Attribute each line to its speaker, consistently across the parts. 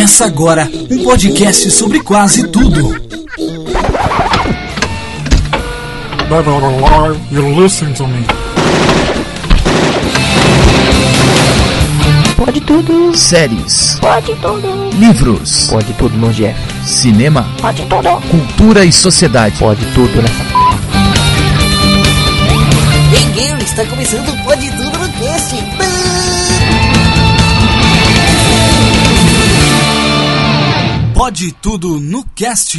Speaker 1: Começa agora um podcast sobre quase tudo.
Speaker 2: Dead or alive, you listen to me.
Speaker 3: Pode tudo.
Speaker 4: Séries.
Speaker 3: Pode tudo.
Speaker 4: Livros.
Speaker 3: Pode tudo no Jeff.
Speaker 4: Cinema.
Speaker 3: Pode tudo.
Speaker 4: Cultura e sociedade.
Speaker 3: Pode tudo nessa.
Speaker 5: Game, está começando o Pode Tudo no Cast.
Speaker 1: Pode Tudo no Cast.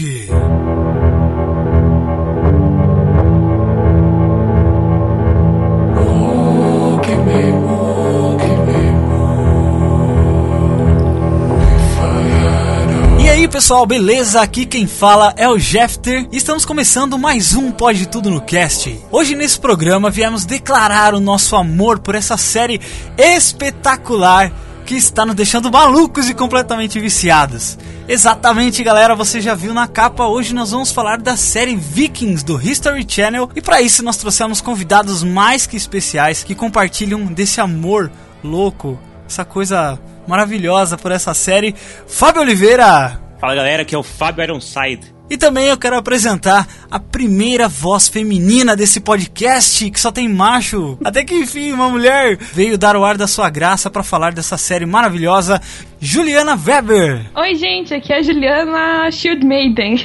Speaker 1: E aí pessoal, beleza? Aqui quem fala é o Jeffter e estamos começando mais um Pode Tudo no Cast. Hoje nesse programa viemos declarar o nosso amor por essa série espetacular que está nos deixando malucos e completamente viciados. Exatamente, galera, você já viu na capa. Hoje nós vamos falar da série Vikings do History Channel e para isso nós trouxemos convidados mais que especiais que compartilham desse amor louco, essa coisa maravilhosa por essa série. Fábio Oliveira.
Speaker 6: Fala galera, aqui é o Fábio Ironside.
Speaker 1: E também eu quero apresentar a primeira voz feminina desse podcast, que só tem macho. Até que enfim, uma mulher veio dar o ar da sua graça para falar dessa série maravilhosa, Juliana Weber.
Speaker 7: Oi gente, aqui é a Juliana Shield Maiden.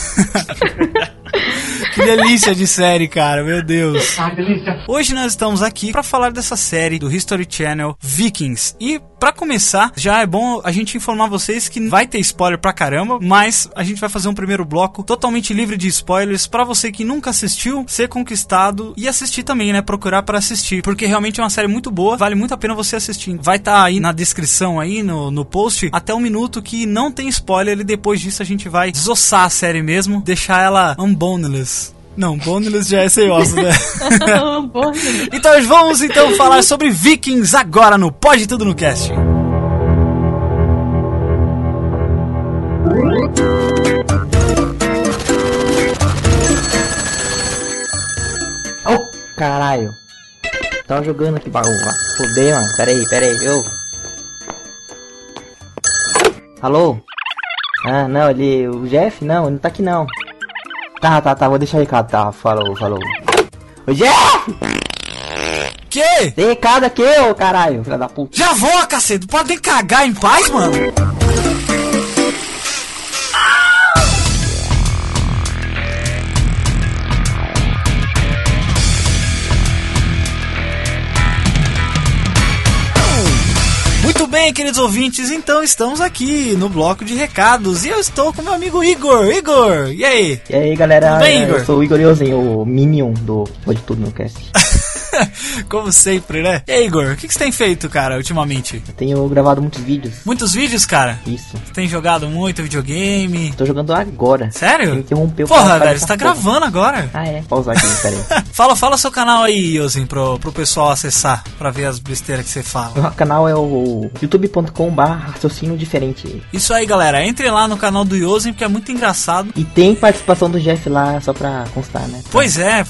Speaker 1: Que delícia de série, cara, meu Deus. Ah, delícia. Hoje nós estamos aqui para falar dessa série do History Channel, Vikings. E para começar, já é bom a gente informar vocês que vai ter spoiler pra caramba, mas a gente vai fazer um primeiro bloco totalmente livre de spoilers para você que nunca assistiu, ser conquistado e assistir também, né? Procurar para assistir, porque realmente é uma série muito boa, vale muito a pena você assistir. Vai estar aí na descrição, aí no post, até um minuto que não tem spoiler e depois disso a gente vai desossar a série mesmo, deixar ela unboneless. Não, boneless já é sem osso, né? Então vamos falar sobre Vikings agora no Pode Tudo no Cast.
Speaker 3: Oh, caralho. Tava jogando aqui, bagulho. Fudei, mano. Pera aí, eu. Alô? Ah, não, o Jeff? Não, ele não tá aqui não. Tá, vou deixar o recado, tá, falou. Ô Jeff!
Speaker 1: Que?
Speaker 3: Tem recado aqui, ô caralho, filha da puta.
Speaker 1: Já vou, cacete, pode nem cagar em paz, mano. Muito bem, queridos ouvintes, então estamos aqui no bloco de recados e eu estou com meu amigo Igor. Igor, e aí?
Speaker 3: E aí, galera?
Speaker 1: Tudo bem, Igor?
Speaker 3: Eu sou o Igor Iozinho, o Minion do Pode Tudo no Cast.
Speaker 1: Como sempre, né? E aí, Igor, o que você tem feito, cara, ultimamente?
Speaker 3: Eu tenho gravado muitos vídeos.
Speaker 1: Muitos vídeos, cara?
Speaker 3: Isso.
Speaker 1: Você tem jogado muito videogame?
Speaker 3: Tô jogando agora.
Speaker 1: Sério?
Speaker 3: Você interrompeu.
Speaker 1: Porra, velho, você tá gravando agora.
Speaker 3: Ah, é? Pausar aqui, peraí.
Speaker 1: Fala seu canal aí, Iozinho, pro pessoal acessar, pra ver as besteiras que você fala.
Speaker 3: Meu canal é o youtube.com/raciocínio diferente.
Speaker 1: Isso aí, galera, entre lá no canal do Iozinho, porque é muito engraçado.
Speaker 3: E tem participação do Jeff lá, só pra constar, né?
Speaker 1: Pois é.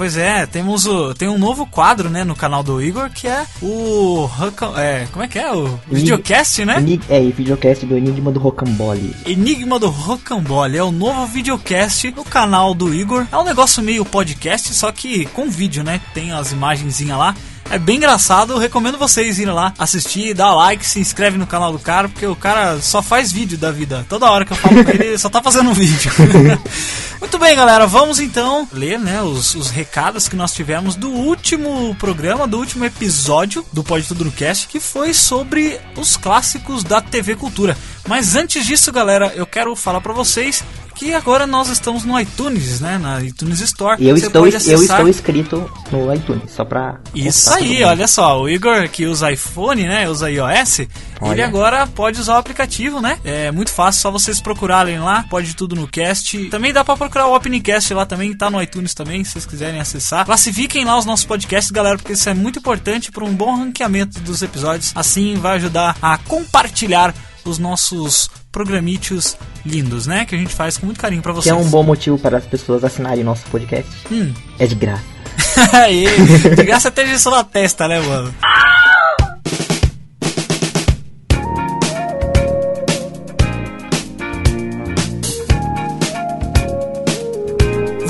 Speaker 1: Tem um novo quadro, né, no canal do Igor, que é o... como é que é? O videocast, né?
Speaker 3: Videocast do Enigma do Rocambole.
Speaker 1: Enigma do Rocambole é o novo videocast no canal do Igor. É um negócio meio podcast, só que com vídeo, né? Tem as imagenzinhas lá. É bem engraçado, eu recomendo vocês irem lá assistir, dar like, se inscreve no canal do cara, porque o cara só faz vídeo da vida. Toda hora que eu falo com ele só tá fazendo um vídeo. Muito bem, galera, vamos então ler, né, os recados que nós tivemos do último programa, do último episódio do Pode Tudo no Cast, que foi sobre os clássicos da TV Cultura. Mas antes disso, galera, eu quero falar pra vocês que agora nós estamos no iTunes, né? Na iTunes Store.
Speaker 3: E eu estou inscrito no iTunes, só pra...
Speaker 1: Isso aí, olha só, o Igor que usa iPhone, né? Usa iOS, ele agora pode usar o aplicativo, né? É muito fácil, só vocês procurarem lá, Pode Tudo no Cast. Também dá pra procurar o Opencast lá também, tá no iTunes também, se vocês quiserem acessar. Classifiquem lá os nossos podcasts, galera, porque isso é muito importante para um bom ranqueamento dos episódios. Assim vai ajudar a compartilhar os nossos programitos lindos, né? Que a gente faz com muito carinho pra vocês.
Speaker 3: Que é um bom motivo para as pessoas assinarem nosso podcast. É de graça.
Speaker 1: Aí, de graça até isso na testa, né, mano?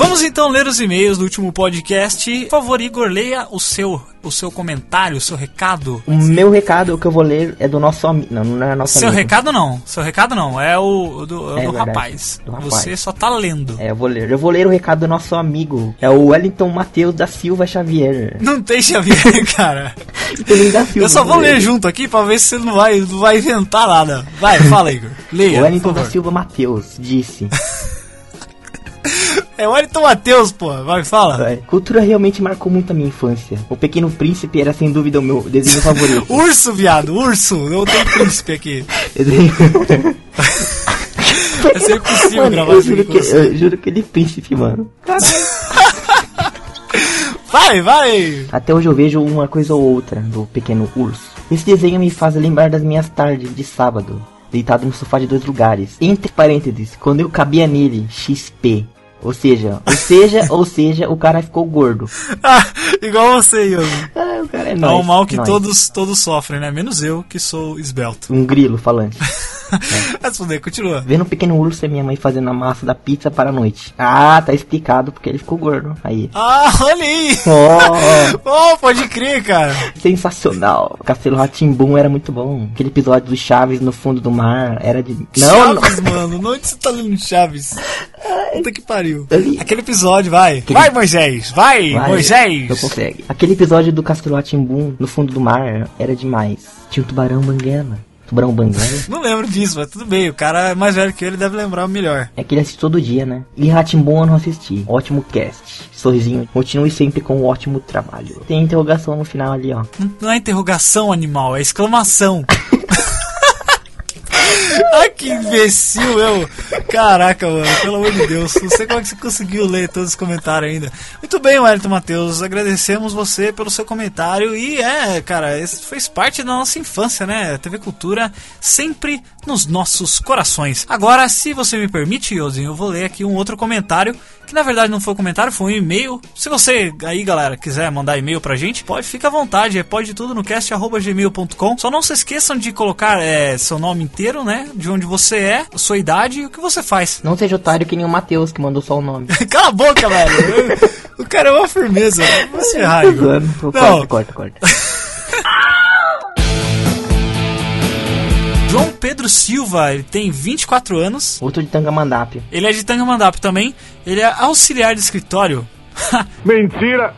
Speaker 1: Vamos então ler os e-mails do último podcast. Por favor, Igor, leia o seu comentário, o seu recado.
Speaker 3: O meu recado, o que eu vou ler, é do nosso amigo. Não é nosso
Speaker 1: Seu
Speaker 3: amigo.
Speaker 1: Seu recado não, é o do
Speaker 3: verdade,
Speaker 1: rapaz.
Speaker 3: do rapaz.
Speaker 1: Você só tá lendo.
Speaker 3: Eu vou ler o recado do nosso amigo. É o Wellington Matheus da Silva Xavier.
Speaker 1: Não tem Xavier, cara.
Speaker 3: Da Silva,
Speaker 1: Eu só vou ler junto aqui pra ver se você não vai inventar nada. Vai, fala, Igor. Leia.
Speaker 3: O Wellington da Silva Matheus disse:
Speaker 1: É o Wellington Matheus, pô. Vai, fala.
Speaker 3: Cultura realmente marcou muito a minha infância. O Pequeno Príncipe era sem dúvida o meu desenho favorito.
Speaker 1: Urso, viado, urso. Não tem príncipe aqui. Vai ser impossível
Speaker 3: mano,
Speaker 1: gravar
Speaker 3: eu juro que ele é príncipe, mano. Caralho.
Speaker 1: Vai.
Speaker 3: Até hoje eu vejo uma coisa ou outra do Pequeno Urso. Esse desenho me faz lembrar das minhas tardes de sábado, deitado no sofá de 2 lugares. Entre parênteses, quando eu cabia nele, XP. Ou seja, o cara ficou gordo.
Speaker 1: Igual você, Ian.
Speaker 3: O cara é
Speaker 1: É
Speaker 3: nóis.
Speaker 1: um mal que
Speaker 3: nóis.
Speaker 1: todos sofrem, né? Menos eu, que sou esbelto.
Speaker 3: Um grilo falante.
Speaker 1: Mas poder, continua.
Speaker 3: Vendo o Pequeno Urso e minha mãe fazendo a massa da pizza para a noite. Ah, tá explicado porque ele ficou gordo. Aí.
Speaker 1: Olha aí. Pode crer, cara.
Speaker 3: Sensacional. Castelo Rá-Tim-Bum era muito bom. Aquele episódio do Chaves no fundo do mar era de...
Speaker 1: Chaves, mano. Onde você tá lendo Chaves? Puta que pariu.
Speaker 3: Ali.
Speaker 1: Aquele episódio, vai. Vai, Moisés. Vai, Moisés.
Speaker 3: Não consegue. Aquele episódio do Castelo Rá-Tim-Bum no fundo do mar era demais. Tinha o tubarão banguela. Tubarão banguela?
Speaker 1: Não lembro disso, mas tudo bem. O cara é mais velho que ele deve lembrar o melhor.
Speaker 3: É que ele assiste todo dia, né? E Rá-Tim-Bum eu não assisti. Ótimo cast. Sorrisinho. Continue sempre com um ótimo trabalho. Tem interrogação no final ali, ó.
Speaker 1: Não é interrogação, animal. É exclamação. Ai, que imbecil, eu. Caraca, mano, pelo amor de Deus. Não sei como é que você conseguiu ler todos os comentários ainda. Muito bem, Wellington Matheus. Agradecemos você pelo seu comentário. E cara, isso fez parte da nossa infância, né? TV Cultura sempre nos nossos corações. Agora, se você me permite, Yosinho, eu vou ler aqui um outro comentário. Que na verdade não foi um comentário, foi um e-mail. Se você aí, galera, quiser mandar e-mail pra gente, fica à vontade. Pode tudo no cast@gmail.com. Só não se esqueçam de colocar seu nome inteiro, né? De onde você é, a sua idade e o que você faz.
Speaker 3: Não seja otário que nem o Matheus, que mandou só o nome.
Speaker 1: Cala a boca, velho. O cara é uma firmeza. Você errar,
Speaker 3: Corta.
Speaker 1: João Pedro Silva, ele tem 24 anos.
Speaker 3: Outro de Tangamandapio.
Speaker 1: Ele é de Tangamandapio também. Ele é auxiliar de escritório.
Speaker 2: Mentira!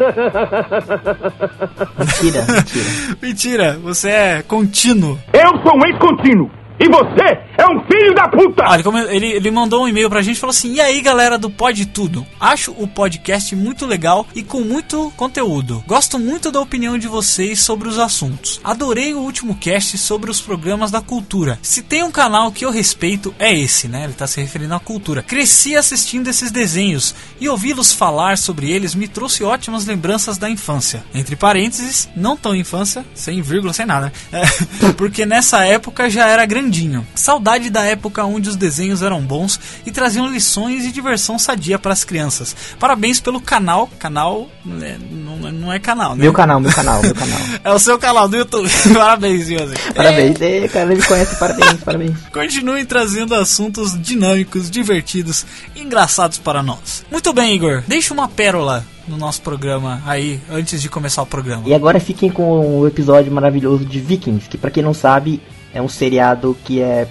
Speaker 1: Mentira, você é contínuo.
Speaker 2: Eu sou um ex-contínuo! E você é um filho da puta!
Speaker 1: Olha, como ele mandou um e-mail pra gente e falou assim: e aí, galera do Pode Tudo? Acho o podcast muito legal e com muito conteúdo. Gosto muito da opinião de vocês sobre os assuntos. Adorei o último cast sobre os programas da cultura. Se tem um canal que eu respeito, é esse, né? Ele tá se referindo à cultura. Cresci assistindo esses desenhos e ouvi-los falar sobre eles me trouxe ótimas lembranças da infância. Entre parênteses, não tão infância, sem vírgula, sem nada. Porque nessa época já era grandinho. Saudade da época onde os desenhos eram bons e traziam lições e diversão sadia para as crianças. Parabéns pelo canal. Canal não é canal, né?
Speaker 3: Meu canal.
Speaker 1: É o seu canal do YouTube. Parabéns, José.
Speaker 3: Parabéns, cara, ele conhece, parabéns.
Speaker 1: Continuem trazendo assuntos dinâmicos, divertidos e engraçados para nós. Muito bem, Igor. Deixa uma pérola no nosso programa aí, antes de começar o programa.
Speaker 3: E agora fiquem com o episódio maravilhoso de Vikings, que pra quem não sabe, é um seriado que é...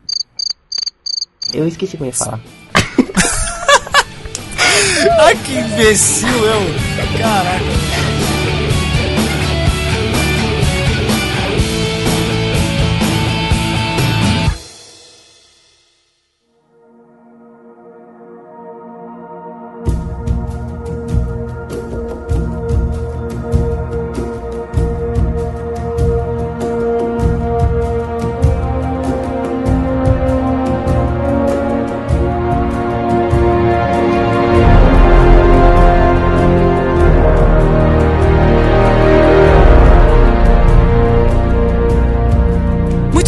Speaker 3: Eu esqueci o que eu ia falar.
Speaker 1: Ai, que imbecil, Caraca.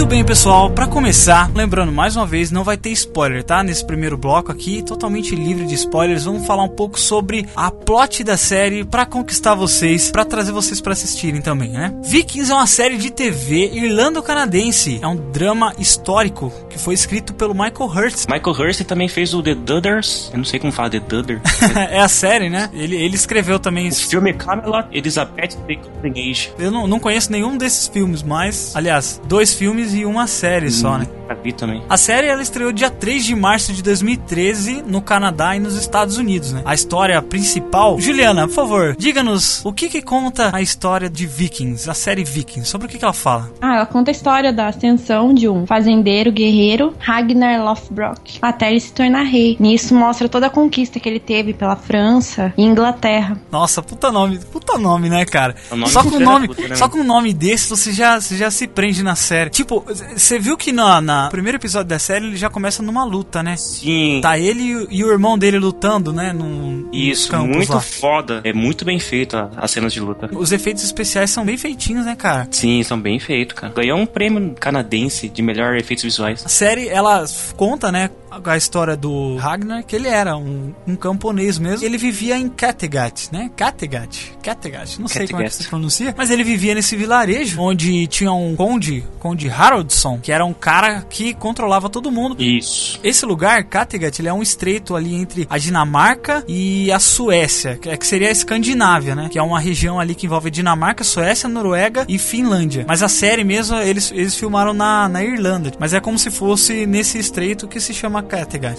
Speaker 1: Muito bem, pessoal, pra começar, lembrando mais uma vez, não vai ter spoiler, tá? Nesse primeiro bloco aqui, totalmente livre de spoilers, vamos falar um pouco sobre a plot da série pra conquistar vocês, pra trazer vocês pra assistirem também, né? Vikings é uma série de TV irlando-canadense, é um drama histórico que foi escrito pelo Michael Hurst.
Speaker 6: Michael Hurst também fez o The Dudders, eu não sei como fala The Dudder.
Speaker 1: É a série, né? Ele escreveu também
Speaker 6: o filme Camelot, Elizabeth the Golden Age.
Speaker 1: Eu não conheço nenhum desses filmes, mas, aliás, 2 filmes e uma série só, né?
Speaker 6: Vi também.
Speaker 1: A série ela estreou dia 3 de março de 2013 no Canadá e nos Estados Unidos, né? A história principal... Juliana, por favor, diga-nos o que conta a história de Vikings, a série Vikings, sobre o que ela fala?
Speaker 7: Ela conta a história da ascensão de um fazendeiro guerreiro, Ragnar Lothbrok, até ele se tornar rei. Nisso mostra toda a conquista que ele teve pela França e Inglaterra.
Speaker 1: Nossa, puta nome, né, cara?
Speaker 6: Nome
Speaker 1: só com um
Speaker 6: né,
Speaker 1: nome desse você já se prende na série. Tipo, você viu que no primeiro episódio da série ele já começa numa luta, né?
Speaker 6: Sim.
Speaker 1: Tá ele e o irmão dele lutando, né?
Speaker 6: Isso, muito lá. Foda. É muito bem feito as cenas de luta.
Speaker 1: Os efeitos especiais são bem feitinhos, né, cara?
Speaker 6: Sim, são bem feitos, cara. Ganhou um prêmio canadense de melhor efeitos visuais.
Speaker 1: A série, ela conta, né, a história do Ragnar, que ele era um camponês mesmo. Ele vivia em Kattegat, né? Kattegat, não sei como é que se pronuncia, mas ele vivia nesse vilarejo onde tinha um conde Haraldsson, que era um cara que controlava todo mundo.
Speaker 6: Isso.
Speaker 1: Esse lugar, Kattegat, ele é um estreito ali entre a Dinamarca e a Suécia, que seria a Escandinávia, né? Que é uma região ali que envolve Dinamarca, Suécia, Noruega e Finlândia. Mas a série mesmo, eles filmaram na Irlanda. Mas é como se fosse nesse estreito que se chama Kattegat.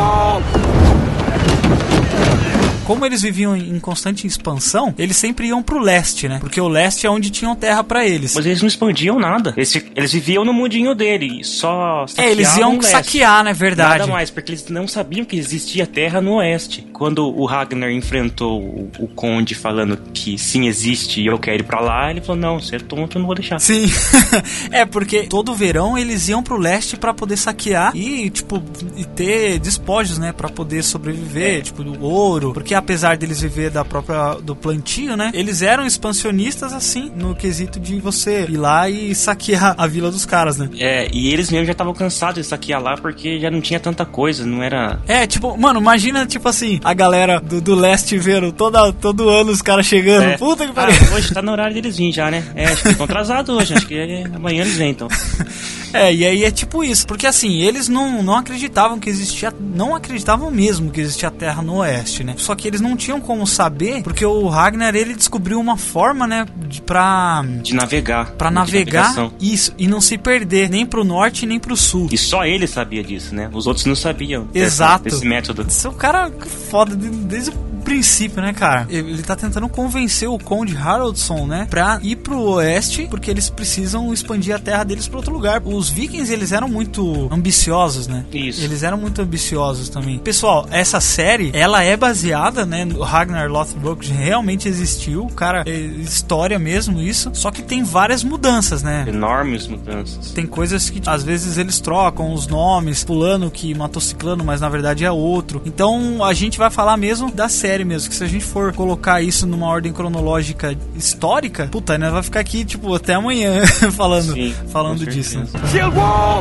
Speaker 1: Como eles viviam em constante expansão, eles sempre iam pro leste, né? Porque o leste é onde tinham terra pra eles.
Speaker 6: Mas eles não expandiam nada. Eles viviam no mundinho dele, só saqueavam
Speaker 1: eles iam saquear, né? Verdade.
Speaker 6: Nada mais, porque eles não sabiam que existia terra no oeste. Quando o Ragnar enfrentou o conde falando que sim, existe e eu quero ir pra lá, ele falou, não, você é tonto, eu não vou deixar.
Speaker 1: Sim. É, porque todo verão eles iam pro leste pra poder saquear e, tipo, ter despojos, né? Pra poder sobreviver, tipo, do ouro. Porque apesar deles viver do plantio, né? Eles eram expansionistas, assim, no quesito de você ir lá e saquear a vila dos caras, né?
Speaker 6: É, e eles mesmo já estavam cansados de saquear lá porque já não tinha tanta coisa, não era...
Speaker 1: É, tipo, mano, imagina, tipo assim, a galera do leste vendo todo ano os caras chegando. Puta que pariu.
Speaker 6: Hoje tá no horário deles virem já, né? Acho que estão atrasados hoje, acho que amanhã eles vêm, então.
Speaker 1: E aí é tipo isso, porque assim, eles não acreditavam que existia, não acreditavam mesmo que existia terra no oeste, né? Só que eles não tinham como saber, porque o Ragnar, ele descobriu uma forma, né, de navegar. Pra navegar, isso, e não se perder, nem pro norte, nem pro sul.
Speaker 6: E só ele sabia disso, né? Os outros não sabiam.
Speaker 1: Exato.
Speaker 6: Desse método.
Speaker 1: Esse é o cara foda desde o princípio, né, cara? Ele tá tentando convencer o conde Haraldsson, né, pra ir pro oeste, porque eles precisam expandir a terra deles pra outro lugar. Os vikings, eles eram muito ambiciosos, né?
Speaker 6: Isso.
Speaker 1: Eles eram muito ambiciosos também. Pessoal, essa série, ela é baseada, né, no Ragnar Lothbrok, realmente existiu, cara, é história mesmo isso, só que tem várias mudanças, né?
Speaker 6: Enormes mudanças.
Speaker 1: Tem coisas que, às vezes, eles trocam os nomes, fulano que matou ciclano, mas na verdade é outro. Então, a gente vai falar mesmo da série mesmo, que se a gente for colocar isso numa ordem cronológica histórica, puta, né, vai ficar aqui, tipo, até amanhã falando disso.
Speaker 6: Chegou!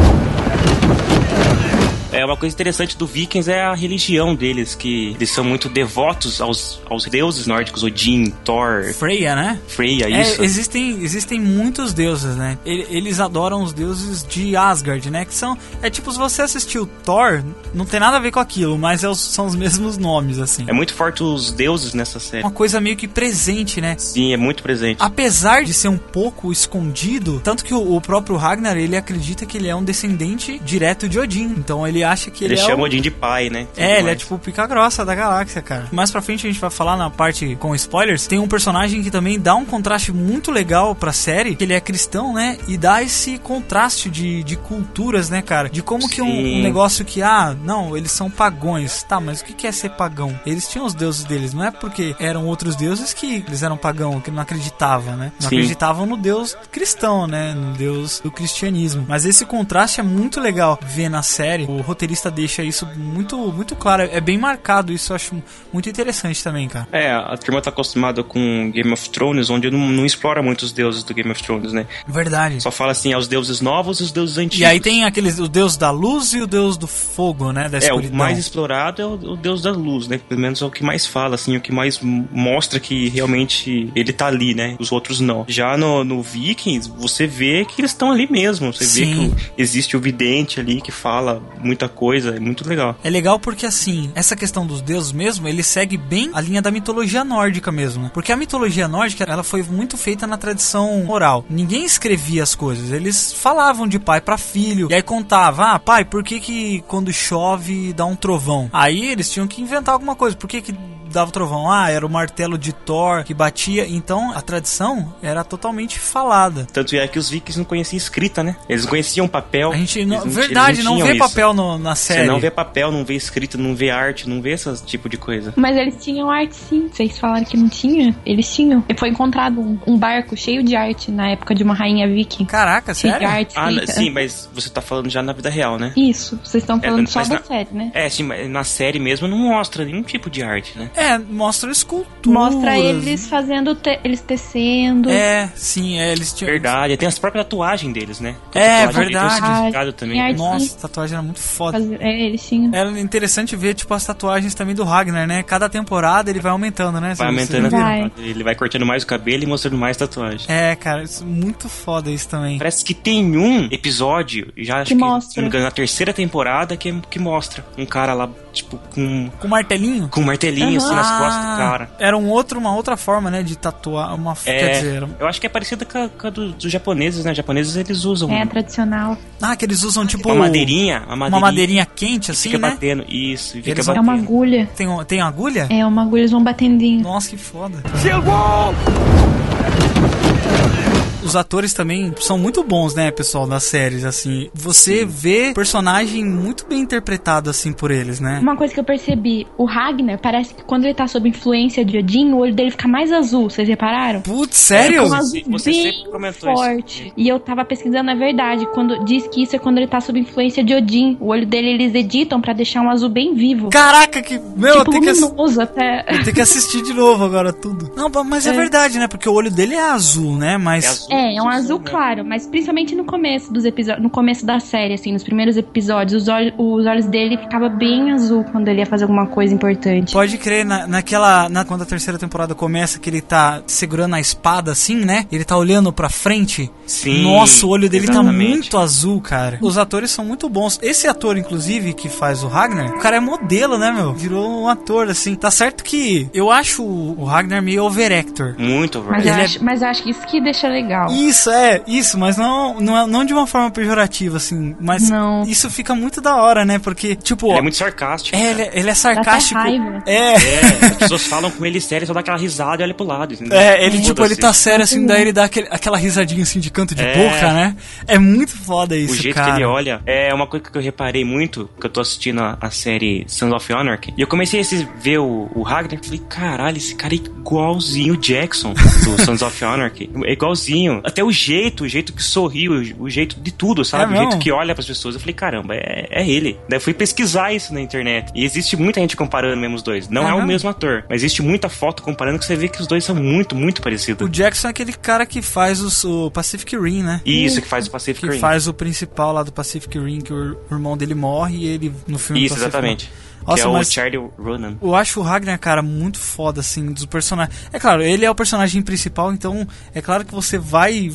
Speaker 6: Uma coisa interessante do Vikings é a religião deles, que eles são muito devotos aos deuses nórdicos, Odin, Thor...
Speaker 1: Freya, né?
Speaker 6: Freya, isso.
Speaker 1: Existem muitos deuses, né? Eles adoram os deuses de Asgard, né? Que são... É tipo, se você assistiu Thor, não tem nada a ver com aquilo, mas são os mesmos nomes, assim.
Speaker 6: É muito forte os deuses nessa série.
Speaker 1: Uma coisa meio que presente, né?
Speaker 6: Sim, é muito presente.
Speaker 1: Apesar de ser um pouco escondido, tanto que o próprio Ragnar, ele acredita que ele é um descendente direto de Odin. Então ele acha que ele
Speaker 6: chama Odin de pai, né?
Speaker 1: Ele é tipo o pica grossa da galáxia, cara. Mais pra frente a gente vai falar na parte com spoilers. Tem um personagem que também dá um contraste muito legal pra série, que ele é cristão, né? E dá esse contraste de culturas, né, cara? De como que um negócio que, não, eles são pagões. Tá, mas o que é ser pagão? Eles tinham os deuses deles, não é porque eram outros deuses que eles eram pagão, que não acreditavam, né? Não acreditavam no Deus cristão, né? No Deus do cristianismo. Mas esse contraste é muito legal ver na série. O roteirista deixa isso muito, muito claro. É bem marcado isso, eu acho muito interessante também, cara.
Speaker 6: A turma tá acostumada com Game of Thrones, onde não explora muito os deuses do Game of Thrones, né?
Speaker 1: Verdade.
Speaker 6: Só fala assim, os deuses novos e os deuses antigos.
Speaker 1: E aí tem o deus da luz e o deus do fogo, né? Da escuridão.
Speaker 6: O mais explorado é o deus da luz, né? Pelo menos é o que mais fala, assim, o que mais mostra que realmente ele tá ali, né? Os outros não. Já no Vikings, você vê que eles estão ali mesmo. Você vê que existe o vidente ali que fala muita coisa, é muito legal.
Speaker 1: É legal porque, assim, essa questão dos deuses mesmo, ele segue bem a linha da mitologia nórdica mesmo, né? Porque a mitologia nórdica, ela foi muito feita na tradição oral. Ninguém escrevia as coisas, eles falavam de pai pra filho, e aí contava, pai, por que quando chove dá um trovão? Aí eles tinham que inventar alguma coisa, por que dava o trovão? Era o martelo de Thor que batia. Então a tradição era totalmente falada.
Speaker 6: Tanto é que os vikings não conheciam escrita, né? Eles não conheciam papel.
Speaker 1: A gente não vê isso. Papel na série.
Speaker 6: Você não vê papel, não vê escrita, não vê arte, não vê esse tipo de coisa.
Speaker 7: Mas eles tinham arte, sim. Vocês falaram que não tinha? Eles tinham. Foi encontrado um barco cheio de arte na época de uma rainha viking.
Speaker 1: Caraca, sério?
Speaker 7: Arte
Speaker 6: sim, mas você tá falando já na vida real, né?
Speaker 7: Isso, vocês estão falando só da série, né?
Speaker 6: Sim, mas na série mesmo não mostra nenhum tipo de arte, né?
Speaker 1: Mostra esculturas.
Speaker 7: Mostra eles fazendo, eles tecendo.
Speaker 1: Sim, eles tinham...
Speaker 6: Verdade, tem as próprias tatuagens deles, né?
Speaker 1: Verdade.
Speaker 6: Tem um significado também.
Speaker 1: Nossa, a tatuagem era muito foda.
Speaker 7: Eles tinham.
Speaker 1: Era interessante ver, tipo, as tatuagens também do Ragnar, né? Cada temporada ele vai aumentando, né?
Speaker 6: Vai aumentando. Ele vai cortando mais o cabelo e mostrando mais tatuagem.
Speaker 1: Cara, isso é muito foda isso também.
Speaker 6: Parece que tem um episódio, já acho que
Speaker 7: mostra.
Speaker 6: Se não me engano, na terceira temporada, que mostra um cara lá, tipo, com
Speaker 1: martelinho?
Speaker 6: Com martelinho, assim, nas costas do cara.
Speaker 1: Era uma outra forma, né, de tatuar. Quer dizer...
Speaker 6: Eu acho que é parecida com a dos japoneses, né? Os japoneses, eles usam...
Speaker 7: tradicional.
Speaker 1: Que eles usam, tipo...
Speaker 6: Uma madeirinha
Speaker 1: quente, assim,
Speaker 6: fica
Speaker 1: né?
Speaker 6: Batendo. Isso, fica
Speaker 1: eles
Speaker 6: batendo.
Speaker 7: É uma agulha.
Speaker 1: Tem uma agulha?
Speaker 7: É uma agulha, eles vão batendinho.
Speaker 1: Nossa, que foda. Os atores também são muito bons, né, pessoal, das séries, assim. Você vê personagem muito bem interpretado, assim, por eles, né?
Speaker 7: Uma coisa que eu percebi, o Ragnar, parece que quando ele tá sob influência de Odin, o olho dele fica mais azul, vocês repararam?
Speaker 1: Putz, sério?
Speaker 7: É um azul bem forte. E eu tava pesquisando, é verdade, quando diz que isso é quando ele tá sob influência de Odin. O olho dele, eles editam pra deixar um azul bem vivo.
Speaker 1: Caraca, que... Meu,
Speaker 7: tipo, luminoso até.
Speaker 1: Eu tenho que assistir de novo agora tudo. Não, mas é verdade, né? Porque o olho dele é azul, né? Mas...
Speaker 7: É um azul claro, mas principalmente no começo dos episódios, no começo da série, assim, nos primeiros episódios, os olhos dele ficavam bem azul quando ele ia fazer alguma coisa importante.
Speaker 1: Pode crer, quando a terceira temporada começa, que ele tá segurando a espada, assim, né? Ele tá olhando pra frente.
Speaker 6: Sim.
Speaker 1: Nossa, o olho dele
Speaker 6: exatamente.
Speaker 1: tá muito azul, cara. Os atores são muito bons. Esse ator, inclusive, que faz o Ragnar, o cara é modelo, né, meu? Virou um ator, assim. Tá certo que eu acho o Ragnar meio over-actor.
Speaker 6: Muito over.
Speaker 7: Mas eu acho que isso que deixa legal.
Speaker 1: Isso, mas não de uma forma pejorativa, assim, mas isso fica muito da hora, né, porque, tipo...
Speaker 6: Ele é muito sarcástico.
Speaker 1: Ele é sarcástico.
Speaker 7: Dá até raiva.
Speaker 6: As pessoas falam com ele sério, só dá aquela risada e olha pro lado, entendeu?
Speaker 1: Ele tá sério, assim, daí ele dá aquela risadinha, assim, de canto de boca, né? É muito foda isso,
Speaker 6: cara. O jeito
Speaker 1: cara.
Speaker 6: que ele olha, é uma coisa que eu reparei muito, que eu tô assistindo a série Sons of Anarchy, e eu comecei a ver o Ragnar, e falei, caralho, esse cara é igualzinho o Jackson, do Sons of Anarchy. É igualzinho. Até o jeito que sorri, o jeito de tudo, sabe? O jeito que olha pras pessoas. Eu falei, caramba, é ele. Daí eu fui pesquisar isso na internet. E existe muita gente comparando mesmo os dois. Não é o mesmo ator, mas existe muita foto comparando que você vê que os dois são muito, muito parecidos.
Speaker 1: O Jackson é aquele cara que faz o Pacific Rim, né?
Speaker 6: Isso, que faz o Pacific Rim.
Speaker 1: Que faz o principal lá do Pacific Rim, que o irmão dele morre e ele no filme...
Speaker 6: Isso, exatamente.
Speaker 1: Nossa,
Speaker 6: que é o Charlie Ronan.
Speaker 1: Eu acho o Ragnar, cara, muito foda, assim, dos personagens. É claro, ele é o personagem principal, então é claro que você vai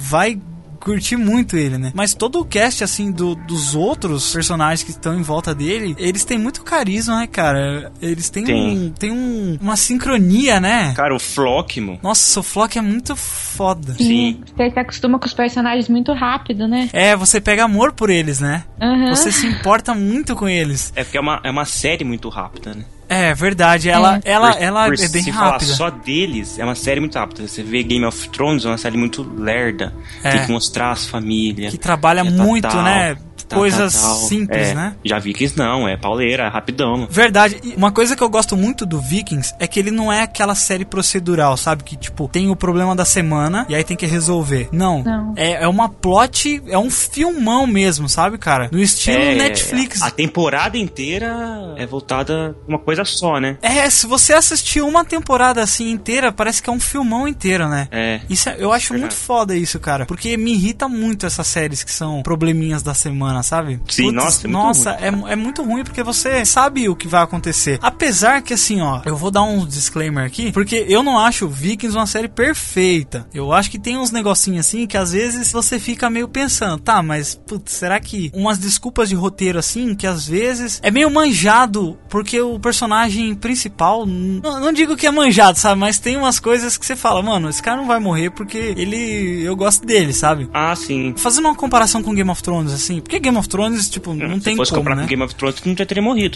Speaker 1: curti muito ele, né? Mas todo o cast, assim, dos outros personagens que estão em volta dele, eles têm muito carisma, né, cara? Eles têm uma sincronia, né?
Speaker 6: Cara, o Flock, mano.
Speaker 1: Nossa, o Flock é muito foda.
Speaker 7: Sim. Você se acostuma com os personagens muito rápido, né?
Speaker 1: Você pega amor por eles, né?
Speaker 7: Uhum.
Speaker 1: Você se importa muito com eles.
Speaker 6: É porque é uma série muito rápida, né?
Speaker 1: É verdade, ela é bem
Speaker 6: se
Speaker 1: rápida.
Speaker 6: Falar só deles, é uma série muito rápida. Você vê Game of Thrones, é uma série muito lerda. Tem que mostrar as famílias.
Speaker 1: Que trabalha muito, né? coisas simples, né?
Speaker 6: Já Vikings não, é pauleira, é rapidão.
Speaker 1: Verdade. E uma coisa que eu gosto muito do Vikings é que ele não é aquela série procedural, sabe? Que, tipo, tem o problema da semana e aí tem que resolver. Não. É uma plot, é um filmão mesmo, sabe, cara? No estilo Netflix.
Speaker 6: A temporada inteira é voltada uma coisa só, né?
Speaker 1: Se você assistir uma temporada assim inteira, parece que é um filmão inteiro, né? Isso eu acho muito foda isso, cara. Porque me irrita muito essas séries que são probleminhas da semana, sabe?
Speaker 6: Sim,
Speaker 1: Putz,
Speaker 6: nossa,
Speaker 1: é muito ruim porque você sabe o que vai acontecer. Apesar que, assim, ó, eu vou dar um disclaimer aqui, porque eu não acho Vikings uma série perfeita. Eu acho que tem uns negocinhos assim que às vezes você fica meio pensando, tá, mas, putz, será que umas desculpas de roteiro assim, que às vezes é meio manjado, porque o personagem principal, não digo que é manjado, sabe, mas tem umas coisas que você fala, mano, esse cara não vai morrer porque eu gosto dele, sabe?
Speaker 6: Ah, sim.
Speaker 1: Fazendo uma comparação com Game of Thrones, assim, porque Game of Thrones, tipo, não tem como,
Speaker 6: se fosse comparar com Game of Thrones, tu não já teria morrido.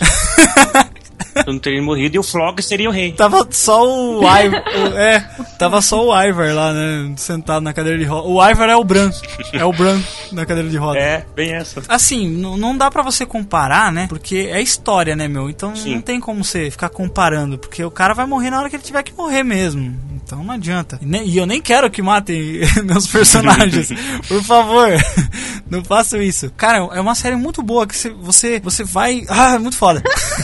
Speaker 6: Tu não teria morrido e o Flog seria o rei.
Speaker 1: Tava só o Ivar. Tava só o Ivar lá, né? Sentado na cadeira de roda. O Ivar é o Bran. É o Bran na cadeira de roda.
Speaker 6: É, bem essa.
Speaker 1: Assim, não dá pra você comparar, né? Porque é história, né, meu? Então não tem como você ficar comparando. Porque o cara vai morrer na hora que ele tiver que morrer mesmo. Então não adianta. E eu nem quero que matem meus personagens. Por favor, não façam isso. Cara, é uma série muito boa que você vai... Ah, é muito foda.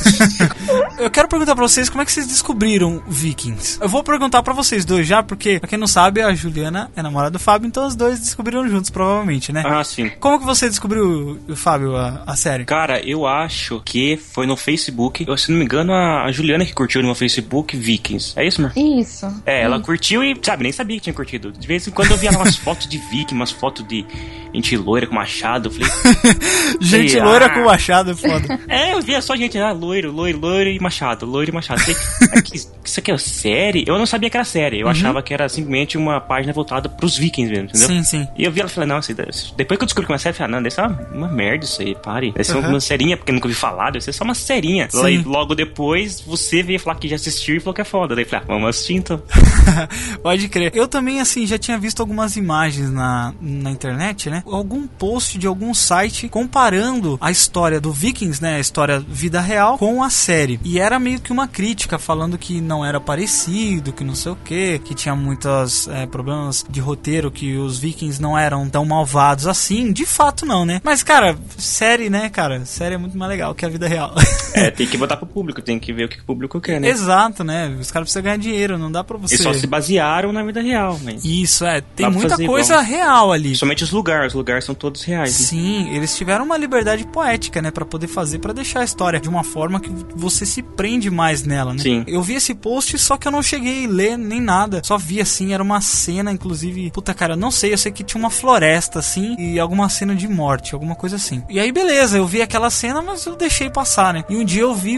Speaker 1: Eu quero perguntar pra vocês como é que vocês descobriram Vikings. Eu vou perguntar pra vocês dois já, porque, pra quem não sabe, a Juliana é namorada do Fábio, então os dois descobriram juntos, provavelmente, né?
Speaker 6: Ah, sim.
Speaker 1: Como que você descobriu, Fábio, a série?
Speaker 6: Cara, eu acho que foi no Facebook. Se não me engano, a Juliana que curtiu no meu Facebook Vikings. É isso, amor?
Speaker 7: Isso.
Speaker 6: Ela curtiu e, sabe, nem sabia que tinha curtido. De vez em quando eu via umas fotos de Viking, umas fotos de gente loira com machado. Eu falei...
Speaker 1: gente loira com machado é foda.
Speaker 6: Eu via só gente, loiro e machado, loiro e machado. Isso aqui é série? Eu não sabia que era série. Eu achava que era simplesmente uma página voltada pros Vikings mesmo, entendeu?
Speaker 1: Sim, sim.
Speaker 6: E eu vi ela e falei, não, depois que eu descobri que uma série, eu falei, não, deve ser uma merda isso aí, pare. Deve ser uma serinha, porque eu nunca ouvi falar, deve ser só uma serinha. Aí, logo depois, você veio falar que já assistiu e falou que é foda. Daí eu falei, vamos assistir então.
Speaker 1: Pode crer. Eu também, assim, já tinha visto algumas imagens na internet, né? Algum post de algum site comparando a história do Vikings, né? A história vida real com a série. E era meio que uma crítica, falando que não era parecido, que não sei o que tinha muitos problemas de roteiro, que os Vikings não eram tão malvados assim. De fato não, né? Mas, cara, série, né, cara? Série é muito mais legal que a vida real.
Speaker 6: Tem que botar pro público, tem que ver o que o público quer, né?
Speaker 1: Exato, né? Os caras precisam ganhar dinheiro, não dá pra você...
Speaker 6: Eles só se basearam na vida real, mas...
Speaker 1: Isso, tem muita coisa real ali.
Speaker 6: Somente os lugares são todos reais. Né?
Speaker 1: Sim, eles tiveram uma liberdade poética, né, pra poder fazer, pra deixar a história de uma forma que você se prende mais nela, né?
Speaker 6: Sim.
Speaker 1: Eu vi esse post, só que eu não cheguei a ler nem nada, só vi assim, era uma cena, inclusive, puta cara, eu não sei, eu sei que tinha uma floresta assim, e alguma cena de morte, alguma coisa assim. E aí beleza, eu vi aquela cena, mas eu deixei passar, né? E um dia eu vi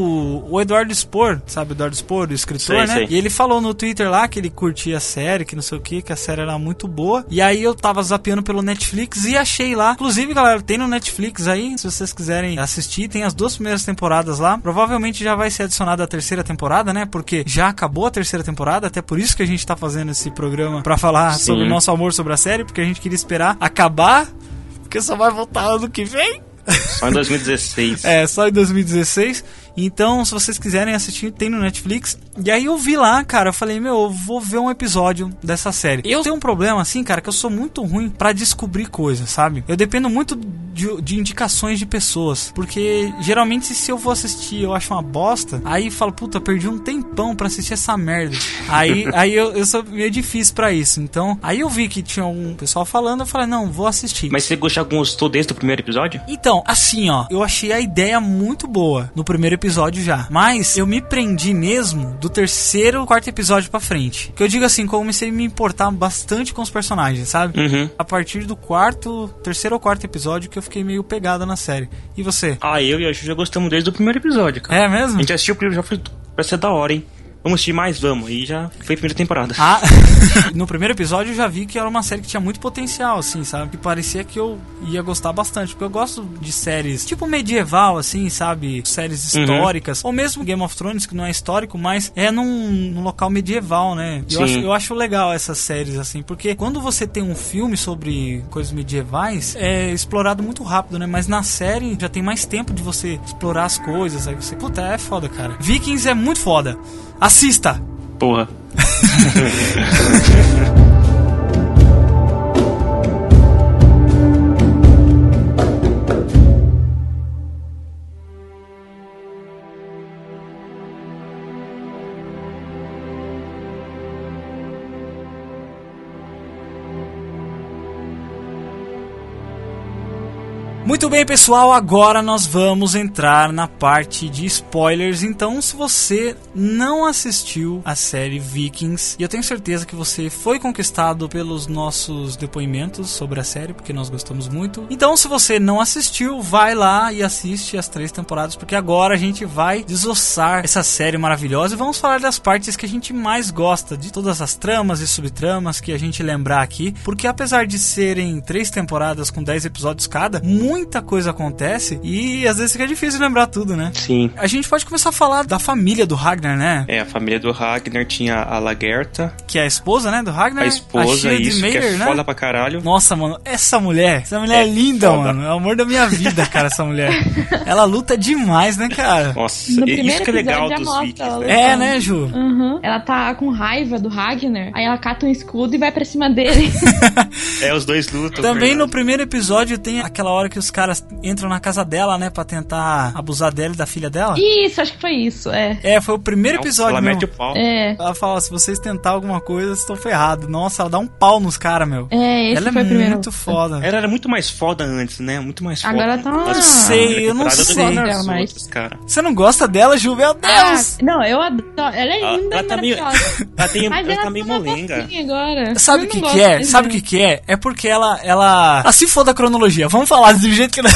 Speaker 1: o Eduardo Spohr, sabe, o Eduardo Spohr, o escritor, né? E ele falou no Twitter lá que ele curtia a série, que não sei o que a série era muito boa. E aí eu tava zapeando pelo Netflix e achei lá. Inclusive, galera, tem no Netflix aí, se vocês quiserem assistir, tem as 2 primeiras temporadas lá. Provavelmente já vai ser adicionada a 3ª temporada, né? Porque já acabou a 3ª temporada, até por isso que a gente tá fazendo esse programa pra falar sobre o nosso amor sobre a série, porque a gente queria esperar acabar, porque só vai voltar ano que vem.
Speaker 6: Só em 2016.
Speaker 1: Só em 2016. Então, se vocês quiserem assistir, tem no Netflix. E aí eu vi lá, cara, eu falei, eu vou ver um episódio dessa série. Eu tenho um problema, assim, cara, que eu sou muito ruim pra descobrir coisas, sabe? Eu dependo muito de indicações de pessoas. Porque, geralmente, se eu vou assistir eu acho uma bosta, aí eu falo, puta, perdi um tempão pra assistir essa merda. Aí eu sou meio difícil pra isso. Então, aí eu vi que tinha um pessoal falando, eu falei, não, vou assistir.
Speaker 6: Mas você gostou desde o primeiro episódio?
Speaker 1: Então, assim, ó, eu achei a ideia muito boa no primeiro episódio já, mas eu me prendi mesmo do 3º, 4º episódio pra frente, que eu digo assim, comecei a me importar bastante com os personagens, sabe?
Speaker 6: Uhum.
Speaker 1: A partir do 3º ou 4º episódio que eu fiquei meio pegado na série. E você?
Speaker 6: Eu e a Ju já gostamos desde o primeiro episódio, cara.
Speaker 1: É mesmo?
Speaker 6: A gente assistiu o primeiro, já foi pra ser da hora, hein? vamos assistir mais? Vamos. E já foi a primeira temporada.
Speaker 1: Ah, no primeiro episódio eu já vi que era uma série que tinha muito potencial, assim, sabe? Que parecia que eu ia gostar bastante, porque eu gosto de séries tipo medieval, assim, sabe? Séries históricas, ou mesmo Game of Thrones, que não é histórico, mas é num local medieval, né? Eu acho legal essas séries, assim, porque quando você tem um filme sobre coisas medievais, é explorado muito rápido, né? Mas na série já tem mais tempo de você explorar as coisas, aí você... Puta, é foda, cara. Vikings é muito foda. Assista!
Speaker 6: Porra.
Speaker 1: Muito bem, pessoal, agora nós vamos entrar na parte de spoilers. Então, se você não assistiu a série Vikings, e eu tenho certeza que você foi conquistado pelos nossos depoimentos sobre a série, porque nós gostamos muito. Então, se você não assistiu, vai lá e assiste as 3 temporadas, porque agora a gente vai desossar essa série maravilhosa e vamos falar das partes que a gente mais gosta, de todas as tramas e subtramas que a gente lembrar aqui, porque apesar de serem 3 temporadas com 10 episódios cada, muita coisa acontece e às vezes fica difícil lembrar tudo, né?
Speaker 6: Sim.
Speaker 1: A gente pode começar a falar da família do Ragnar, né?
Speaker 6: É, a família do Ragnar tinha a Lagertha.
Speaker 1: Que é a esposa, né, do Ragnar.
Speaker 6: A esposa, isso,
Speaker 1: Mayer,
Speaker 6: que é
Speaker 1: né?
Speaker 6: foda pra caralho.
Speaker 1: Nossa, mano, essa mulher é linda,
Speaker 6: foda.
Speaker 1: mano. É o amor da minha vida, cara, essa mulher. Ela luta demais, né, cara?
Speaker 6: Nossa,
Speaker 7: No
Speaker 6: isso que é legal
Speaker 7: já
Speaker 6: dos
Speaker 7: mostra
Speaker 6: Vikings,
Speaker 7: ela
Speaker 6: né?
Speaker 1: É, né, Ju?
Speaker 7: Uhum. Ela tá com raiva do Ragnar, aí ela cata um escudo e vai pra cima dele.
Speaker 6: É, os dois lutam.
Speaker 1: Também
Speaker 6: verdade.
Speaker 1: no primeiro episódio tem aquela hora que os caras entram na casa dela, né, pra tentar abusar dela e da filha dela.
Speaker 7: Isso, acho que foi isso, é.
Speaker 1: É, foi o primeiro episódio
Speaker 6: Ela
Speaker 1: mesmo.
Speaker 6: mete o pau.
Speaker 7: É,
Speaker 1: Ela fala, se vocês tentar alguma coisa, vocês estão ferrados. Nossa, ela dá um pau nos caras, meu.
Speaker 7: esse
Speaker 1: Ela
Speaker 7: foi
Speaker 1: é
Speaker 7: o primeiro.
Speaker 1: muito foda.
Speaker 6: Ela era muito mais foda antes, né? Muito mais foda.
Speaker 7: Agora tá uma...
Speaker 1: Eu sei, eu não
Speaker 6: Temporada
Speaker 1: sei.
Speaker 6: do
Speaker 7: dela,
Speaker 6: nas
Speaker 7: mas-
Speaker 6: outras, cara.
Speaker 1: Você não gosta dela, Ju? Meu Deus!
Speaker 7: Não, eu adoro. Ela é linda
Speaker 6: Ela
Speaker 7: e
Speaker 6: tá meio-
Speaker 7: maravilhosa.
Speaker 6: Ela
Speaker 7: Mas
Speaker 6: tá meio molenga.
Speaker 7: Assim agora.
Speaker 1: Sabe
Speaker 7: Eu
Speaker 1: o
Speaker 7: não
Speaker 1: que
Speaker 7: gosto
Speaker 1: que é?
Speaker 7: mais
Speaker 1: Sabe o
Speaker 7: dela.
Speaker 1: que que é? É porque ela se for da cronologia. Vamos falar do jeito que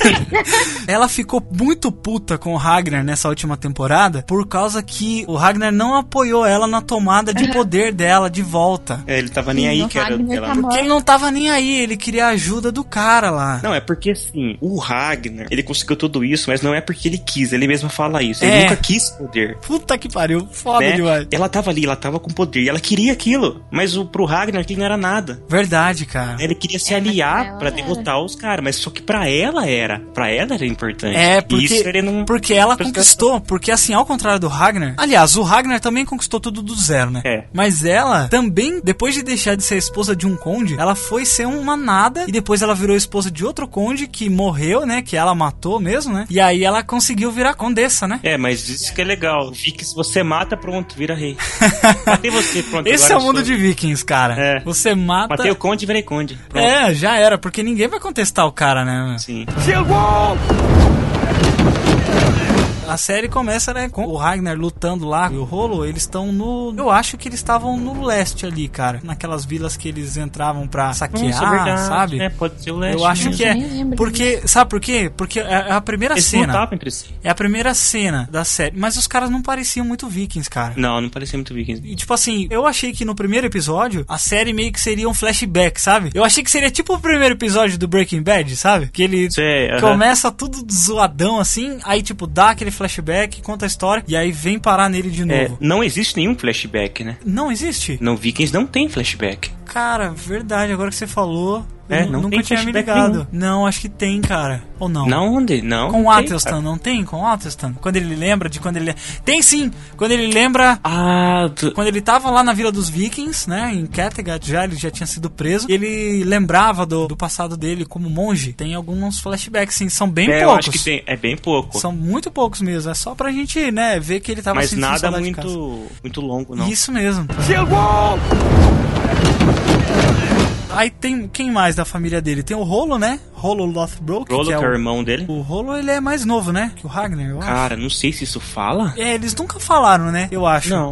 Speaker 1: ela ficou muito puta com o Ragnar nessa última temporada por causa que o Ragnar não apoiou ela na tomada de poder dela de volta.
Speaker 6: É, ele tava nem
Speaker 7: Sim,
Speaker 6: aí
Speaker 7: o
Speaker 6: que era
Speaker 7: Ragnar
Speaker 6: ela.
Speaker 7: tá
Speaker 1: Porque ele não tava nem aí, ele queria a ajuda do cara lá.
Speaker 6: Não, é porque assim, o Ragnar, ele conseguiu tudo isso, mas não é porque ele quis, ele mesmo fala isso.
Speaker 1: É.
Speaker 6: Ele nunca quis poder.
Speaker 1: Puta que pariu, foda
Speaker 6: Né?
Speaker 1: demais.
Speaker 6: Ela tava ali, ela tava com poder, e ela queria aquilo, mas pro Ragnar aquilo não era nada.
Speaker 1: Verdade, cara.
Speaker 6: Ele queria se
Speaker 7: É, mas pra
Speaker 6: aliar
Speaker 7: ela
Speaker 6: pra
Speaker 7: era.
Speaker 6: derrotar os caras, mas só que pra ela era importante.
Speaker 1: É, porque,
Speaker 6: Isso ele não...
Speaker 1: porque ela
Speaker 6: Presta
Speaker 1: conquistou, porque assim, ao contrário do Ragnar, aliás, o Ragnar também conquistou tudo do zero, né?
Speaker 6: É.
Speaker 1: Mas ela também, depois de deixar de ser esposa de um conde, ela foi ser uma nada, e depois ela virou esposa de outro conde que morreu, né? Que ela matou mesmo, né? E aí ela conseguiu virar condessa, né?
Speaker 6: É, mas isso que é legal. Fique, se você mata, pronto, vira rei. Matei você, pronto.
Speaker 1: Esse
Speaker 6: agora
Speaker 1: é o
Speaker 6: eu
Speaker 1: mundo
Speaker 6: sou-
Speaker 1: de Vikings, cara.
Speaker 6: É.
Speaker 1: Você mata...
Speaker 6: Matei o conde e virei conde. Pronto.
Speaker 1: É, já era, porque ninguém vai contestar o cara, né?
Speaker 6: Sim.
Speaker 1: A série começa, né, com o Ragnar lutando lá e o Rolo, eles estão no... Eu acho que eles estavam no leste ali, cara. Naquelas vilas que eles entravam pra saquear,
Speaker 6: Nossa, é verdade,
Speaker 1: sabe?
Speaker 6: É, pode ser o leste.
Speaker 1: Eu acho
Speaker 6: mesmo.
Speaker 1: que é.
Speaker 7: nem lembro
Speaker 1: Porque, sabe por quê? Porque é a primeira
Speaker 6: Eles
Speaker 1: cena.
Speaker 6: lutavam entre si.
Speaker 1: É a primeira cena da série. Mas os caras não pareciam muito vikings, cara.
Speaker 6: Não, não parecia muito Vikings.
Speaker 1: E tipo assim, eu achei que no primeiro episódio a série meio que seria um flashback, sabe? Eu achei que seria tipo o primeiro episódio do Breaking Bad, sabe? Que ele
Speaker 6: Sei, aham.
Speaker 1: começa tudo zoadão assim, aí tipo dá aquele flashback, conta a história e aí vem parar nele de
Speaker 6: É,
Speaker 1: novo.
Speaker 6: não existe nenhum flashback, né?
Speaker 1: Não existe?
Speaker 6: No Vikings não tem flashback.
Speaker 1: Cara, verdade, agora que você falou,
Speaker 6: É,
Speaker 1: eu
Speaker 6: não
Speaker 1: nunca
Speaker 6: tem
Speaker 1: tinha me
Speaker 6: flashback
Speaker 1: ligado.
Speaker 6: nenhum.
Speaker 1: Não, acho que tem, cara. Ou não?
Speaker 6: Não, onde? Não.
Speaker 1: Com o
Speaker 6: não tem,
Speaker 1: Athelstan,
Speaker 6: cara.
Speaker 1: não tem? Com o Athelstan? Quando ele lembra de quando ele... Tem sim! Quando ele lembra...
Speaker 6: Ah,
Speaker 1: Quando ele tava lá na Vila dos Vikings, né, em Kattegat já, ele já tinha sido preso, ele lembrava do passado dele como monge. Tem alguns flashbacks, sim, são bem
Speaker 6: eu
Speaker 1: poucos.
Speaker 6: acho que tem. É bem pouco.
Speaker 1: São muito poucos mesmo, é só pra gente, né, ver que ele tava
Speaker 6: Mas
Speaker 1: sentindo
Speaker 6: nada
Speaker 1: saudade de casa.
Speaker 6: muito longo, não.
Speaker 1: Isso mesmo. Aí tem, quem mais da família dele? Tem o Rolo, né? Rolo Lothbrok,
Speaker 6: Rolo,
Speaker 1: que é
Speaker 6: que é o
Speaker 1: o...
Speaker 6: irmão dele.
Speaker 1: O Rolo, ele é mais novo, né? Que o Ragnar, eu acho.
Speaker 6: Cara, não sei se isso fala.
Speaker 1: É, eles nunca falaram, né? Eu acho.
Speaker 6: Não.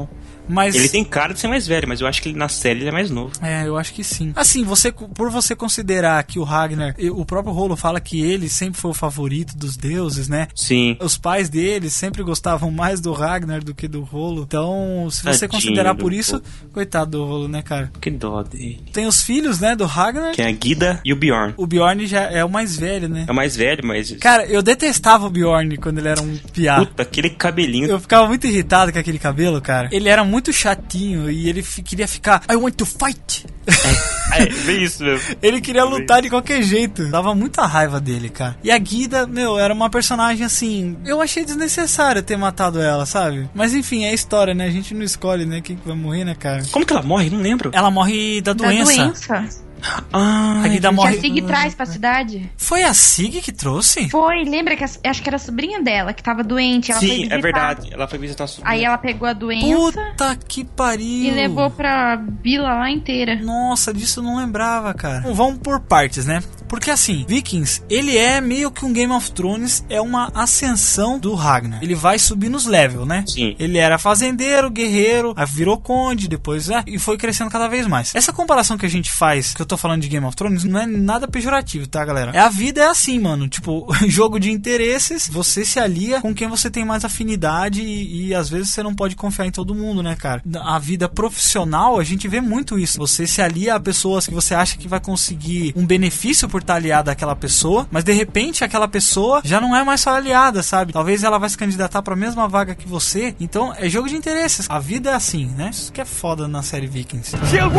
Speaker 1: Mas...
Speaker 6: Ele tem cara de ser mais velho, mas eu acho que na série ele é mais novo.
Speaker 1: Eu acho que sim. Assim, por você considerar que o Ragnar, o próprio Rolo fala que ele sempre foi o favorito dos deuses, né?
Speaker 6: Sim.
Speaker 1: Os pais dele sempre gostavam mais do Ragnar do que do Rolo. Então, se você considerar por isso, coitado do Rolo, né, cara?
Speaker 6: Que dó dele.
Speaker 1: Tem os filhos, né, do Ragnar.
Speaker 6: Que é a Guida e o Bjorn.
Speaker 1: O Bjorn já é o mais velho, né?
Speaker 6: É o mais velho, mas...
Speaker 1: Cara, eu detestava o Bjorn quando ele era um piá.
Speaker 6: Puta, aquele cabelinho.
Speaker 1: Eu ficava muito irritado com aquele cabelo, cara. Ele era muito chatinho e ele queria ficar... I want to fight.
Speaker 6: Bem isso mesmo.
Speaker 1: Ele queria lutar de qualquer jeito. Dava muita raiva dele, cara. E a Guida, era uma personagem assim... Eu achei desnecessário ter matado ela, sabe? Mas enfim, é a história, né? A gente não escolhe, né? Quem vai morrer, né, cara?
Speaker 6: Como que ela morre? Não lembro.
Speaker 1: Ela morre da doença. A Guida
Speaker 7: Que
Speaker 1: morre...
Speaker 7: a Sig traz pra cidade.
Speaker 1: Foi a Sig que trouxe?
Speaker 7: Foi, lembra que acho que era a sobrinha dela que tava doente. Ela foi
Speaker 6: Sim,
Speaker 7: visitar.
Speaker 6: é verdade. Ela foi visitar a sobrinha.
Speaker 7: Aí ela pegou a doença
Speaker 1: Puta que pariu.
Speaker 7: e levou pra vila lá inteira.
Speaker 1: Nossa, disso eu não lembrava, cara. Bom, vamos por partes, né? Porque assim, Vikings, ele é meio que um Game of Thrones, é uma ascensão do Ragnar. Ele vai subir nos levels, né?
Speaker 6: Sim.
Speaker 1: Ele era fazendeiro, guerreiro, aí virou conde, depois, e foi crescendo cada vez mais. Essa comparação que a gente faz, que eu tô falando de Game of Thrones, não é nada pejorativo, tá, galera? A vida é assim, mano. Tipo, jogo de interesses, você se alia com quem você tem mais afinidade e às vezes você não pode confiar em todo mundo, né, cara? A vida profissional, a gente vê muito isso. Você se alia a pessoas que você acha que vai conseguir um benefício por estar aliada àquela pessoa, mas de repente aquela pessoa já não é mais sua aliada, sabe? Talvez ela vai se candidatar pra mesma vaga que você. Então, é jogo de interesses. A vida é assim, né? Isso que é foda na série Vikings.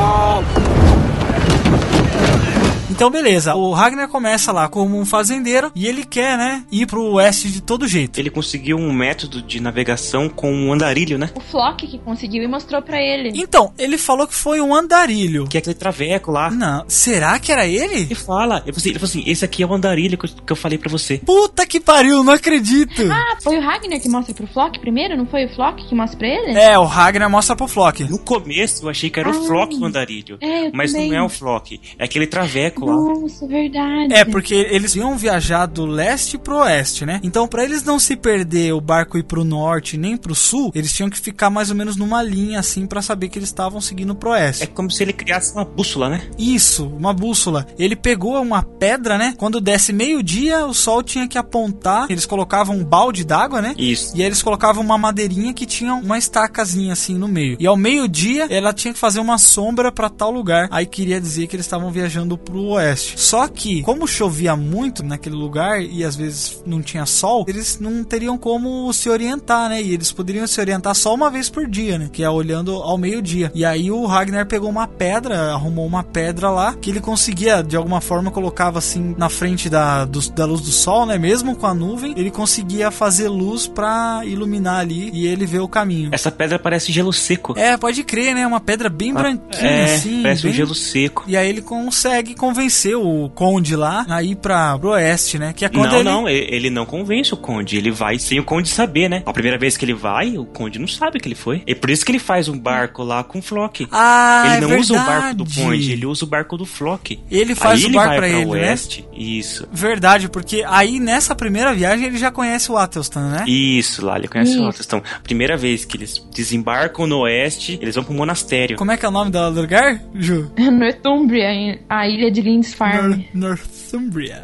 Speaker 1: Então, beleza, o Ragnar começa lá como um fazendeiro e ele quer, né, ir pro oeste de todo jeito.
Speaker 6: Ele conseguiu um método de navegação com um andarilho, né?
Speaker 7: O Flock que conseguiu e mostrou pra ele.
Speaker 1: Então, ele falou que foi um andarilho.
Speaker 6: Que é aquele traveco lá.
Speaker 1: Não, será que era ele?
Speaker 6: Ele falou assim, esse aqui é o andarilho que eu falei pra você.
Speaker 1: Puta que pariu, não acredito.
Speaker 7: Ah, foi o Ragnar que mostra pro Flock primeiro? Não foi o Flock que mostra pra ele?
Speaker 1: É, o Ragnar mostra pro Flock.
Speaker 6: No começo eu achei que era o Flock o andarilho. Mas
Speaker 7: também.
Speaker 6: não é o Flock, é aquele traveco lá.
Speaker 7: Nossa, verdade.
Speaker 1: É, porque eles iam viajar do leste pro oeste, né? Então, pra eles não se perder o barco ir pro norte nem pro sul, eles tinham que ficar mais ou menos numa linha, assim, pra saber que eles estavam seguindo pro oeste.
Speaker 6: É como se ele criasse uma bússola, né?
Speaker 1: Isso, uma bússola. Ele pegou uma pedra, né? Quando desse meio-dia, o sol tinha que apontar. Eles colocavam um balde d'água, né?
Speaker 6: Isso.
Speaker 1: E aí eles colocavam uma madeirinha que tinha uma estacazinha, assim, no meio. E ao meio-dia, ela tinha que fazer uma sombra pra tal lugar. Aí queria dizer que eles estavam viajando pro oeste. Só que, como chovia muito naquele lugar e às vezes não tinha sol, eles não teriam como se orientar, né? E eles poderiam se orientar só uma vez por dia, né? Que é olhando ao meio-dia. E aí o Ragnar pegou uma pedra, arrumou uma pedra lá, que ele conseguia, de alguma forma, colocava assim na frente da luz do sol, né? Mesmo com a nuvem, ele conseguia fazer luz pra iluminar ali e ele vê o caminho.
Speaker 6: Essa pedra parece gelo seco.
Speaker 1: É, pode crer, né? Uma pedra bem branquinha, assim.
Speaker 6: Parece
Speaker 1: bem...
Speaker 6: um gelo seco.
Speaker 1: E aí ele consegue convencer o conde lá a ir pro oeste, né? Que é quando
Speaker 6: ele não convence o conde. Ele vai sem o conde saber, né? A primeira vez que ele vai, o conde não sabe que ele foi. É por isso que ele faz um barco lá com o Flock.
Speaker 1: Ah,
Speaker 6: ele não usa o barco do conde, ele usa o barco do Flock.
Speaker 1: Ele faz
Speaker 6: aí
Speaker 1: o barco pra
Speaker 6: ele,
Speaker 1: oeste,
Speaker 6: né? Isso.
Speaker 1: Verdade, porque aí nessa primeira viagem ele já conhece o Athelstan, né?
Speaker 6: Isso, lá ele conhece o Athelstan. Primeira vez que eles desembarcam no oeste, eles vão pro monastério.
Speaker 1: Como é que é o nome do lugar, Ju?
Speaker 7: Northumbria, a ilha de Lindisfarne.
Speaker 1: Northumbria.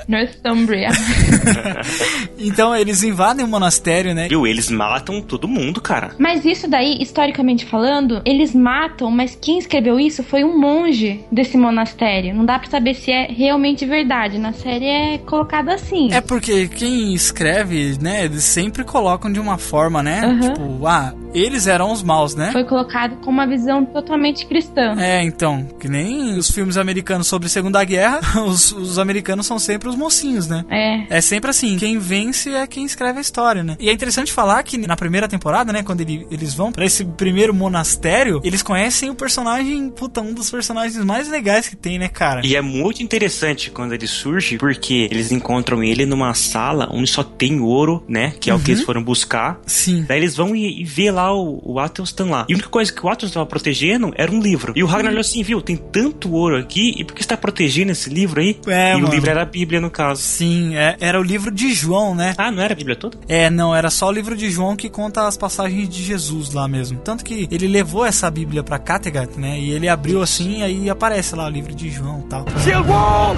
Speaker 1: Então eles invadem o monastério, né?
Speaker 6: Viu? Eles matam todo mundo, cara.
Speaker 7: Mas isso daí, historicamente falando, eles matam, mas quem escreveu isso foi um monge desse monastério. Não dá pra saber se é realmente verdade. Na série é colocado assim.
Speaker 1: É porque quem escreve, né, eles sempre colocam de uma forma, né? Tipo, eles eram os maus, né?
Speaker 7: Foi colocado com uma visão totalmente cristã.
Speaker 1: É, então, que nem os filmes americanos sobre Segunda Guerra, os americanos são sempre os mocinhos, né? É sempre assim, quem vence é quem escreve a história, né? E é interessante falar que na primeira temporada, né, quando eles vão pra esse primeiro monastério, eles conhecem o personagem, um dos personagens mais legais que tem, né, cara?
Speaker 6: E é muito interessante quando ele surge, porque eles encontram ele numa sala onde só tem ouro, né, que é o que eles foram buscar.
Speaker 1: Sim.
Speaker 6: Daí eles vão e vê lá lá o Athelstan lá. E a única coisa que o Athelstan tava protegendo era um livro. E o Ragnar olhou assim, viu, tem tanto ouro aqui, e por que você tá protegendo esse livro aí? E
Speaker 1: mano.
Speaker 6: o livro era a Bíblia, no caso.
Speaker 1: Sim, era o livro de João, né?
Speaker 6: Ah, não era a Bíblia toda?
Speaker 1: Não, era só o livro de João que conta as passagens de Jesus lá mesmo. Tanto que ele levou essa Bíblia pra Kattegat, né? E ele abriu assim, e aí aparece lá o livro de João e tal. Chegou!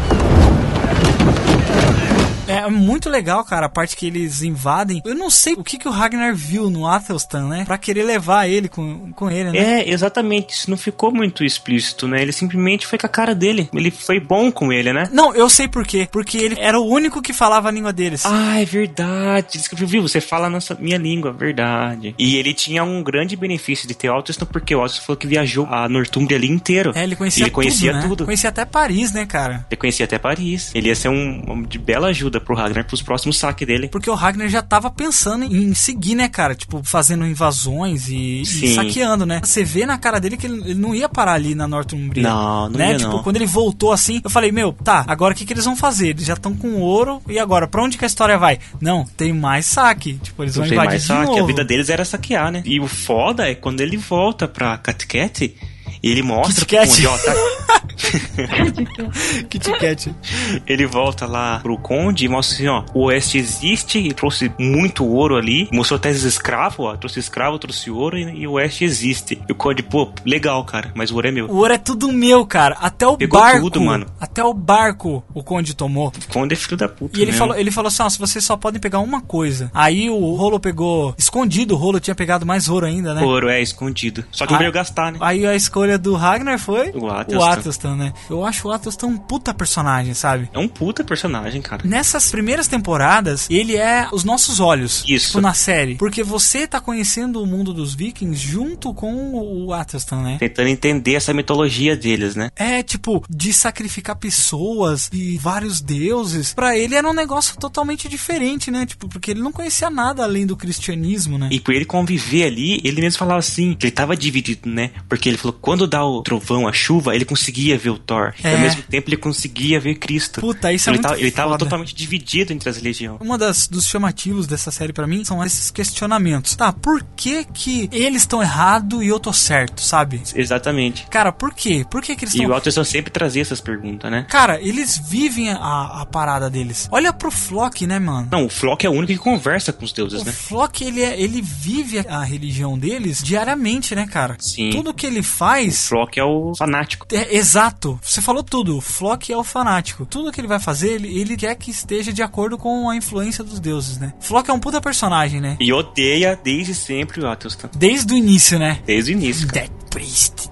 Speaker 1: É muito legal, cara, a parte que eles invadem. Eu não sei o que o Ragnar viu no Athelstan, né? Pra querer levar ele com ele, né?
Speaker 6: Exatamente. Isso não ficou muito explícito, né? Ele simplesmente foi com a cara dele. Ele foi bom com ele, né?
Speaker 1: Não, eu sei por quê. Porque ele era o único que falava a língua deles.
Speaker 6: Ah, é verdade. Viu, você fala a minha língua, verdade. E ele tinha um grande benefício de ter o Athelstan, porque o Athelstan falou que viajou a Northumbria ali inteira.
Speaker 1: Ele conhecia tudo. Conhecia até Paris, né, cara?
Speaker 6: Ele conhecia até Paris. Ele ia ser um de bela ajuda pro Ragnar pros próximos saques dele.
Speaker 1: Porque o Ragnar já tava pensando em seguir, né, cara? Tipo, fazendo invasões e saqueando, né? Você vê na cara dele que ele não ia parar ali na Northumbria.
Speaker 6: Não
Speaker 1: né?
Speaker 6: ia,
Speaker 1: tipo,
Speaker 6: não.
Speaker 1: quando ele voltou assim, eu falei, tá, agora o que eles vão fazer? Eles já estão com ouro, e agora? Pra onde que a história vai? Não, tem mais saque. Tipo, eles vão invadir de novo.
Speaker 6: A vida deles era saquear, né? E o foda é quando ele volta pra Kattegat, ele mostra pro Conde, ó, tá...
Speaker 1: Kit Kat.
Speaker 6: Ele volta lá pro Conde e mostra assim, ó, o Oeste existe e trouxe muito ouro ali, mostrou até os escravos, ó, trouxe escravo, trouxe ouro e o Oeste existe. E o Conde, pô, legal, cara, mas o ouro é meu.
Speaker 1: O ouro é tudo meu, cara, até o
Speaker 6: Pegou
Speaker 1: barco,
Speaker 6: tudo, mano.
Speaker 1: Até o barco o Conde tomou.
Speaker 6: O Conde é filho da puta.
Speaker 1: E ele falou assim, ó, se vocês só podem pegar uma coisa. Aí o Rolo pegou, escondido, o Rolo tinha pegado mais ouro ainda, né?
Speaker 6: Ouro é escondido, só que não veio gastar, né?
Speaker 1: Aí a escolha do Ragnar foi
Speaker 6: o
Speaker 1: Athelstan, né? Eu acho o Athelstan um puta personagem, sabe?
Speaker 6: É um puta personagem, cara.
Speaker 1: Nessas primeiras temporadas, ele é os nossos olhos.
Speaker 6: Isso.
Speaker 1: Tipo, na série. Porque você tá conhecendo o mundo dos vikings junto com o Athelstan, né?
Speaker 6: Tentando entender essa mitologia deles, né?
Speaker 1: Tipo, de sacrificar pessoas e vários deuses. Pra ele era um negócio totalmente diferente, né? Tipo, porque ele não conhecia nada além do cristianismo, né?
Speaker 6: E por ele conviver ali, ele mesmo falava assim, que ele tava dividido, né? Porque ele falou, quando dá o trovão, a chuva, ele conseguia ver o Thor. E ao mesmo tempo ele conseguia ver Cristo.
Speaker 1: Puta, isso então,
Speaker 6: ele tava totalmente dividido entre as religiões.
Speaker 1: Uma dos chamativos dessa série pra mim são esses questionamentos. Tá, por que eles estão errados e eu tô certo, sabe?
Speaker 6: Exatamente.
Speaker 1: Cara, por quê? Por que eles estão...
Speaker 6: E o Athelstan sempre trazia essas perguntas, né?
Speaker 1: Cara, eles vivem a parada deles. Olha pro Flock, né, mano?
Speaker 6: Não, o Flock é o único que conversa com os deuses, né?
Speaker 1: O Flock, ele vive a religião deles diariamente, né, cara?
Speaker 6: Sim.
Speaker 1: Tudo que ele faz...
Speaker 6: O Flock é o fanático.
Speaker 1: Exato. Você falou tudo. O Flock é o fanático. Tudo que ele vai fazer, ele quer que esteja de acordo com a influência dos deuses, né? Flock é um puta personagem, né?
Speaker 6: E odeia desde sempre o Athelstan.
Speaker 1: Desde o início, né?
Speaker 6: Desde o início, cara.
Speaker 1: Dead Priest.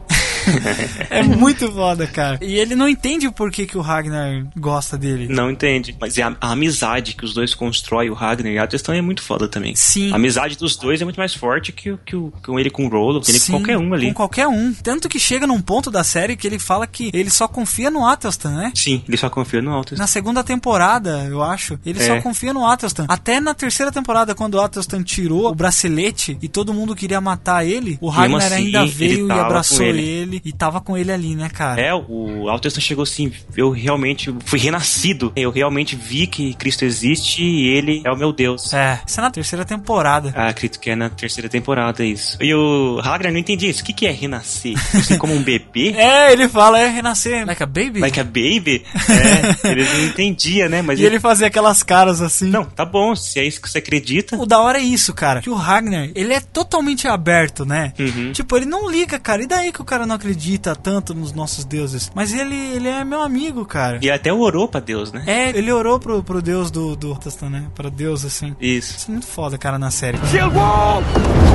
Speaker 1: É muito foda, cara. E ele não entende o porquê que o Ragnar gosta dele.
Speaker 6: Não entende. Mas é a amizade que os dois constroem, o Ragnar e a Athelstan, é muito foda também.
Speaker 1: Sim.
Speaker 6: A amizade dos dois é muito mais forte que ele com o Rollo, que ele com qualquer um ali.
Speaker 1: Com qualquer um. Tanto que chega num ponto da série que ele fala que ele só confia no Athelstan, né?
Speaker 6: Sim, ele só confia no Athelstan.
Speaker 1: Na segunda temporada, eu acho, ele só confia no Athelstan. Até na terceira temporada, quando o Athelstan tirou o bracelete e todo mundo queria matar ele, o Ragnar assim, ainda veio e abraçou ele e tava com ele ali, né, cara?
Speaker 6: O Athelstan chegou assim, eu realmente fui renascido, eu realmente vi que Cristo existe e ele é o meu Deus.
Speaker 1: Isso é na terceira temporada.
Speaker 6: Acredito que é na terceira temporada isso. E o Ragnar não entendia isso, o que é renascer? Assim como um bebê?
Speaker 1: Ele fala, renascer, like a baby?
Speaker 6: Like a baby? Ele não entendia, né? Mas
Speaker 1: ele fazia aquelas caras assim.
Speaker 6: Não, tá bom, se é isso que você acredita.
Speaker 1: O da hora é isso, cara, que o Ragnar, ele é totalmente aberto, né?
Speaker 6: Uhum.
Speaker 1: Tipo, ele não liga, cara, e daí que o cara não acredita tanto nos nossos deuses? Mas ele é meu amigo, cara.
Speaker 6: E até orou pra Deus, né?
Speaker 1: Ele orou pro Deus do Athelstan, né? Pra Deus, assim.
Speaker 6: Isso
Speaker 1: é muito foda, cara, na série. Chegou!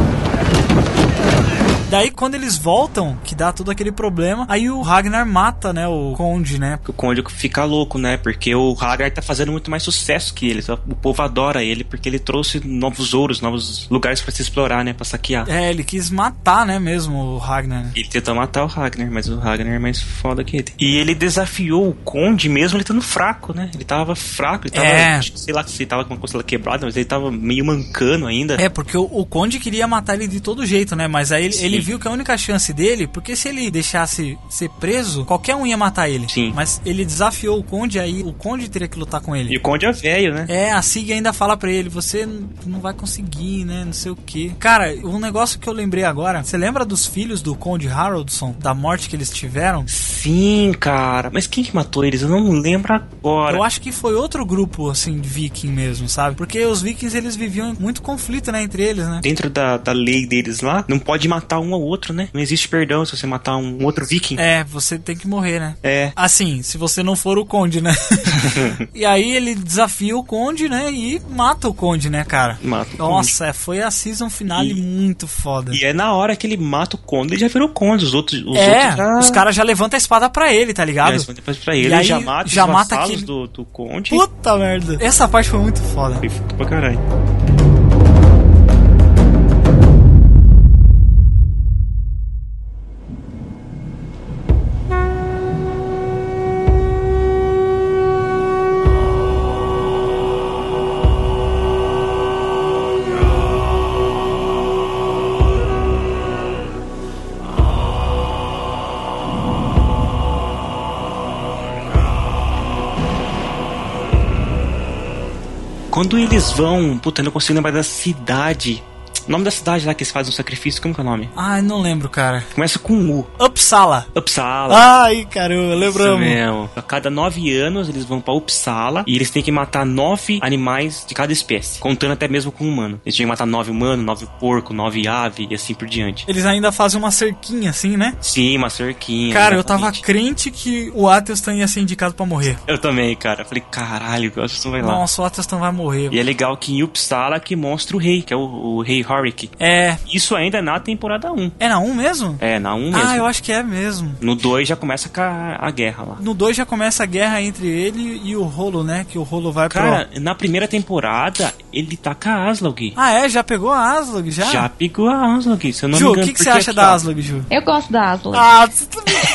Speaker 1: Daí, quando eles voltam, que dá todo aquele problema, aí o Ragnar mata, né, o Conde, né?
Speaker 6: O Conde fica louco, né? Porque o Ragnar tá fazendo muito mais sucesso que ele. O povo adora ele porque ele trouxe novos ouros, novos lugares pra se explorar, né? Pra saquear.
Speaker 1: Ele quis matar, né, mesmo o Ragnar.
Speaker 6: Ele tentou matar o Ragnar, mas o Ragnar é mais foda que ele. E ele desafiou o Conde mesmo ele estando fraco, né? Ele tava fraco, ele tava, sei lá se ele tava com uma costela quebrada, mas ele tava meio mancando ainda.
Speaker 1: Porque o Conde queria matar ele de todo jeito, né? Mas aí ele ele viu que a única chance dele, porque se ele deixasse ser preso, qualquer um ia matar ele.
Speaker 6: Sim.
Speaker 1: Mas ele desafiou o Conde, aí o Conde teria que lutar com ele.
Speaker 6: E o Conde é velho, né?
Speaker 1: É, a Sig ainda fala pra ele, você não vai conseguir, né, não sei o que. Cara, um negócio que eu lembrei agora, você lembra dos filhos do Conde Haraldson, da morte que eles tiveram?
Speaker 6: Sim, cara. Mas quem que matou eles? Eu não lembro agora.
Speaker 1: Eu acho que foi outro grupo, assim, de viking mesmo, sabe? Porque os vikings, eles viviam muito conflito, né, entre eles, né?
Speaker 6: Dentro da lei deles lá, não pode matar um ao outro, né? Não existe perdão se você matar um outro viking.
Speaker 1: É, você tem que morrer, né?
Speaker 6: É.
Speaker 1: Assim, se você não for o Conde, né? E aí ele desafia o Conde, né? E mata o Conde, né, cara?
Speaker 6: Mata o
Speaker 1: Nossa, foi a season finale muito foda.
Speaker 6: E é na hora que ele mata o Conde, ele já virou Conde. Os outros
Speaker 1: os caras já levantam a espada pra ele, tá ligado?
Speaker 6: Pra ele,
Speaker 1: e aí
Speaker 6: já mata
Speaker 1: já
Speaker 6: os
Speaker 1: mata
Speaker 6: vassalos
Speaker 1: aquele...
Speaker 6: do Conde.
Speaker 1: Puta merda. Essa parte foi muito foda.
Speaker 6: Foi foda pra caralho. Quando eles vão... Puta, eu não consigo lembrar da cidade. O nome da cidade lá que eles fazem o sacrifício, como que é o nome?
Speaker 1: Ah, eu não lembro, cara.
Speaker 6: Começa com U.
Speaker 1: Uppsala. Ai, caramba, lembramos.
Speaker 6: Isso mesmo. A cada 9 anos eles vão pra Uppsala e eles têm que matar 9 animais de cada espécie, contando até mesmo com humano. Eles tinham que matar 9 humanos, 9 porco, 9 ave e assim por diante.
Speaker 1: Eles ainda fazem uma cerquinha assim, né?
Speaker 6: Sim, uma cerquinha.
Speaker 1: Cara, exatamente. Eu tava crente que o Athelstan ia ser indicado pra morrer.
Speaker 6: Eu também, cara. Falei, caralho, o Athelstan vai lá.
Speaker 1: Nossa, o Athelstan vai morrer.
Speaker 6: E é legal que em Uppsala que mostra o rei, que é o rei Horik.
Speaker 1: É.
Speaker 6: Isso ainda é na temporada 1.
Speaker 1: É na 1 mesmo?
Speaker 6: É, na 1 mesmo.
Speaker 1: Ah, eu acho que é mesmo.
Speaker 6: No 2 já começa a guerra lá.
Speaker 1: No 2 já começa a guerra entre ele e o Rolo, né? Que o Rolo vai
Speaker 6: Cara, na primeira temporada, ele tá com a Aslog.
Speaker 1: Ah, é? Já pegou a Aslog, já?
Speaker 6: Já pegou a Aslog, se eu não
Speaker 1: Ju,
Speaker 6: me engano.
Speaker 1: Ju, o que você acha da Aslog, Ju?
Speaker 7: Eu gosto da Aslog.
Speaker 1: Ah, você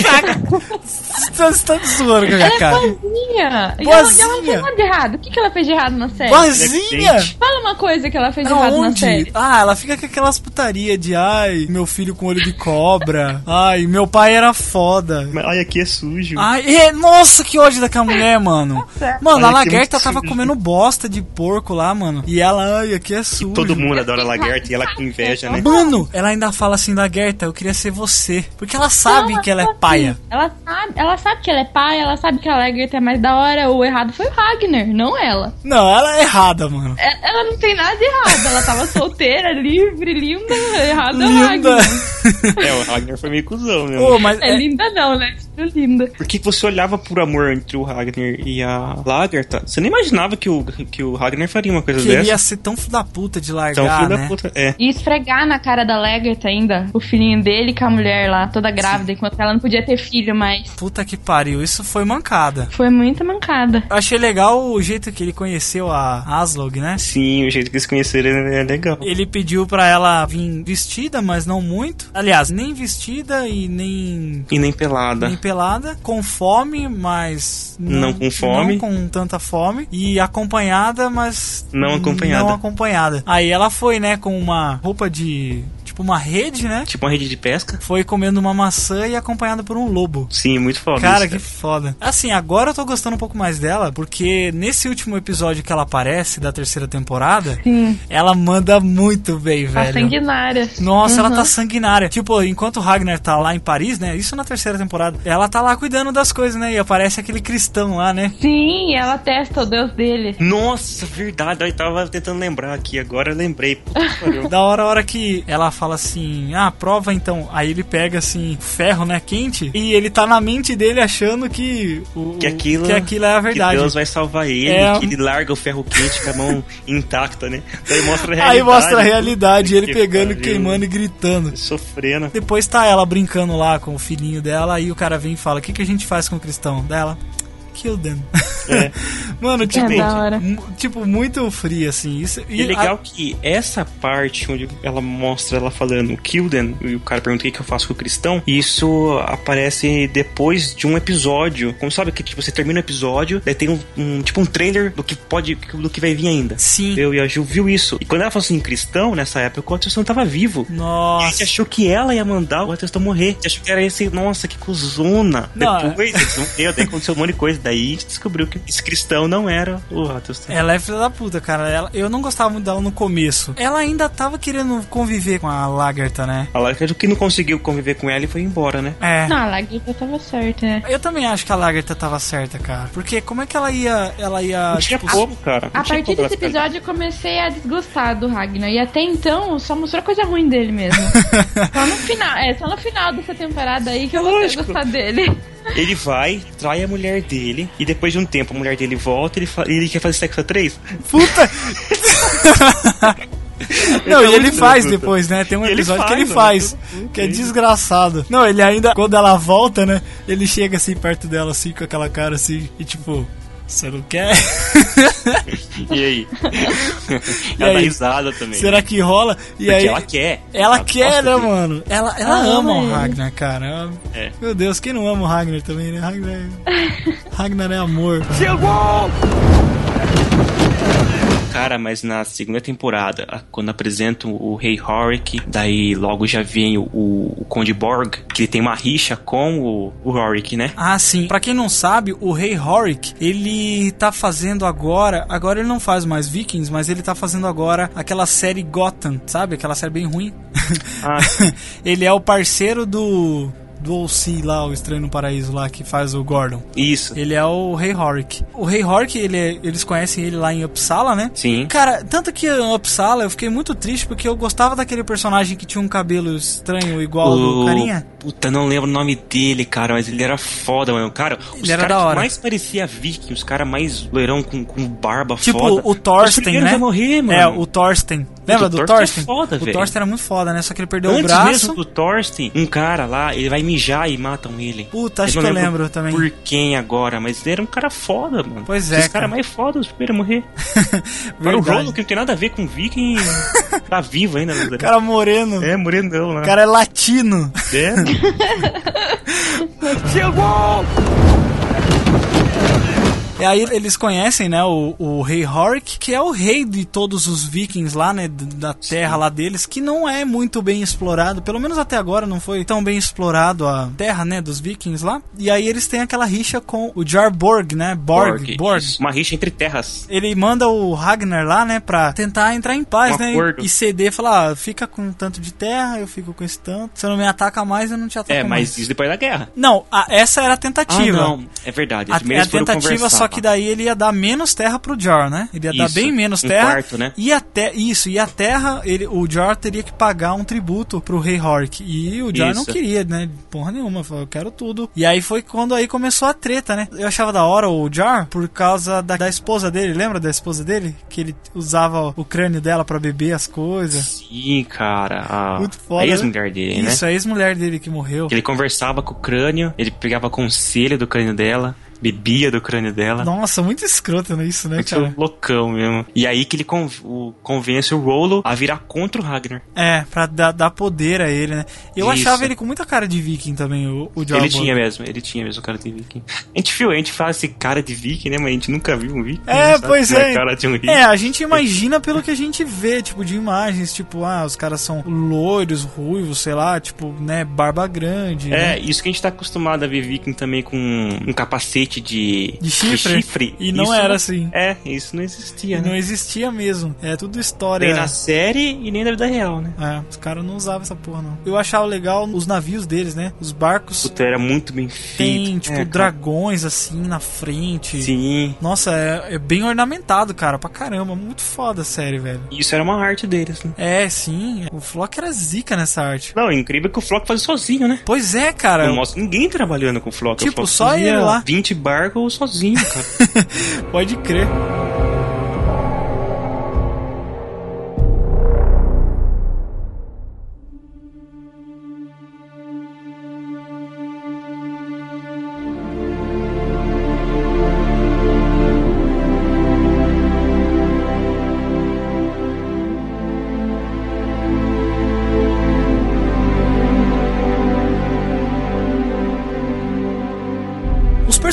Speaker 1: tá me zoando com a minha cara.
Speaker 7: Ela é boazinha.
Speaker 1: Boazinha.
Speaker 7: E ela não fez nada de errado. O que ela fez de errado na série?
Speaker 1: Boazinha?
Speaker 7: Fala uma coisa que ela fez de errado na série.
Speaker 1: Ah, ela fica com aquelas putaria de ai, meu filho com olho de cobra. Ai, meu pai era foda.
Speaker 6: Ai, aqui é sujo.
Speaker 1: Ai, nossa, que ódio daquela mulher, mano. Mano,
Speaker 6: ai,
Speaker 1: a Lagertha tava
Speaker 6: sujo.
Speaker 1: comendo bosta de porco lá, mano. E ela, ai, aqui é sujo.
Speaker 6: E todo mundo adora a Lagertha e ela com inveja, né?
Speaker 1: Mano, ela ainda fala assim, Lagertha, eu queria ser você. Porque ela sabe que ela é paia.
Speaker 7: Ela sabe que ela é paia, ela sabe que a Lagertha é mais da hora. O errado foi o Ragnar, não ela.
Speaker 1: Não, ela é errada, mano.
Speaker 7: Ela não tem nada de errado. Ela tava solteira, livre, linda. Errado é o
Speaker 1: Linda.
Speaker 7: Ragnar.
Speaker 6: O Ragnar foi meio cuzão, né?
Speaker 1: Oh, mas
Speaker 7: linda não, né? Tipo, linda.
Speaker 6: Porque você olhava por amor entre o Ragnar e a Lagertha, você nem imaginava que o Ragnar faria uma coisa
Speaker 1: que
Speaker 6: dessa.
Speaker 1: ele ia ser tão filho da puta de largar,
Speaker 6: tão filho
Speaker 1: né?
Speaker 6: da puta, é.
Speaker 7: E esfregar na cara da Lagertha ainda o filhinho dele com a mulher lá, toda grávida, enquanto ela não podia ter filho mais.
Speaker 1: Puta que pariu, isso foi mancada.
Speaker 7: Foi muita mancada.
Speaker 1: Eu achei legal o jeito que ele conheceu a Aslog, né?
Speaker 6: Sim, o jeito que eles conheceram é legal.
Speaker 1: Ele pediu pra ela vir vestida, mas não muito. Aliás, nem vestida e nem...
Speaker 6: E nem pelada.
Speaker 1: Nem pelada. Com fome, mas...
Speaker 6: Não com fome.
Speaker 1: Não com tanta fome. E acompanhada, mas...
Speaker 6: Não acompanhada.
Speaker 1: Não acompanhada. Aí ela foi, né, com uma roupa de... Tipo uma rede, né?
Speaker 6: Tipo uma rede de pesca.
Speaker 1: Foi comendo uma maçã e acompanhada por um lobo.
Speaker 6: Sim, muito foda.
Speaker 1: Cara,
Speaker 6: isso,
Speaker 1: que foda. Assim, agora eu tô gostando um pouco mais dela, porque nesse último episódio que ela aparece, da terceira temporada,
Speaker 7: Sim.
Speaker 1: Ela manda muito bem, velho.
Speaker 7: Tá sanguinária.
Speaker 1: Nossa, ela tá sanguinária. Tipo, enquanto o Ragnar tá lá em Paris, né? Isso na terceira temporada. Ela tá lá cuidando das coisas, né? E aparece aquele cristão lá, né?
Speaker 7: Sim, ela testa o deus dele.
Speaker 6: Nossa, verdade. Eu tava tentando lembrar aqui. Agora eu lembrei. Puta que pariu.
Speaker 1: Da hora que ela fala assim, prova então. Aí ele pega assim, ferro, né, quente, e ele tá na mente dele achando que aquilo é a verdade.
Speaker 6: Que Deus vai salvar ele, que ele larga o ferro quente com a mão intacta, né? Daí mostra a realidade.
Speaker 1: Aí mostra a realidade, ele pegando, queimando e gritando.
Speaker 6: Sofrendo.
Speaker 1: Depois tá ela brincando lá com o filhinho dela, aí o cara vem e fala, o que a gente faz com o cristão? Dela, kill them. Mano, tipo,
Speaker 7: da hora.
Speaker 1: tipo, muito fria, assim. Isso,
Speaker 6: E é legal que essa parte onde ela mostra ela falando kill them, e o cara pergunta o que eu faço com o cristão, isso aparece depois de um episódio. Como sabe que tipo, você termina o episódio, daí tem tipo um trailer do que vai vir ainda.
Speaker 1: Sim.
Speaker 6: Eu e a Ju viu isso. E quando ela falou assim, cristão, nessa época o Waterston tava vivo.
Speaker 1: Nossa.
Speaker 6: E a gente achou que ela ia mandar o Waterston morrer. A gente achou que era esse, nossa, que cuzona.
Speaker 1: Não,
Speaker 6: Depois, daí aconteceu um monte de coisa. Daí a gente descobriu que esse cristão não era o Waterston.
Speaker 1: Ela é filha da puta, cara. Eu não gostava muito dela no começo. Ela ainda tava querendo conviver com a Lagertha, né?
Speaker 6: A Lagertha que não conseguiu conviver com ela e foi embora, né?
Speaker 1: É.
Speaker 7: Não, a Lagertha tava certa, né?
Speaker 1: Eu também acho que a Lagertha tava certa, cara. Porque como é que ela ia... Não
Speaker 6: tinha como, cara.
Speaker 7: A partir desse episódio eu comecei a desgostar do Ragnar. E até então só mostrou coisa ruim dele mesmo. Só no final dessa temporada aí que eu vou gostar dele.
Speaker 6: Ele vai, trai a mulher dele, e depois de um tempo a mulher dele volta e ele quer fazer sexo a 3.
Speaker 1: Puta! Não, e ele faz depois, né? Tem um episódio que ele faz, que é desgraçado. Não, ele ainda, quando ela volta, né? Ele chega assim perto dela, assim, com aquela cara assim, e tipo... Você não quer?
Speaker 6: E aí? Ela dá risada também.
Speaker 1: Será que rola? E
Speaker 6: porque
Speaker 1: aí,
Speaker 6: ela quer.
Speaker 1: Ela quer, né,
Speaker 6: dele.
Speaker 1: mano? Ela ama o Ragnar, cara.
Speaker 6: É.
Speaker 1: Meu Deus, quem não ama o Ragnar também, né? Ragnar é amor.
Speaker 6: Cara, mas na segunda temporada, quando apresentam o Rei Horik, daí logo já vem o Conde Borg, que ele tem uma rixa com o Horik, né?
Speaker 1: Ah, sim. Pra quem não sabe, o Rei Horik, ele tá fazendo agora ele não faz mais Vikings, mas ele tá fazendo agora aquela série Gotham, sabe? Aquela série bem ruim.
Speaker 6: Ah.
Speaker 1: Ele é o parceiro do OC lá, o Estranho no Paraíso lá, que faz o Gordon.
Speaker 6: Isso.
Speaker 1: Ele é o Rei Horik. O Rei Horik, eles conhecem ele lá em Uppsala, né?
Speaker 6: Sim.
Speaker 1: Cara, tanto que em Uppsala eu fiquei muito triste porque eu gostava daquele personagem que tinha um cabelo estranho igual do carinha.
Speaker 6: Puta, não lembro o nome dele, cara, mas ele era foda, mano. Cara, os
Speaker 1: era
Speaker 6: caras
Speaker 1: da hora.
Speaker 6: que mais parecia Viking, os caras mais loirão com barba
Speaker 1: Tipo
Speaker 6: foda.
Speaker 1: o Thorsten, né?
Speaker 6: Ia morrer, mano.
Speaker 1: É, o Thorsten. Lembra do Thorsten?
Speaker 6: É foda,
Speaker 1: o
Speaker 6: velho.
Speaker 1: Thorsten era muito foda, né? Só que ele perdeu
Speaker 6: Antes
Speaker 1: o braço.
Speaker 6: mesmo do Thorsten, um cara lá, ele vai mijar e matam ele.
Speaker 1: Puta, acho que eu lembro também.
Speaker 6: Por quem agora, mas ele era um cara foda, mano.
Speaker 1: Pois é,
Speaker 6: os caras mais foda, os primeiros a morrer. Agora o Rolo, que não tem nada a ver com Viking, tá vivo ainda. Né?
Speaker 1: Cara moreno.
Speaker 6: É, morenão, né?
Speaker 1: O cara é latino.
Speaker 6: É.
Speaker 1: Chegou! E aí eles conhecem, né, o Rei Horik, que é o rei de todos os vikings lá, né, da terra lá deles, que não é muito bem explorado, pelo menos até agora não foi tão bem explorado a terra, né, dos vikings lá. E aí eles têm aquela rixa com o Jar Borg, né, Borg.
Speaker 6: Uma rixa entre terras.
Speaker 1: Ele manda o Ragnar lá, né, pra tentar entrar em paz, né,
Speaker 6: acordo.
Speaker 1: e ceder, falar, fica com um tanto de terra, eu fico com esse tanto, você não me ataca mais, eu não te ataco mais.
Speaker 6: Mas isso depois da guerra.
Speaker 1: Não, essa era a tentativa.
Speaker 6: Ah, não, é verdade.
Speaker 1: A tentativa, só que daí ele ia dar menos terra pro Jar, né? Ele ia dar bem menos terra.
Speaker 6: Quarto, né?
Speaker 1: E a terra, o Jar teria que pagar um tributo pro Rei Horik. E o Jar não queria, né? Porra nenhuma, falou, eu quero tudo. E aí foi quando aí começou a treta, né? Eu achava da hora o Jar por causa da esposa dele, lembra da esposa dele? Que ele usava o crânio dela pra beber as coisas.
Speaker 6: Sim, cara.
Speaker 1: Muito foda.
Speaker 6: A ex-mulher dele, né?
Speaker 1: Isso, a ex-mulher dele que morreu.
Speaker 6: Ele conversava com o crânio, ele pegava conselho do crânio dela, bebia do crânio dela.
Speaker 1: Nossa, muito escroto nisso, né,
Speaker 6: muito
Speaker 1: cara?
Speaker 6: Loucão mesmo. E aí que ele convence o Rollo a virar contra o Ragnar.
Speaker 1: É, pra dar poder a ele, né? Eu achava ele com muita cara de viking também, o Jar
Speaker 6: Ele
Speaker 1: Borg.
Speaker 6: tinha mesmo cara de viking. A gente fala esse cara de viking, né? Mas a gente nunca viu um viking.
Speaker 1: É, pois é.
Speaker 6: Cara de um viking.
Speaker 1: A gente imagina pelo que a gente vê, tipo, de imagens, tipo, os caras são loiros, ruivos, sei lá, tipo, né, barba grande.
Speaker 6: É,
Speaker 1: né?
Speaker 6: isso que a gente tá acostumado a ver viking também com um capacete de chifre.
Speaker 1: E não era assim.
Speaker 6: É, isso não existia, né?
Speaker 1: Não existia mesmo. É tudo história.
Speaker 6: Nem na série e nem na vida real, né?
Speaker 1: É, os caras não usavam essa porra, não. Eu achava legal os navios deles, né? Os barcos.
Speaker 6: Puta, era muito bem feito.
Speaker 1: Tem, tipo, dragões, assim, na frente.
Speaker 6: Sim.
Speaker 1: Nossa, é bem ornamentado, cara, pra caramba. Muito foda a série, velho.
Speaker 6: Isso era uma arte deles, né?
Speaker 1: É, sim. O Flock era zica nessa arte.
Speaker 6: Não, é incrível que o Flock fazia sozinho, né?
Speaker 1: Pois é, cara.
Speaker 6: Não mostra ninguém trabalhando com o Flock.
Speaker 1: Tipo,
Speaker 6: o Flock
Speaker 1: só ele lá.
Speaker 6: 20 barcos sozinho, cara.
Speaker 1: Pode crer.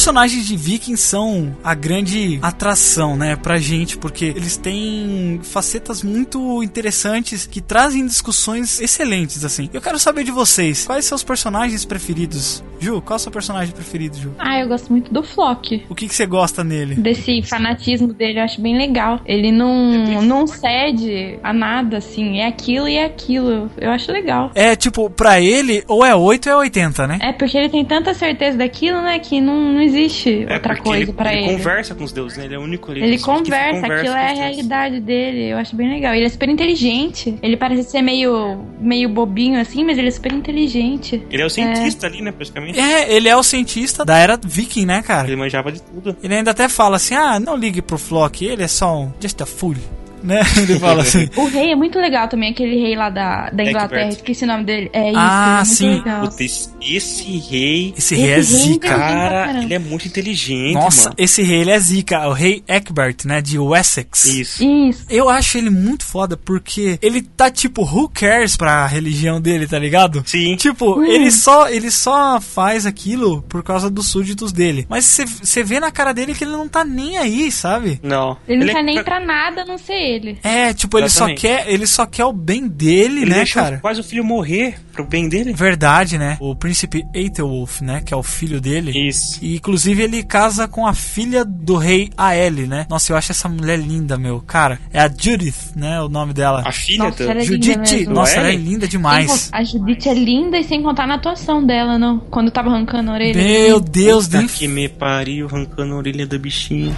Speaker 1: personagens de Vikings são a grande atração, né, pra gente, porque eles têm facetas muito interessantes que trazem discussões excelentes, assim. Eu quero saber de vocês, quais são os personagens preferidos? Ju, qual é o seu personagem preferido, Ju?
Speaker 7: Eu gosto muito do Flock.
Speaker 1: O que você gosta nele?
Speaker 7: Desse fanatismo dele, eu acho bem legal. Ele não cede a nada, assim. É aquilo e é aquilo. Eu acho legal.
Speaker 1: É, tipo, pra ele, ou é 8 ou é 80, né?
Speaker 7: É, porque ele tem tanta certeza daquilo, né, que não existe outra coisa pra ele.
Speaker 6: Ele conversa com os deuses, né? Ele é o único ali.
Speaker 7: Ele conversa, aquilo é a realidade dele. Eu acho bem legal. Ele é super inteligente. Ele parece ser meio bobinho, assim, mas ele é super inteligente.
Speaker 6: Ele é o cientista ali, né, praticamente.
Speaker 1: É, ele é o cientista da era viking, né, cara?
Speaker 6: Ele manjava de tudo.
Speaker 1: Ele ainda até fala assim, não ligue pro Flock, ele é só um just a fool, né? Ele fala assim.
Speaker 7: O rei é muito legal também, aquele rei lá da Inglaterra, esqueci o nome dele. É isso,
Speaker 1: sim.
Speaker 7: Legal.
Speaker 6: Esse rei
Speaker 1: é zica.
Speaker 6: Cara, ele é muito inteligente,
Speaker 1: Nossa,
Speaker 6: mano.
Speaker 1: esse rei, ele é zica. O rei Egbert, né, de Wessex.
Speaker 6: Isso.
Speaker 1: Eu acho ele muito foda, porque ele tá tipo, who cares pra religião dele, tá ligado?
Speaker 6: Sim.
Speaker 1: Tipo, ele só faz aquilo por causa dos súditos dele. Mas você vê na cara dele que ele não tá nem aí, sabe?
Speaker 6: Não.
Speaker 7: Ele não tá nem pra nada a não ser ele.
Speaker 1: É, tipo, ele só quer o bem dele,
Speaker 6: ele
Speaker 1: né,
Speaker 6: deixou
Speaker 1: cara?
Speaker 6: quase o filho morrer pro bem dele.
Speaker 1: Verdade, né? O príncipe Aethelwulf, né, que é o filho dele.
Speaker 6: Isso.
Speaker 1: E, inclusive, ele casa com a filha do rei Aelle, né? Nossa, eu acho essa mulher linda, meu. Cara, é a Judith, né, o nome dela.
Speaker 6: A filha
Speaker 7: da
Speaker 1: Judith. Nossa, ela é linda demais.
Speaker 7: A Judith é linda e sem contar na atuação dela, não? Quando tava arrancando a orelha.
Speaker 1: Meu Deus,
Speaker 6: Puta que me pariu, arrancando a orelha do bichinho.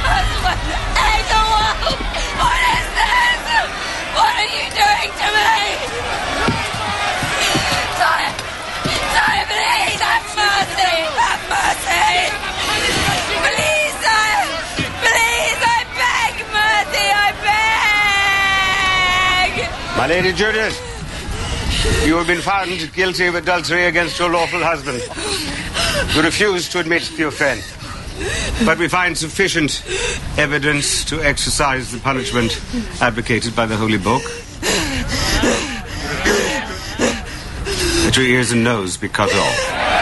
Speaker 8: My Lady Judith, you have been found guilty of adultery against your lawful husband. You refuse to admit the offence, but we find sufficient evidence to exercise the punishment advocated by the Holy Book. Let your ears and nose be cut off.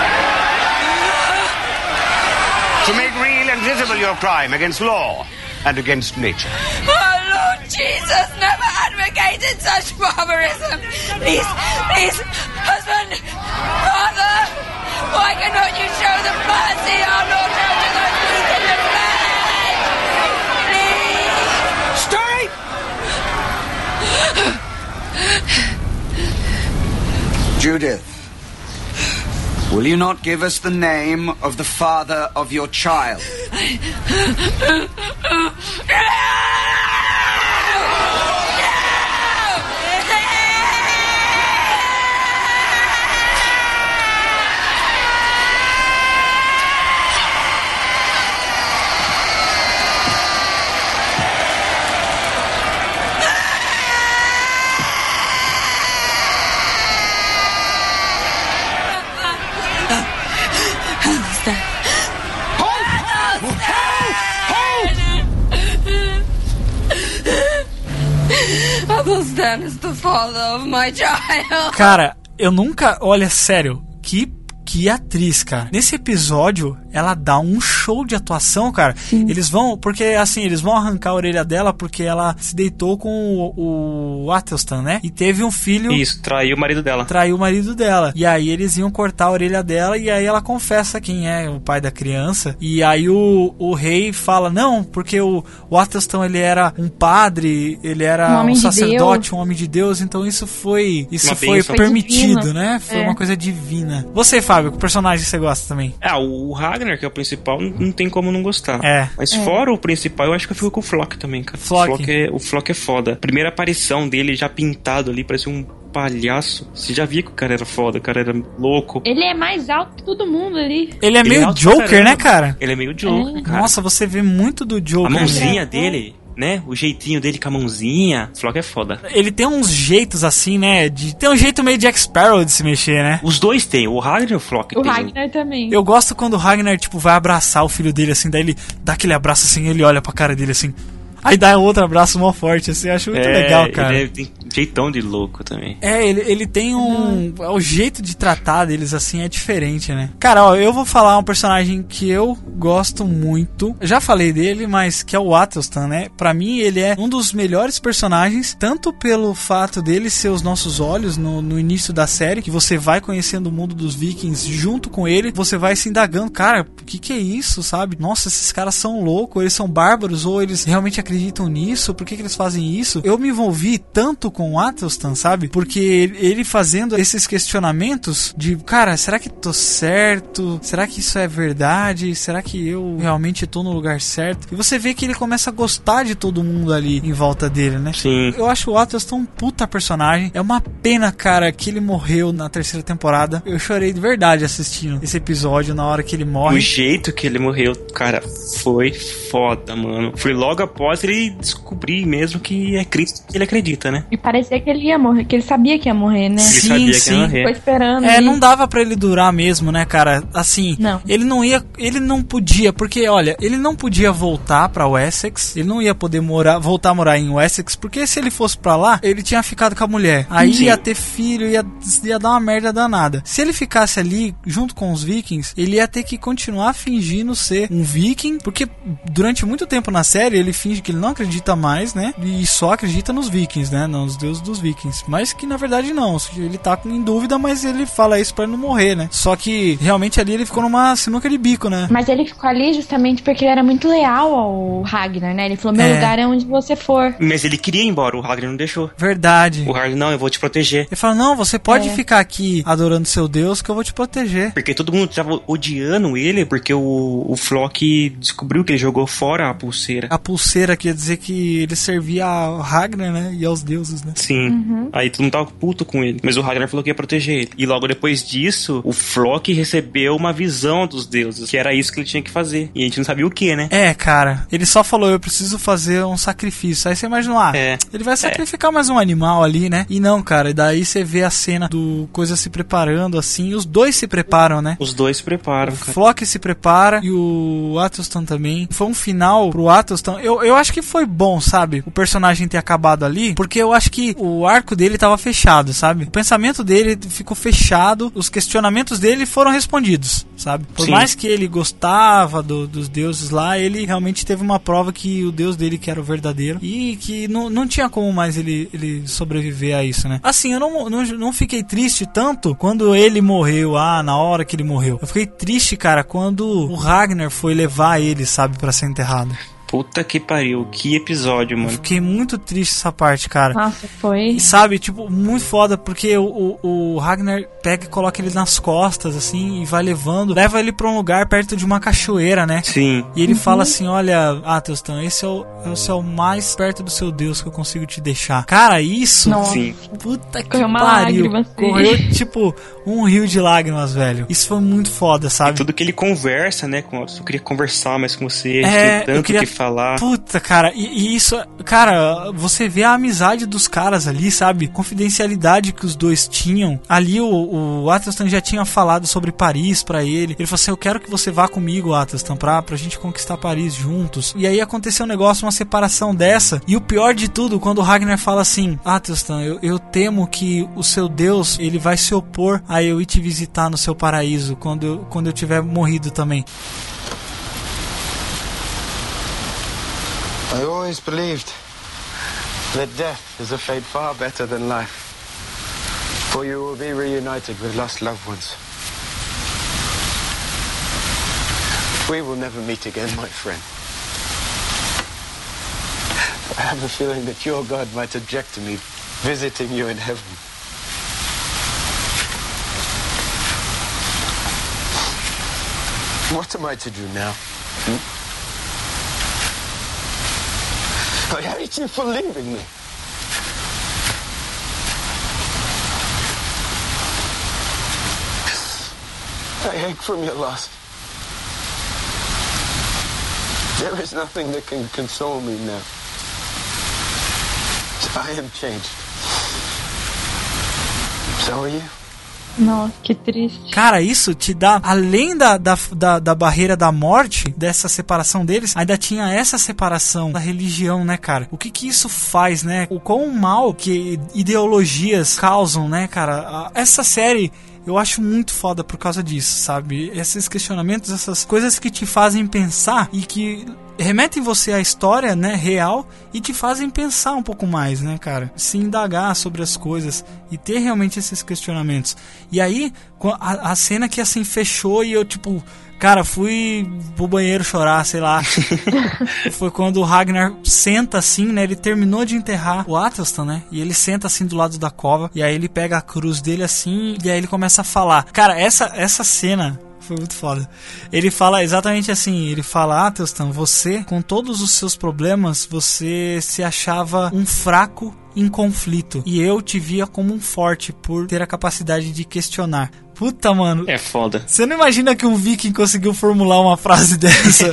Speaker 8: To make real and visible your crime against law and against nature.
Speaker 9: Oh, Lord Jesus never advocated such barbarism. Please, husband, father, why cannot you show them mercy, our Lord judges us weak in the flesh? Please.
Speaker 8: Stay! Judith, will you not give us the name of the father of your child?
Speaker 9: Athelstan is the father of my child.
Speaker 1: Cara, eu nunca... Olha, sério, que atriz, cara. Nesse episódio, ela dá um show de atuação, cara.
Speaker 7: Sim.
Speaker 1: Eles vão... Porque, assim, eles vão arrancar a orelha dela porque ela se deitou com o Athelstan, né? E teve um filho...
Speaker 6: Isso, traiu o marido dela.
Speaker 1: Traiu o marido dela. E aí eles iam cortar a orelha dela e aí ela confessa quem é o pai da criança. E aí o rei fala, não, porque o Athelstan, ele era um padre, ele era um sacerdote, um homem de Deus, então isso foi permitido,
Speaker 7: divino,
Speaker 1: né? Foi uma coisa divina. Você, Fábio, que personagem você gosta também?
Speaker 6: O Ragnar, que é o principal, não tem como não gostar. Mas fora o principal, eu acho que eu fico com o Flock também, cara. O Flock é foda. Primeira aparição dele já pintado ali, parecia um palhaço. Você já via que o cara era foda, o cara era louco.
Speaker 7: Ele é mais alto que todo mundo ali.
Speaker 1: Ele é meio Joker, né, cara?
Speaker 6: Ele é meio Joker, cara.
Speaker 1: Nossa, você vê muito do Joker.
Speaker 6: A mãozinha dele... né? O jeitinho dele com a mãozinha. O Flock é foda.
Speaker 1: Ele tem uns jeitos assim, né? Tem um jeito meio Jack Sparrow de se mexer, né?
Speaker 6: Os dois tem. O Ragnar e o Flock.
Speaker 7: O Ragnar também.
Speaker 1: Eu gosto quando o Ragnar, tipo, vai abraçar o filho dele assim. Daí ele dá aquele abraço assim, ele olha pra cara dele assim. Aí dá outro abraço mó forte, assim, eu acho muito legal, cara.
Speaker 6: Ele tem jeitão de louco também.
Speaker 1: Ele tem o jeito de tratar deles, assim, é diferente, né? Cara, ó, eu vou falar um personagem que eu gosto muito. Eu já falei dele, mas que é o Athelstan, né? Pra mim, ele é um dos melhores personagens, tanto pelo fato dele ser os nossos olhos no início da série, que você vai conhecendo o mundo dos vikings junto com ele, você vai se indagando, cara, o que é isso, sabe? Nossa, esses caras são loucos, eles são bárbaros, ou eles realmente acreditam nisso? Por que eles fazem isso? Eu me envolvi tanto com o Athelstan, sabe? Porque ele fazendo esses questionamentos de, cara, será que tô certo? Será que isso é verdade? Será que eu realmente tô no lugar certo? E você vê que ele começa a gostar de todo mundo ali em volta dele, né?
Speaker 6: Sim.
Speaker 1: Eu acho o Athelstan um puta personagem. É uma pena, cara, que ele morreu na terceira temporada. Eu chorei de verdade assistindo esse episódio na hora que ele morre.
Speaker 6: O jeito que ele morreu, cara, foi foda, mano. Foi logo após ele descobrir mesmo que é Cristo que ele acredita, né?
Speaker 7: E parecia que ele ia morrer, que ele sabia que ia morrer, né?
Speaker 1: Sim,
Speaker 6: sabia que
Speaker 1: sim.
Speaker 6: ia morrer.
Speaker 7: Ficou esperando.
Speaker 1: Não dava pra ele durar mesmo, né, cara? Assim,
Speaker 7: Não.
Speaker 1: ele não podia, porque, olha, ele não podia voltar pra Wessex, ele não ia poder voltar a morar em Wessex, porque se ele fosse pra lá, ele tinha ficado com a mulher. Aí
Speaker 6: Sim.
Speaker 1: ia ter filho, ia dar uma merda danada. Se ele ficasse ali, junto com os vikings, ele ia ter que continuar fingindo ser um viking, porque durante muito tempo na série, ele finge que ele não acredita mais, né? E só acredita nos vikings, né? Nos deuses dos vikings. Mas que, na verdade, não. Ele tá em dúvida, mas ele fala isso pra ele não morrer, né? Só que, realmente, ali ele ficou numa sinuca de bico, né?
Speaker 7: Mas ele ficou ali justamente porque ele era muito leal ao Ragnar, né? Ele falou, meu lugar é onde você for.
Speaker 6: Mas ele queria ir embora, o Ragnar não deixou.
Speaker 1: Verdade.
Speaker 6: O Ragnar, não, eu vou te proteger.
Speaker 1: Ele fala, não, você pode ficar aqui adorando seu Deus que eu vou te proteger.
Speaker 6: Porque todo mundo tava odiando ele, porque o Flock descobriu que ele jogou fora a pulseira.
Speaker 1: A pulseira quer dizer que ele servia ao Ragnar, né? E aos deuses, né?
Speaker 6: Sim. Aí todo mundo tava puto com ele. Mas o Ragnar falou que ia proteger ele. E logo depois disso, o Flock recebeu uma visão dos deuses, que era isso que ele tinha que fazer. E a gente não sabia o que, né?
Speaker 1: Cara. Ele só falou, eu preciso fazer um sacrifício. Aí você imagina, ele vai sacrificar mais um animal ali, né? E não, cara. E daí você vê a cena do coisa se preparando, assim. E os dois se preparam, né?
Speaker 6: Os dois se preparam,
Speaker 1: O
Speaker 6: cara.
Speaker 1: Flock se prepara e o Athelstan também. Foi um final pro Athelstan. Eu acho que foi bom, sabe? O personagem ter acabado ali, porque eu acho que o arco dele tava fechado, sabe? O pensamento dele ficou fechado, os questionamentos dele foram respondidos, sabe? Por
Speaker 6: Sim.
Speaker 1: mais que ele gostava dos deuses lá, ele realmente teve uma prova que o deus dele que era o verdadeiro e que não tinha como mais ele sobreviver a isso, né? Assim, eu não fiquei triste tanto quando ele morreu, na hora que ele morreu. Eu fiquei triste, cara, quando o Ragnar foi levar ele, sabe, pra ser enterrado.
Speaker 6: Puta que pariu, que episódio, mano.
Speaker 1: Fiquei muito triste essa parte, cara.
Speaker 7: Nossa, foi.
Speaker 1: E sabe, tipo, muito foda, porque o Ragnar pega e coloca ele nas costas, assim, e vai levando, leva ele pra um lugar perto de uma cachoeira, né?
Speaker 6: Sim.
Speaker 1: E ele fala assim, olha, Athelstan, esse é o mais perto do seu Deus que eu consigo te deixar. Cara, isso...
Speaker 7: Nossa.
Speaker 6: Sim.
Speaker 1: Puta que
Speaker 7: Correu uma
Speaker 1: pariu.
Speaker 7: lágrima, assim.
Speaker 1: Correu, tipo, um rio de lágrimas, velho. Isso foi muito foda, sabe?
Speaker 6: Tudo que ele conversa, né? Eu queria conversar mais com você, a gente tem tanto que falar.
Speaker 1: Puta, cara, e isso, cara, você vê a amizade dos caras ali, sabe? Confidencialidade que os dois tinham. Ali o Athelstan já tinha falado sobre Paris pra ele. Ele falou assim, eu quero que você vá comigo, Athelstan, pra gente conquistar Paris juntos. E aí aconteceu um negócio, uma separação dessa. E o pior de tudo, quando o Ragnar fala assim, Athelstan, eu temo que o seu Deus, ele vai se opor a eu ir te visitar no seu paraíso quando eu tiver morrido também.
Speaker 8: I always believed that death is a fate far better than life. For you will be reunited with lost loved ones. We will never meet again, my friend. I have a feeling that your God might object to me visiting you in heaven. What am I to do now? I hate you for leaving me. I ache from your loss. There is nothing that can console me now. I am changed. So are you.
Speaker 7: Nossa, que triste.
Speaker 1: Cara, isso te dá, além da barreira da morte, dessa separação deles, ainda tinha essa separação da religião, né, cara? O que isso faz, né? O quão mal que ideologias causam, né, cara? Essa série eu acho muito foda por causa disso, sabe? Esses questionamentos, essas coisas que te fazem pensar e que remetem você à história, né, real, e te fazem pensar um pouco mais, né, cara? Se indagar sobre as coisas e ter realmente esses questionamentos. E aí, a cena que assim fechou e eu, tipo, cara, fui pro banheiro chorar, sei lá. Foi quando o Ragnar senta assim, né? Ele terminou de enterrar o Athelstan, né? E ele senta assim do lado da cova. E aí ele pega a cruz dele assim. E aí ele começa a falar. Cara, essa cena foi muito foda. Ele fala exatamente assim. Ele fala: Athelstan, você, com todos os seus problemas, você se achava um fraco em conflito. E eu te via como um forte por ter a capacidade de questionar. Puta, mano.
Speaker 6: É foda.
Speaker 1: Você não imagina que um viking conseguiu formular uma frase dessa?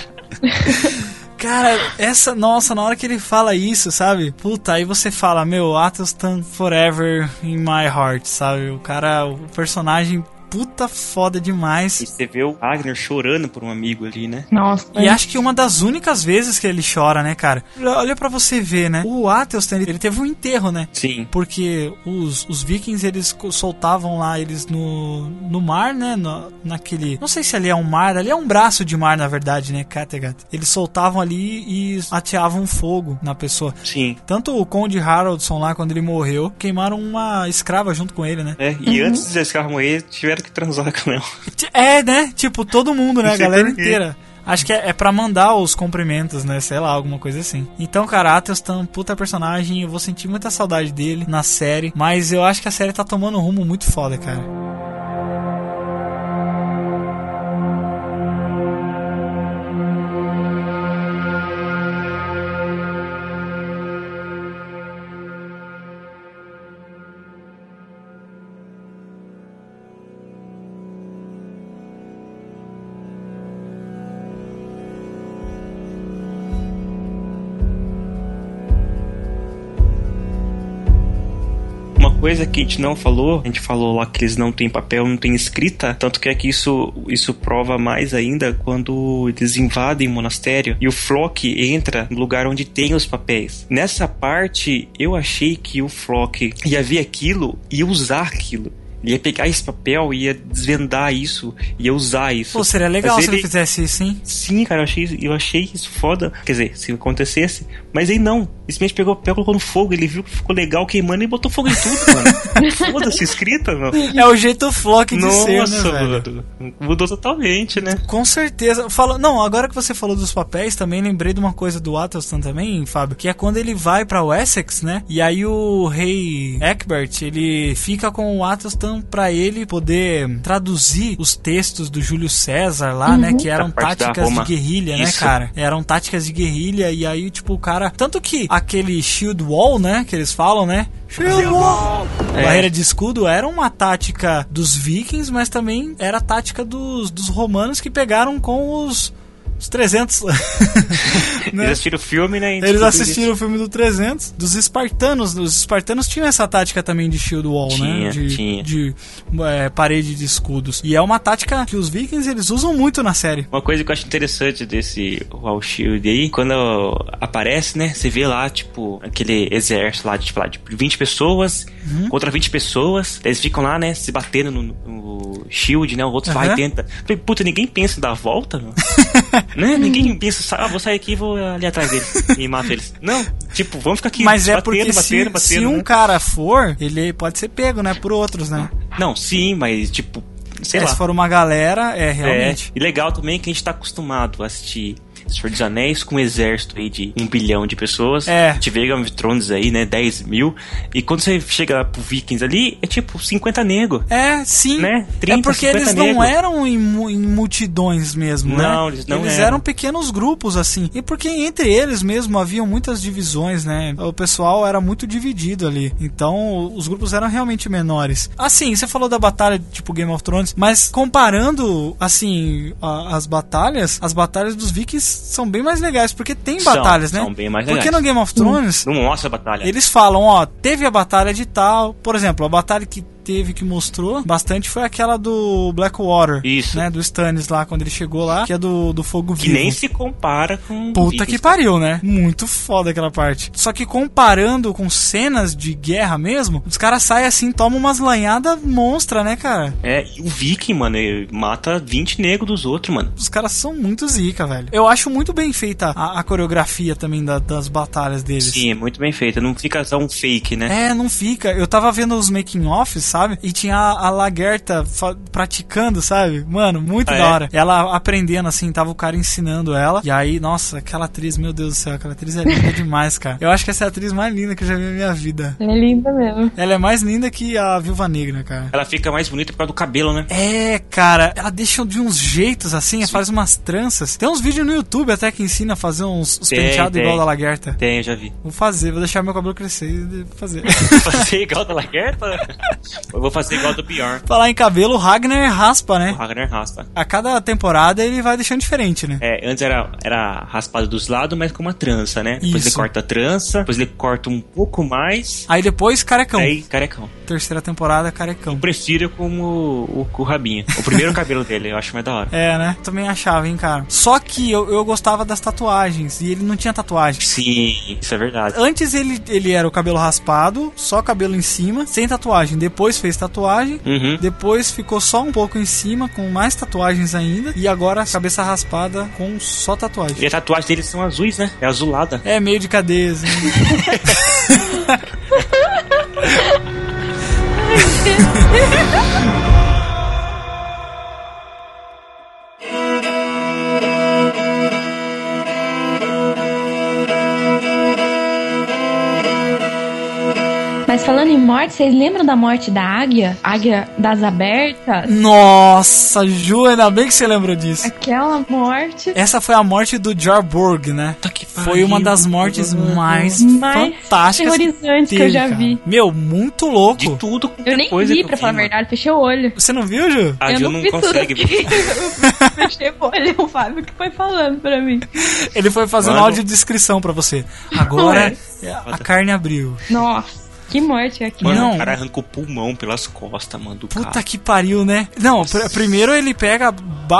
Speaker 1: Cara, nossa, na hora que ele fala isso, sabe? Puta, aí você fala, meu, Athelstan forever in my heart, sabe? O personagem puta foda demais.
Speaker 6: E você vê o Ragnar chorando por um amigo ali, né?
Speaker 7: Nossa.
Speaker 1: E acho que uma das únicas vezes que ele chora, né, cara? Olha pra você ver, né? O Athelstan, ele teve um enterro, né?
Speaker 6: Sim.
Speaker 1: Porque os vikings, eles soltavam lá eles no mar, né? Naquele... Não sei se ali é um mar, ali é um braço de mar, na verdade, né? Kattegat. Eles soltavam ali e ateavam fogo na pessoa.
Speaker 6: Sim.
Speaker 1: Tanto o Conde Haraldson lá, quando ele morreu, queimaram uma escrava junto com ele, né?
Speaker 6: É, e antes da escrava morrer, tiveram que transar com ela.
Speaker 1: É, né? Tipo, todo mundo, né? A galera inteira. Acho que é pra mandar os cumprimentos, né? Sei lá, alguma coisa assim. Então, cara, Athelstan, puta personagem. Eu vou sentir muita saudade dele na série. Mas eu acho que a série tá tomando um rumo muito foda, cara.
Speaker 6: Coisa que a gente não falou, a gente falou lá que eles não têm papel, não têm escrita, tanto que é que isso prova mais ainda quando eles invadem o monastério e o Flock entra no lugar onde tem os papéis. Nessa parte, eu achei que o Flock ia ver aquilo e usar aquilo. Ele ia pegar esse papel e ia desvendar isso, ia usar isso.
Speaker 1: Pô, seria legal se ele fizesse isso, hein?
Speaker 6: Sim, cara, eu achei isso foda. Quer dizer, se acontecesse. Mas aí não. Ele simplesmente pegou o papel, colocou no fogo, ele viu que ficou legal queimando e botou fogo em tudo, mano. Foda-se, escrita, mano.
Speaker 1: É o jeito Flock de ser, né, velho?
Speaker 6: Mudou totalmente, né?
Speaker 1: Com certeza. Não, agora que você falou dos papéis, também lembrei de uma coisa do Athelstan também, Fábio, que é quando ele vai pra Wessex, né? E aí o rei Egbert, ele fica com o Athelstan pra ele poder traduzir os textos do Júlio César lá, né? Que eram táticas de guerrilha, né, cara? Eram táticas de guerrilha e aí, tipo, o cara... Tanto que aquele shield wall, né? Que eles falam, né? Shield wall! Barreira de escudo era uma tática dos vikings, mas também era a tática dos romanos que pegaram com os 300. Né?
Speaker 6: Eles assistiram o filme, né?
Speaker 1: Eles assistiram o filme do 300. Dos espartanos. Os espartanos tinham essa tática também de shield wall, né? De parede de escudos. E é uma tática que os vikings, eles usam muito na série.
Speaker 6: Uma coisa que eu acho interessante desse wall shield aí, quando aparece, né? Você vê lá, tipo, aquele exército lá, de 20 pessoas contra 20 pessoas. Eles ficam lá, né? Se batendo no shield, né? O outro vai e tenta. Puta, ninguém pensa em dar a volta, mano. Né? Ninguém pensa, vou sair aqui e vou ali atrás deles e mato eles. Não, tipo, vamos ficar aqui.
Speaker 1: Mas é porque se um cara for, ele pode ser pego, né? Por outros, né?
Speaker 6: Não, sim, mas tipo, sei lá.
Speaker 1: Se for uma galera, realmente.
Speaker 6: E legal também que a gente tá acostumado a assistir Senhor dos Anéis com um exército aí de 1 bilhão de pessoas. A gente vê Game of Thrones aí, né? 10 mil. E quando você chega pro Vikings ali, é tipo 50 nego.
Speaker 1: Sim.
Speaker 6: Né? 30,
Speaker 1: porque eles não eram em multidões mesmo,
Speaker 6: não,
Speaker 1: né?
Speaker 6: Eles não
Speaker 1: eram pequenos grupos, assim. E porque entre eles mesmo haviam muitas divisões, né? O pessoal era muito dividido ali. Então, os grupos eram realmente menores. Assim, você falou da batalha tipo Game of Thrones, mas comparando, assim, as batalhas dos Vikings são bem mais legais, porque tem batalhas, né?
Speaker 6: São bem mais legais.
Speaker 1: Porque no Game of Thrones
Speaker 6: não mostra a batalha.
Speaker 1: Eles falam, teve a batalha de tal, por exemplo, a batalha que teve que mostrou bastante foi aquela do Blackwater.
Speaker 6: Isso.
Speaker 1: Né? Do Stannis lá, quando ele chegou lá, que é do Fogo Vivo.
Speaker 6: Que nem se compara com...
Speaker 1: Puta que pariu, né? Muito foda aquela parte. Só que comparando com cenas de guerra mesmo, os caras saem assim, tomam umas lanhadas monstra, né, cara?
Speaker 6: E o Viking, mano, ele mata 20 negros dos outros, mano.
Speaker 1: Os caras são muito zica, velho. Eu acho muito bem feita a coreografia também das batalhas deles.
Speaker 6: Sim, é muito bem feita. Não fica só um fake, né?
Speaker 1: Não fica. Eu tava vendo os making-offs, sabe? E tinha a Lagertha praticando, sabe? Mano, muito da hora. Ela aprendendo, assim, tava o cara ensinando ela. E aí, nossa, aquela atriz, meu Deus do céu, aquela atriz é linda demais, cara. Eu acho que essa é a atriz mais linda que eu já vi na minha vida.
Speaker 7: É linda mesmo.
Speaker 1: Ela é mais linda que a Viúva Negra, cara.
Speaker 6: Ela fica mais bonita por causa do cabelo, né?
Speaker 1: Cara, ela deixa de uns jeitos assim, faz umas tranças. Tem uns vídeos no YouTube até que ensina a fazer uns penteados igual da Lagertha.
Speaker 6: Tem, eu já vi.
Speaker 1: Vou deixar meu cabelo crescer e fazer.
Speaker 6: Fazer igual da Lagertha? Eu vou fazer igual do Bjorn.
Speaker 1: Falar em cabelo, o Ragnar raspa, né?
Speaker 6: O Ragnar raspa.
Speaker 1: A cada temporada ele vai deixando diferente, né?
Speaker 6: Antes era raspado dos lados, mas com uma trança, né? Depois ele corta a trança, depois ele corta um pouco mais.
Speaker 1: Aí depois carecão.
Speaker 6: Carecão.
Speaker 1: Terceira temporada, carecão.
Speaker 6: Eu prefiro com o rabinho. O primeiro cabelo dele, eu acho mais da hora.
Speaker 1: Né? Também achava, hein, cara. Só que eu gostava das tatuagens. E ele não tinha tatuagem.
Speaker 6: Sim, isso é verdade.
Speaker 1: Antes ele era o cabelo raspado, só cabelo em cima, sem tatuagem. Depois fez tatuagem. Depois ficou só um pouco em cima, com mais tatuagens ainda. E agora cabeça raspada com só tatuagem.
Speaker 6: E as tatuagens dele são azuis, né? É azulada.
Speaker 1: É meio de cadeia, assim.
Speaker 7: Mas falando em morte, vocês lembram da morte da águia? Águia das Abertas?
Speaker 1: Nossa, Ju, ainda bem que você lembrou disso.
Speaker 7: Aquela morte...
Speaker 1: Essa foi a morte do Jarborg, né? Foi uma das mortes mais fantásticas
Speaker 7: terrorizantes que eu já vi.
Speaker 1: Meu, muito louco.
Speaker 6: De tudo.
Speaker 7: Eu nem vi, pra falar a verdade, fechei o olho.
Speaker 1: Você não viu, Ju?
Speaker 6: A Ju não consegue ver.
Speaker 7: Eu fechei o olho, o Fábio que foi falando pra mim.
Speaker 1: Ele foi fazendo audiodescrição pra você. Agora, a carne abriu.
Speaker 7: Nossa. Que morte aqui.
Speaker 6: Mano, o cara arranca o pulmão pelas costas, mano, do cara.
Speaker 1: Puta que pariu, né? Não, primeiro ele pega,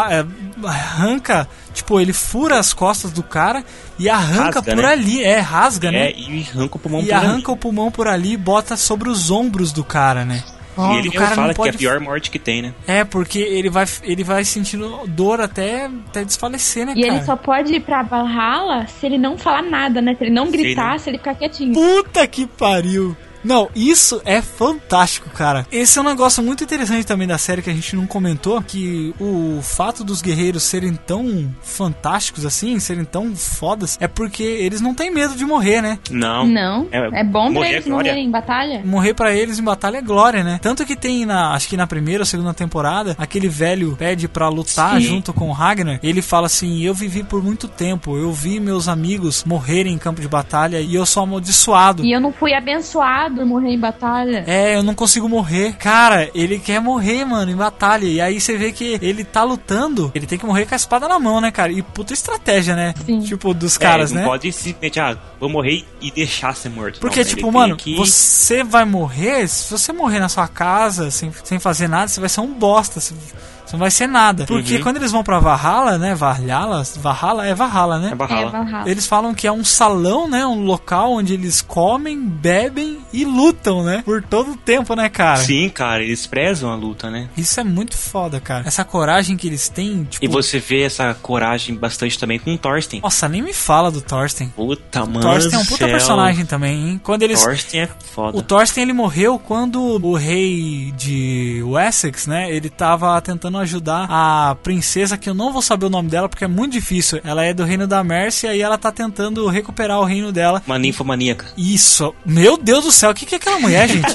Speaker 1: arranca, tipo, ele fura as costas do cara e arranca rasga, por ali. Rasga, né?
Speaker 6: E arranca o pulmão
Speaker 1: por ali. E arranca o pulmão por ali e bota sobre os ombros do cara, né?
Speaker 6: E ele mesmo fala que é a pior morte que tem, né?
Speaker 1: Porque ele vai sentindo dor até desfalecer, né,
Speaker 7: e
Speaker 1: cara?
Speaker 7: E ele só pode ir pra Valhalla se ele não falar nada, né? Se ele não gritar, se ele ficar quietinho.
Speaker 1: Puta que pariu! Não, isso é fantástico, cara. Esse é um negócio muito interessante também da série que a gente não comentou, que o fato dos guerreiros serem tão fantásticos assim, serem tão fodas, é porque eles não têm medo de morrer, né?
Speaker 7: Não. É bom pra eles morrerem em batalha?
Speaker 1: Morrer pra eles em batalha é glória, né? Tanto que tem, acho que na primeira ou segunda temporada, aquele velho pede pra lutar junto com o Ragnar. Ele fala assim, eu vivi por muito tempo, eu vi meus amigos morrerem em campo de batalha e eu sou amaldiçoado.
Speaker 7: E eu não fui abençoado por morrer em batalha.
Speaker 1: Eu não consigo morrer. Cara, ele quer morrer, mano, em batalha. E aí você vê que ele tá lutando, ele tem que morrer com a espada na mão, né, cara? E puta estratégia, né?
Speaker 7: Sim.
Speaker 1: Tipo, dos caras, né?
Speaker 6: Não pode simplesmente, vou morrer e deixar ser morto.
Speaker 1: Porque, tipo, mano, você vai morrer, se você morrer na sua casa, sem fazer nada, você vai ser um bosta. Você não vai ser nada. Porque quando eles vão pra Valhalla, né? Valhalla é Valhalla, né?
Speaker 6: É Valhalla.
Speaker 1: Eles falam que é um salão, né? Um local onde eles comem, bebem e lutam, né? Por todo o tempo, né, cara?
Speaker 6: Sim, cara. Eles prezam a luta, né?
Speaker 1: Isso é muito foda, cara. Essa coragem que eles têm, tipo...
Speaker 6: E você vê essa coragem bastante também com o Thorsten.
Speaker 1: Nossa, nem me fala do Thorsten.
Speaker 6: Puta, mano.
Speaker 1: O Thorsten é um puta personagem também, hein? Quando eles...
Speaker 6: Thorsten é foda.
Speaker 1: O Thorsten, ele morreu quando o rei de Wessex, né? Ele tava tentando ajudar a princesa, que eu não vou saber o nome dela porque é muito difícil. Ela é do reino da Mércia e ela tá tentando recuperar o reino dela.
Speaker 6: Uma ninfomaníaca.
Speaker 1: Isso. Meu Deus do céu, o que é aquela mulher, gente?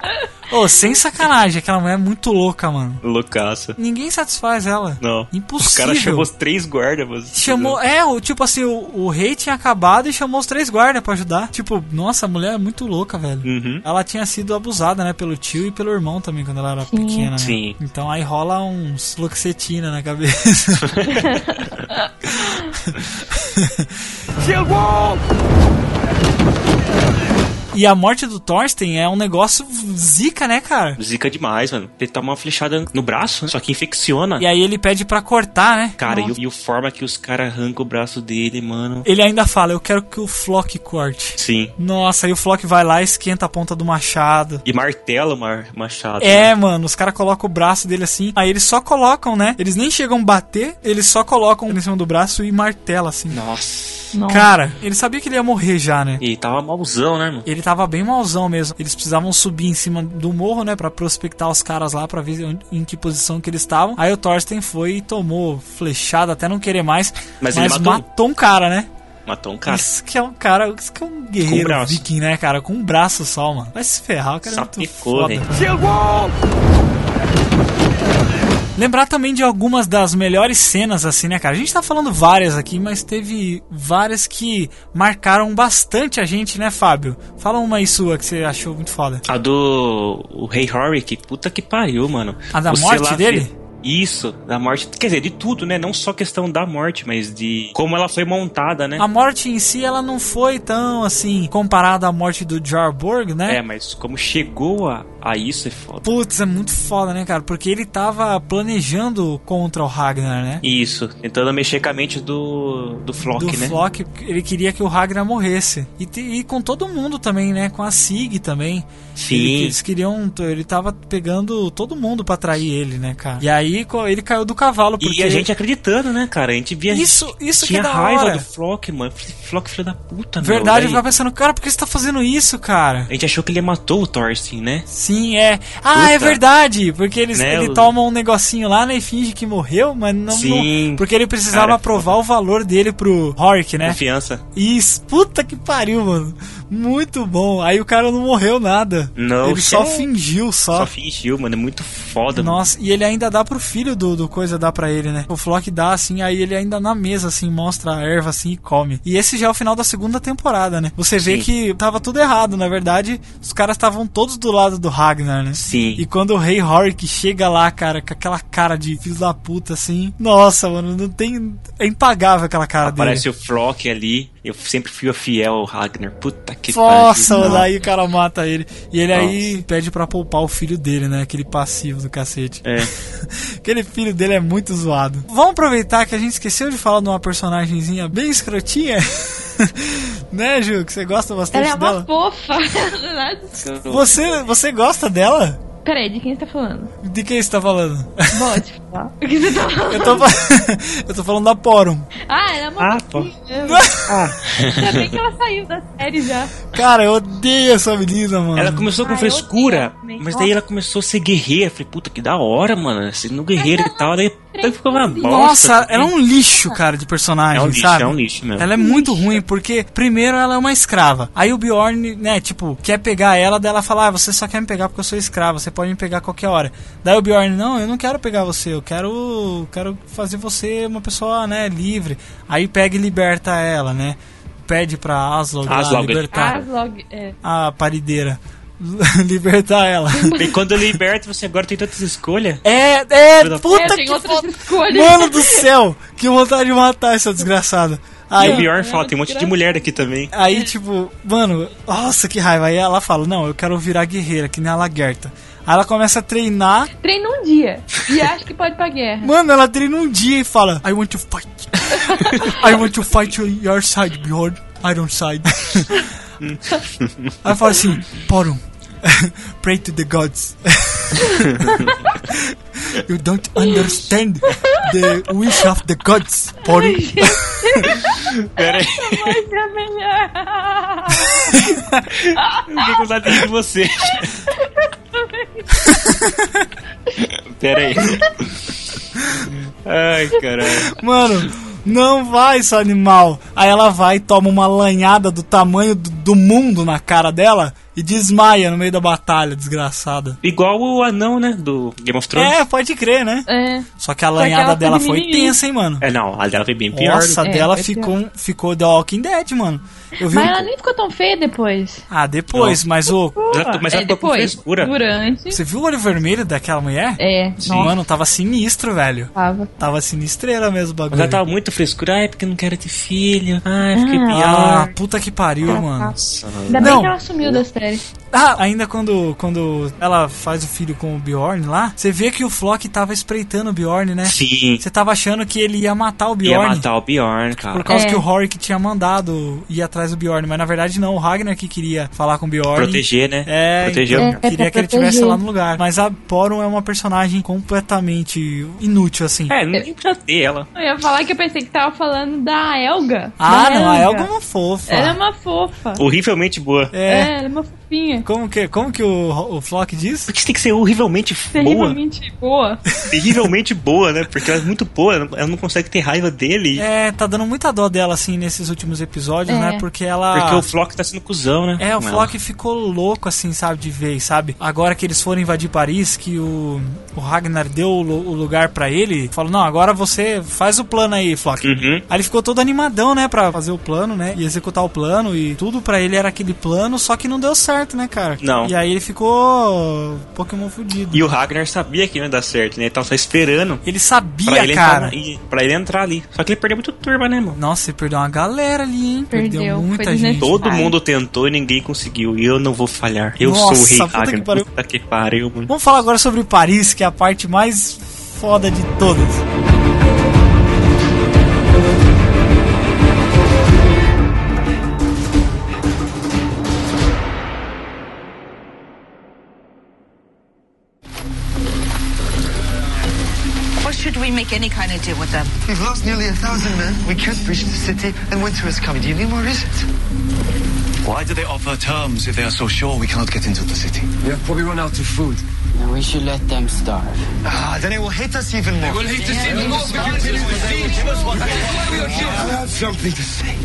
Speaker 1: Sem sacanagem, aquela mulher é muito louca, mano.
Speaker 6: Loucaça.
Speaker 1: Ninguém satisfaz ela.
Speaker 6: Não.
Speaker 1: Impossível.
Speaker 6: O cara chamou os 3 guardas.
Speaker 1: Chamou, tipo assim, o rei tinha acabado e chamou os 3 guardas pra ajudar. Tipo, nossa, a mulher é muito louca, velho. Ela tinha sido abusada, né, pelo tio e pelo irmão também, quando ela era pequena, né?
Speaker 6: Sim.
Speaker 1: Então aí rola uns fluoxetina na cabeça.
Speaker 10: Shield wall!
Speaker 1: E a morte do Thorsten é um negócio zica, né, cara?
Speaker 6: Zica demais, mano. Ele toma uma flechada no braço, só que infecciona.
Speaker 1: E aí ele pede pra cortar, né?
Speaker 6: Cara, e o forma que os caras arrancam o braço dele, mano.
Speaker 1: Ele ainda fala, eu quero que o Flock corte.
Speaker 6: Sim.
Speaker 1: Nossa, aí o Flock vai lá e esquenta a ponta do machado.
Speaker 6: E martela o machado.
Speaker 1: É, né? Mano, os caras colocam o braço dele assim, aí eles só colocam, né? Eles nem chegam a bater, eles só colocam em cima do braço e martela assim.
Speaker 6: Nossa.
Speaker 1: Cara, ele sabia que ele ia morrer já, né?
Speaker 6: E ele tava malzão, né, mano?
Speaker 1: Ele tava bem malzão mesmo. Eles precisavam subir em cima do morro, né? Pra prospectar os caras lá, pra ver em que posição que eles estavam. Aí o Thorsten foi e tomou flechada até não querer mais.
Speaker 6: Mas ele
Speaker 1: matou um cara, né?
Speaker 6: Matou um cara.
Speaker 1: Isso que é um cara, isso que é um guerreiro viking, né, cara? Com um braço só, mano. Vai se ferrar, o cara é muito foda. Lembrar também de algumas das melhores cenas, assim, né, cara? A gente tá falando várias aqui, mas teve várias que marcaram bastante a gente, né, Fábio? Fala uma aí sua que você achou muito foda.
Speaker 6: A do Rei Horik, puta que pariu, mano.
Speaker 1: A da morte dele?
Speaker 6: Isso, da morte, quer dizer, de tudo, né? Não só questão da morte, mas de como ela foi montada, né?
Speaker 1: A morte em si, ela não foi tão, assim, comparada à morte do Jarborg, né?
Speaker 6: É, mas como chegou a isso é foda.
Speaker 1: Putz, é muito foda, né, cara? Porque ele tava planejando contra o Ragnar, né?
Speaker 6: Isso, tentando mexer com a mente do Flock, né? Do
Speaker 1: Flock, ele queria que o Ragnar morresse. E com todo mundo também, né? Com a Sig também.
Speaker 6: Sim.
Speaker 1: Eles queriam... Ele tava pegando todo mundo pra trair ele, né, cara? E aí ele caiu do cavalo. Porque...
Speaker 6: E a gente acreditando, né, cara? A gente via...
Speaker 1: Isso
Speaker 6: tinha
Speaker 1: que é da
Speaker 6: raiva
Speaker 1: hora.
Speaker 6: Do Flock, mano. Flock, filho da puta,
Speaker 1: Verdade,
Speaker 6: meu.
Speaker 1: eu ficava pensando, cara, por que você tá fazendo isso, cara?
Speaker 6: A gente achou que ele matou o Thorsten, né?
Speaker 1: Sim, é. Ah, puta. É verdade. Porque ele toma um negocinho lá, né, e finge que morreu, mas não...
Speaker 6: Sim.
Speaker 1: Não, porque ele precisava provar o valor dele pro Horik, né?
Speaker 6: Confiança.
Speaker 1: Isso. Puta que pariu, mano. Muito bom. Aí o cara não morreu nada.
Speaker 6: Não.
Speaker 1: Ele só fingiu,
Speaker 6: Só fingiu, mano. É muito foda,
Speaker 1: Nossa,
Speaker 6: mano.
Speaker 1: E ele ainda dá pro filho do coisa, dá pra ele, né? O Flock dá, assim, aí ele ainda na mesa, assim, mostra a erva, assim, e come. E esse já é o final da segunda temporada, né? Você vê que tava tudo errado. Na verdade, os caras estavam todos do lado do Ragnar, né?
Speaker 6: Sim.
Speaker 1: E quando o Rei Horik chega lá, cara, com aquela cara de filho da puta, assim... Nossa, mano, não tem... É impagável aquela cara dele.
Speaker 6: Aparece o Flock ali. Eu sempre fui fiel ao Ragnar. Puta que
Speaker 1: pariu. Nossa, mano, aí o cara mata ele. E ele aí pede pra poupar o filho dele, né? Aquele passivo do cacete.
Speaker 6: É.
Speaker 1: Aquele filho dele é muito zoado. Vamos aproveitar que a gente esqueceu de falar de uma personagenzinha bem escrotinha. Né, Ju? Que você gosta bastante dela.
Speaker 7: Ela é uma fofa.
Speaker 1: Você gosta dela?
Speaker 7: Peraí, de quem você tá falando?
Speaker 1: De quem você tá falando?
Speaker 7: Pode falar. O que você tá falando?
Speaker 1: Eu tô falando da Porum.
Speaker 7: Ah, ela é uma Ainda bem que ela saiu da série já.
Speaker 1: Cara, eu odeio essa menina, mano.
Speaker 6: Ela começou com frescura, mas daí ela começou a ser guerreira. Falei, puta, que da hora, mano. Sendo guerreira e tal, daí ficou uma bosta.
Speaker 1: Nossa, ela é um lixo, cara, de personagem, sabe?
Speaker 6: É um lixo mesmo.
Speaker 1: Ela é muito ruim, porque primeiro ela é uma escrava. Aí o Bjorn, né, tipo, quer pegar ela, daí ela fala, você só quer me pegar porque eu sou escrava, você pode me pegar a qualquer hora. Daí o Bjorn, não, eu não quero pegar você, eu quero fazer você uma pessoa, né, livre. Aí pega e liberta ela, né? Pede pra Aslog libertar a parideira. Libertar ela.
Speaker 6: E quando liberta, você agora tem tantas escolhas.
Speaker 1: Puta que escolhas. Mano do céu, que vontade de matar essa desgraçada. Aí,
Speaker 6: e o pior fala, tem um monte de mulher daqui também.
Speaker 1: Aí, tipo, mano, nossa, que raiva. Aí ela fala, não, eu quero virar guerreira, que nem a Lagertha. Aí ela começa a treinar.
Speaker 7: Treina um dia. E acha que pode ir pra guerra.
Speaker 1: Mano, ela treina um dia e fala, I want to fight. I want to fight your side, Bjorn. Iron side. Aí fala assim, Porum, pray to the gods. You don't understand the wish of the gods, Porum.
Speaker 6: Pera aí. Fiquei com saudade de você. Pera aí. Ai, caralho.
Speaker 1: Mano, não vai, seu animal. Aí ela vai e toma uma lanhada do tamanho do mundo na cara dela e desmaia no meio da batalha, desgraçada.
Speaker 6: Igual o anão, né, do Game of Thrones.
Speaker 1: É, pode crer, né?
Speaker 7: É.
Speaker 1: Só que a lanhada dela foi tensa, hein, mano.
Speaker 6: É, não, a dela foi bem pior.
Speaker 1: Nossa, a dela ficou The Walking Dead, mano.
Speaker 7: Mas ela nem ficou tão feia depois.
Speaker 1: Ah, depois, mas o...
Speaker 6: Mas ela ficou com frescura.
Speaker 7: Durante.
Speaker 1: Você viu o olho vermelho daquela mulher?
Speaker 7: É.
Speaker 1: Sim. Mano, tava sinistro, velho. Tava sinistreira mesmo o bagulho.
Speaker 6: Mas ela tava muito frescura. É porque eu não quero ter filho. Ai, fiquei
Speaker 1: pior. Ah, puta que pariu, mano.
Speaker 6: Nossa.
Speaker 7: Ainda bem que ela sumiu da série.
Speaker 1: Ainda quando ela faz o filho com o Bjorn lá, você vê que o Flock tava espreitando o Bjorn, né?
Speaker 6: Sim.
Speaker 1: Você tava achando que ele ia matar o Bjorn.
Speaker 6: Ia matar o Bjorn, cara.
Speaker 1: Por causa que o Horik tinha mandado ir atrás do Bjorn, mas na verdade não, o Ragnar que queria falar com o Bjorn.
Speaker 6: Proteger, né?
Speaker 1: Proteger. Queria que ele estivesse lá no lugar. Mas a Porum é uma personagem completamente inútil, assim.
Speaker 6: Nem pra ter ela.
Speaker 7: Eu ia falar que eu pensei que tava falando da Elga.
Speaker 1: A Elga é uma fofa.
Speaker 7: Ela é uma fofa.
Speaker 6: Horrivelmente boa.
Speaker 7: Ela é uma fofinha.
Speaker 1: Como que o Flock diz?
Speaker 6: Porque tem que ser horrivelmente boa.
Speaker 7: Terrivelmente boa.
Speaker 6: Terrivelmente boa, né? Porque ela é muito boa, ela não consegue ter raiva dele.
Speaker 1: Tá dando muita dó dela, assim, nesses últimos episódios, né? Porque o
Speaker 6: Flock tá sendo cuzão, né?
Speaker 1: O Flock ficou louco, assim, sabe, de vez, sabe? Agora que eles foram invadir Paris, que o Ragnar deu o lugar pra ele, falou, não, agora você faz o plano aí, Flock.
Speaker 6: Uhum.
Speaker 1: Aí ele ficou todo animadão, né, pra fazer o plano, né, e executar o plano, e tudo pra ele era aquele plano, só que não deu certo, né, cara?
Speaker 6: Não.
Speaker 1: E aí ele ficou Pokémon fudido.
Speaker 6: E o Ragnar sabia que não ia dar certo, né? Ele tava só esperando.
Speaker 1: Ele sabia, cara.
Speaker 6: Pra ele entrar ali. Só que ele perdeu muito turma, né, mano?
Speaker 1: Nossa, ele perdeu uma galera ali, hein? Perdeu muita gente.
Speaker 6: Todo mundo tentou e ninguém conseguiu. E eu não vou falhar. Eu sou o rei Ragnar. Puta que pariu, mano.
Speaker 1: Vamos falar agora sobre Paris, que é a parte mais foda de todas.
Speaker 10: Should we make any kind of deal with them?
Speaker 11: We've lost nearly 1,000 men. We can't breach the city, and winter is coming. Do you need more reasons?
Speaker 12: Why do they offer terms if they are so sure we cannot get into the city?
Speaker 11: We have probably run out of food.
Speaker 13: And we should let them starve.
Speaker 11: Then they will hate us even more.
Speaker 12: They will hate us even more.
Speaker 11: I have something to say.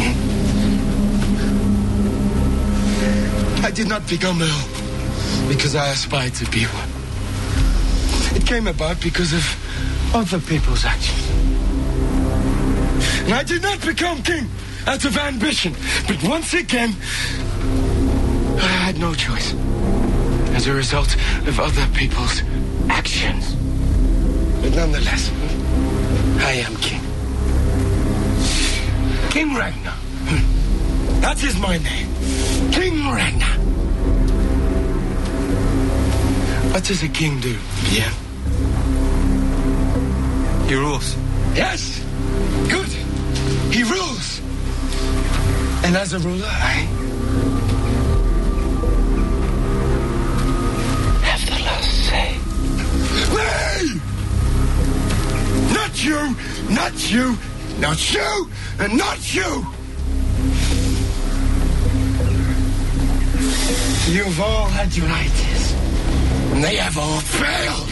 Speaker 11: I did not become ill because I aspired to be one. It came about because of other people's actions. And I did not become king out of ambition, but once again, I had no choice as a result of other people's actions. But nonetheless, I am king. King Ragnar. That is my name. King Ragnar. What does a king do, yeah? He rules. Yes! Good! He rules! And as a ruler, I have the last say. Me! Not you! Not you! Not you! And not you! You've all had your ideas. And they have all failed.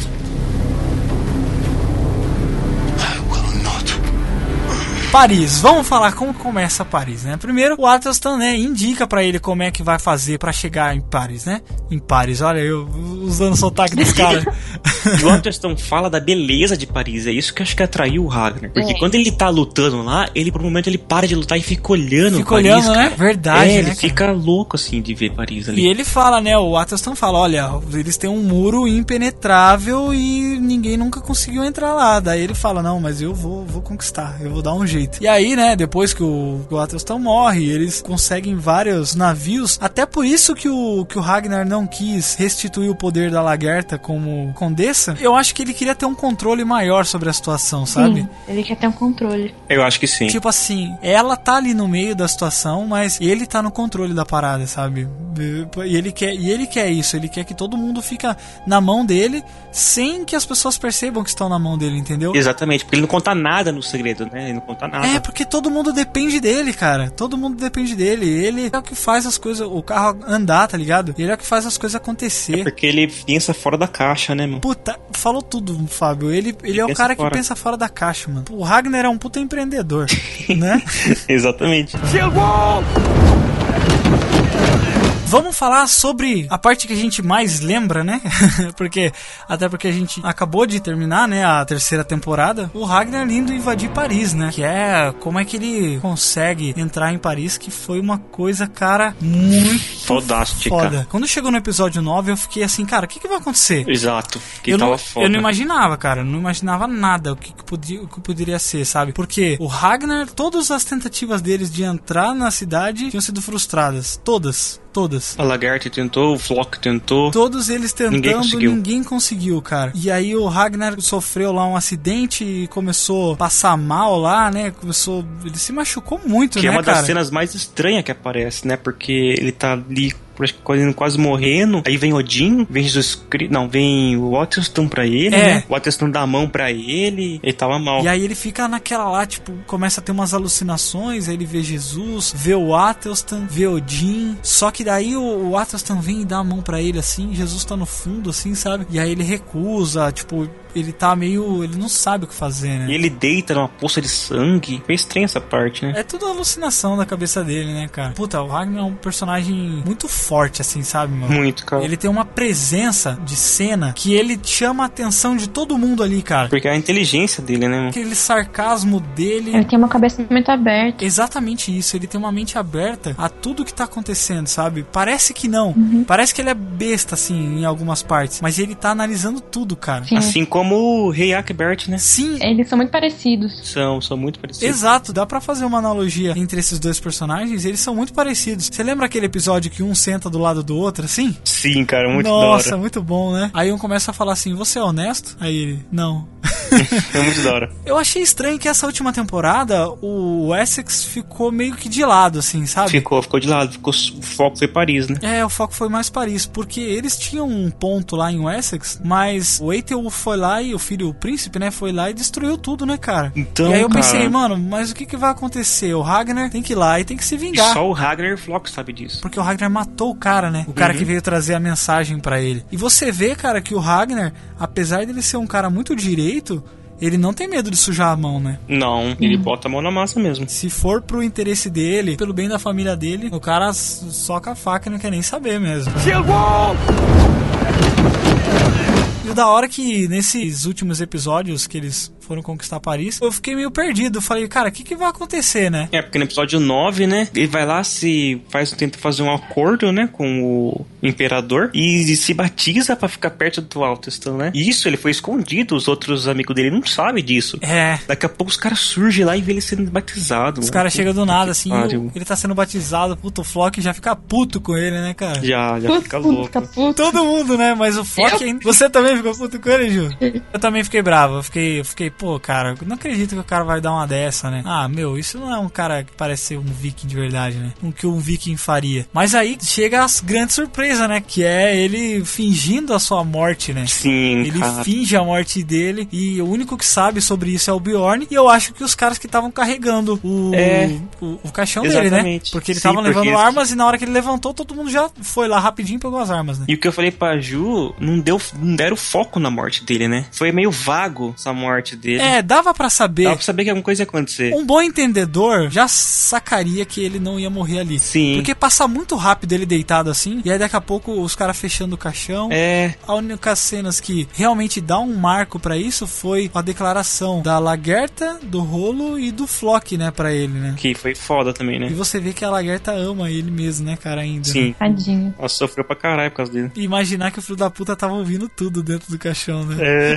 Speaker 1: Paris, vamos falar como começa Paris, né? Primeiro, o Athelstan, né, indica pra ele como é que vai fazer pra chegar em Paris, né? Em Paris, olha eu usando o sotaque dos caras.
Speaker 6: E o Athelstan fala da beleza de Paris, é isso que eu acho que atraiu o Ragnar. Porque quando ele tá lutando lá, por um momento ele para de lutar e fica olhando Paris,
Speaker 1: olhando,
Speaker 6: cara.
Speaker 1: Né? Verdade, né,
Speaker 6: ele fica louco, assim, de ver Paris ali.
Speaker 1: E ele fala, né, o Athelstan fala, olha, eles têm um muro impenetrável e ninguém nunca conseguiu entrar lá. Daí ele fala, não, mas eu vou conquistar, eu vou dar um jeito. E aí, né, depois que o Athelstan morre, eles conseguem vários navios, até por isso que o Ragnar não quis restituir o poder da Lagertha como condessa. Eu acho que ele queria ter um controle maior sobre a situação, sabe?
Speaker 7: Sim, ele quer ter um controle.
Speaker 6: Eu acho que sim.
Speaker 1: Tipo assim, ela tá ali no meio da situação, mas ele tá no controle da parada, sabe? E ele quer isso, ele quer que todo mundo fica na mão dele, sem que as pessoas percebam que estão na mão dele, entendeu?
Speaker 6: Exatamente, porque ele não conta nada no segredo, né? Ele não conta nada.
Speaker 1: É, porque todo mundo depende dele, cara. Todo mundo depende dele. Ele é o que faz as coisas, o carro andar, tá ligado? Ele é o que faz as coisas acontecer.
Speaker 6: É porque ele pensa fora da caixa, né, mano?
Speaker 1: Puta, falou tudo, Fábio. Ele é o cara que pensa fora da caixa, mano. O Ragnar é um puta empreendedor, né?
Speaker 6: Exatamente.
Speaker 1: Vamos falar sobre a parte que a gente mais lembra, né? Até porque a gente acabou de terminar, né, a terceira temporada. O Ragnar indo invadir Paris, né? Que é como é que ele consegue entrar em Paris, que foi uma coisa, cara, muito
Speaker 6: fodástica.
Speaker 1: foda. Quando chegou no episódio 9, eu fiquei assim, cara, o que vai acontecer?
Speaker 6: Exato. Que
Speaker 1: eu
Speaker 6: tava
Speaker 1: não,
Speaker 6: foda.
Speaker 1: eu não imaginava, cara. Não imaginava nada o que poderia ser, sabe? Porque o Ragnar, todas as tentativas deles de entrar na cidade tinham sido frustradas. Todas. A
Speaker 6: Lagertha tentou, o Flock tentou.
Speaker 1: Todos eles tentando,
Speaker 6: ninguém
Speaker 1: conseguiu, cara. E aí o Ragnar sofreu lá um acidente e começou a passar mal lá, né? Ele se machucou muito,
Speaker 6: que
Speaker 1: né, cara?
Speaker 6: Que é uma das cenas mais estranhas que aparece, né? Porque ele tá ali quase morrendo. Aí vem Odin, vem Jesus Cristo. Não, vem o Waterston pra ele, né? O Waterston dá a mão pra ele. Ele tava mal.
Speaker 1: E aí ele fica naquela lá, tipo, começa a ter umas alucinações. Aí ele vê Jesus, vê o Waterston, vê Odin. Só que daí o Waterston vem e dá a mão pra ele assim. Jesus tá no fundo, assim, sabe? E aí ele recusa, tipo, ele tá meio... Ele não sabe o que fazer, né?
Speaker 6: E ele deita numa poça de sangue. Foi estranha essa parte, né?
Speaker 1: É tudo alucinação da cabeça dele, né, cara? Puta, o Ragnar é um personagem muito forte, assim, sabe, mano?
Speaker 6: Muito, cara.
Speaker 1: Ele tem uma presença de cena que ele chama a atenção de todo mundo ali, cara.
Speaker 6: Porque é a inteligência dele, né, mano?
Speaker 1: Aquele sarcasmo dele...
Speaker 7: Ele tem uma cabeça muito aberta.
Speaker 1: Exatamente isso. Ele tem uma mente aberta a tudo que tá acontecendo, sabe? Parece que não. Parece que ele é besta, assim, em algumas partes. Mas ele tá analisando tudo, cara.
Speaker 7: Sim.
Speaker 6: Assim como o Rei Akbert, né?
Speaker 1: Sim.
Speaker 7: Eles são muito parecidos.
Speaker 6: São muito parecidos.
Speaker 1: Exato. Dá pra fazer uma analogia entre esses dois personagens. Eles são muito parecidos. Você lembra aquele episódio que um senta do lado do outro, assim?
Speaker 6: Sim, cara. Muito da hora.
Speaker 1: Nossa, muito bom, né? Aí um começa a falar assim, você é honesto? Aí ele, não.
Speaker 6: É muito da hora.
Speaker 1: Eu achei estranho que essa última temporada o Essex ficou meio que de lado, assim, sabe?
Speaker 6: Ficou de lado. O foco foi Paris, né?
Speaker 1: É, o foco foi mais Paris, porque eles tinham um ponto lá em Essex, mas o Aethelwulf foi lá e o filho, o príncipe, né, foi lá e destruiu tudo, né, cara?
Speaker 6: Então,
Speaker 1: e aí eu
Speaker 6: cara...
Speaker 1: pensei, mano, mas o que vai acontecer? O Ragnar tem que ir lá e tem que se vingar.
Speaker 6: E só o Ragnar e o Flock sabe disso.
Speaker 1: Porque o Ragnar matou o cara, né? O cara que veio trazer a mensagem pra ele. E você vê, cara, que o Ragnar, apesar dele ser um cara muito direito, ele não tem medo de sujar a mão, né?
Speaker 6: Não, ele bota a mão na massa mesmo.
Speaker 1: Se for pro interesse dele, pelo bem da família dele, o cara soca a faca e não quer nem saber mesmo. E o da hora que nesses últimos episódios que eles foram conquistar Paris, eu fiquei meio perdido. Eu falei, cara, o que vai acontecer, né?
Speaker 6: É, porque no episódio 9, né, ele vai lá, tenta fazer um acordo, né, com o imperador e se batiza pra ficar perto do Waterston, né? E isso, ele foi escondido, os outros amigos dele não sabem disso.
Speaker 1: É.
Speaker 6: Daqui a pouco os caras surgem lá e vê ele sendo batizado.
Speaker 1: Os caras chegam do nada, assim, ele tá sendo batizado, puto, o Flock já fica puto com ele, né, cara?
Speaker 6: Já fica louco.
Speaker 7: Fica puto.
Speaker 1: Todo mundo, né? Mas o Flock ainda... Você também ficou puto com ele, Ju? Eu também fiquei bravo, eu fiquei, pô, cara, não acredito que o cara vai dar uma dessa, né? Ah, meu, isso não é um cara que parece ser um viking de verdade, né? O que um viking faria. Mas aí chega a grande surpresa, né? Que é ele fingindo a sua morte, né?
Speaker 6: Sim,
Speaker 1: ele finge a morte dele e o único que sabe sobre isso é o Bjorn. E eu acho que os caras que estavam carregando o caixão dele, né? Porque ele tava levando armas e na hora que ele levantou, todo mundo já foi lá rapidinho e pegou as armas, né?
Speaker 6: E o que eu falei pra Ju, não deram foco na morte dele, né? Foi meio vago essa morte dele.
Speaker 1: É, dava pra saber.
Speaker 6: Dava pra saber que alguma coisa ia acontecer.
Speaker 1: Um bom entendedor já sacaria que ele não ia morrer ali.
Speaker 6: Sim.
Speaker 1: Porque passa muito rápido ele deitado assim, e aí daqui a pouco os caras fechando o caixão.
Speaker 6: É.
Speaker 1: A única cenas que realmente dá um marco pra isso foi a declaração da Lagertha, do Rolo e do Flock, né, pra ele, né?
Speaker 6: Que foi foda também, né?
Speaker 1: E você vê que a Lagertha ama ele mesmo, né, cara, ainda.
Speaker 6: Sim.
Speaker 1: Né?
Speaker 7: Tadinho.
Speaker 6: Ela sofreu pra caralho por causa dele.
Speaker 1: E imaginar que o filho da puta tava ouvindo tudo dentro do caixão, né?
Speaker 6: É.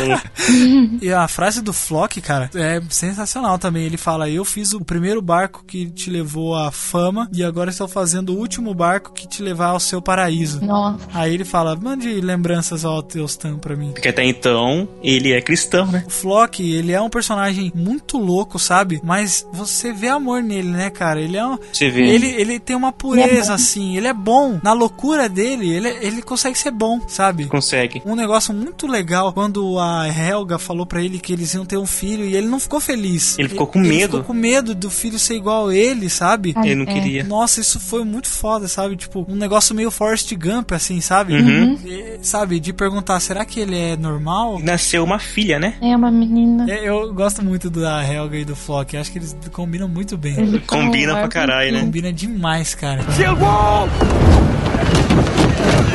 Speaker 1: E a frase do Flock, cara, é sensacional também. Ele fala, eu fiz o primeiro barco que te levou à fama e agora estou fazendo o último barco que te levar ao seu paraíso.
Speaker 7: Nossa.
Speaker 1: Aí ele fala, mande lembranças ao Teostan pra mim.
Speaker 6: Porque até então, ele é cristão, né?
Speaker 1: O Flock, ele é um personagem muito louco, sabe? Mas você vê amor nele, né, cara? Ele é um...
Speaker 6: Você vê.
Speaker 1: Ele tem uma pureza, assim. Ele é bom. Na loucura dele, ele consegue ser bom, sabe?
Speaker 6: Consegue.
Speaker 1: Um negócio muito legal, quando a Helga falou pra ele que eles iam ter um filho e ele não ficou feliz.
Speaker 6: Ele ficou com medo.
Speaker 1: Ele ficou com medo do filho ser igual a ele, sabe?
Speaker 6: Ele não queria.
Speaker 1: Nossa, isso foi muito foda, sabe? Tipo, um negócio meio Forrest Gump, assim, sabe? Sabe? De perguntar, será que ele é normal?
Speaker 6: Nasceu uma filha, né?
Speaker 7: É uma menina.
Speaker 1: Eu gosto muito da Helga e do Flock. Acho que eles combinam muito bem.
Speaker 6: Combina pra caralho, né?
Speaker 1: Combina demais, cara.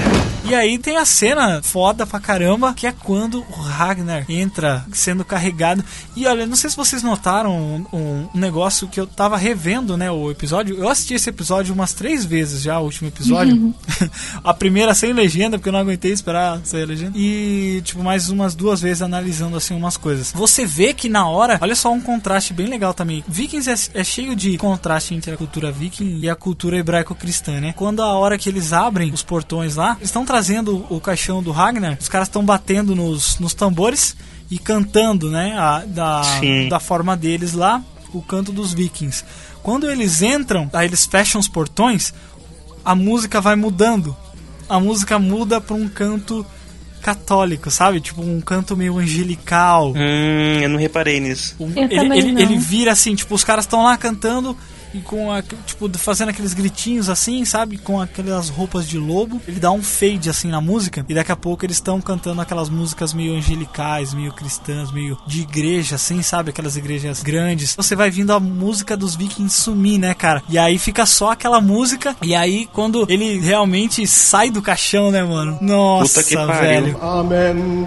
Speaker 1: E aí tem a cena foda pra caramba, que é quando o Ragnar entra sendo carregado. E olha, não sei se vocês notaram um negócio que eu tava revendo, né, o episódio. Eu assisti esse episódio umas 3 vezes já, o último episódio. A primeira sem legenda, porque eu não aguentei esperar sair a legenda. E, tipo, mais umas 2 vezes analisando, assim, umas coisas. Você vê que na hora, olha só um contraste bem legal também. Vikings é cheio de contraste entre a cultura viking e a cultura hebraico-cristã, né? Quando a hora que eles abrem os portões lá, eles estão trazendo o caixão do Ragnar, os caras estão batendo nos tambores e cantando, né? Da forma deles lá, o canto dos vikings. Quando eles entram, aí eles fecham os portões, a música vai mudando. A música muda pra um canto católico, sabe? Tipo, um canto meio angelical.
Speaker 6: Eu não reparei nisso.
Speaker 1: Ele vira assim, tipo, os caras estão lá cantando e com tipo, fazendo aqueles gritinhos assim, sabe? Com aquelas roupas de lobo. Ele dá um fade assim na música e daqui a pouco eles estão cantando aquelas músicas meio angelicais, meio cristãs, meio de igreja assim, sabe? Aquelas igrejas grandes. Você vai vindo a música dos vikings sumir, né, cara? E aí fica só aquela música e aí quando ele realmente sai do caixão, né, mano? Nossa, puta que velho.
Speaker 11: Amém.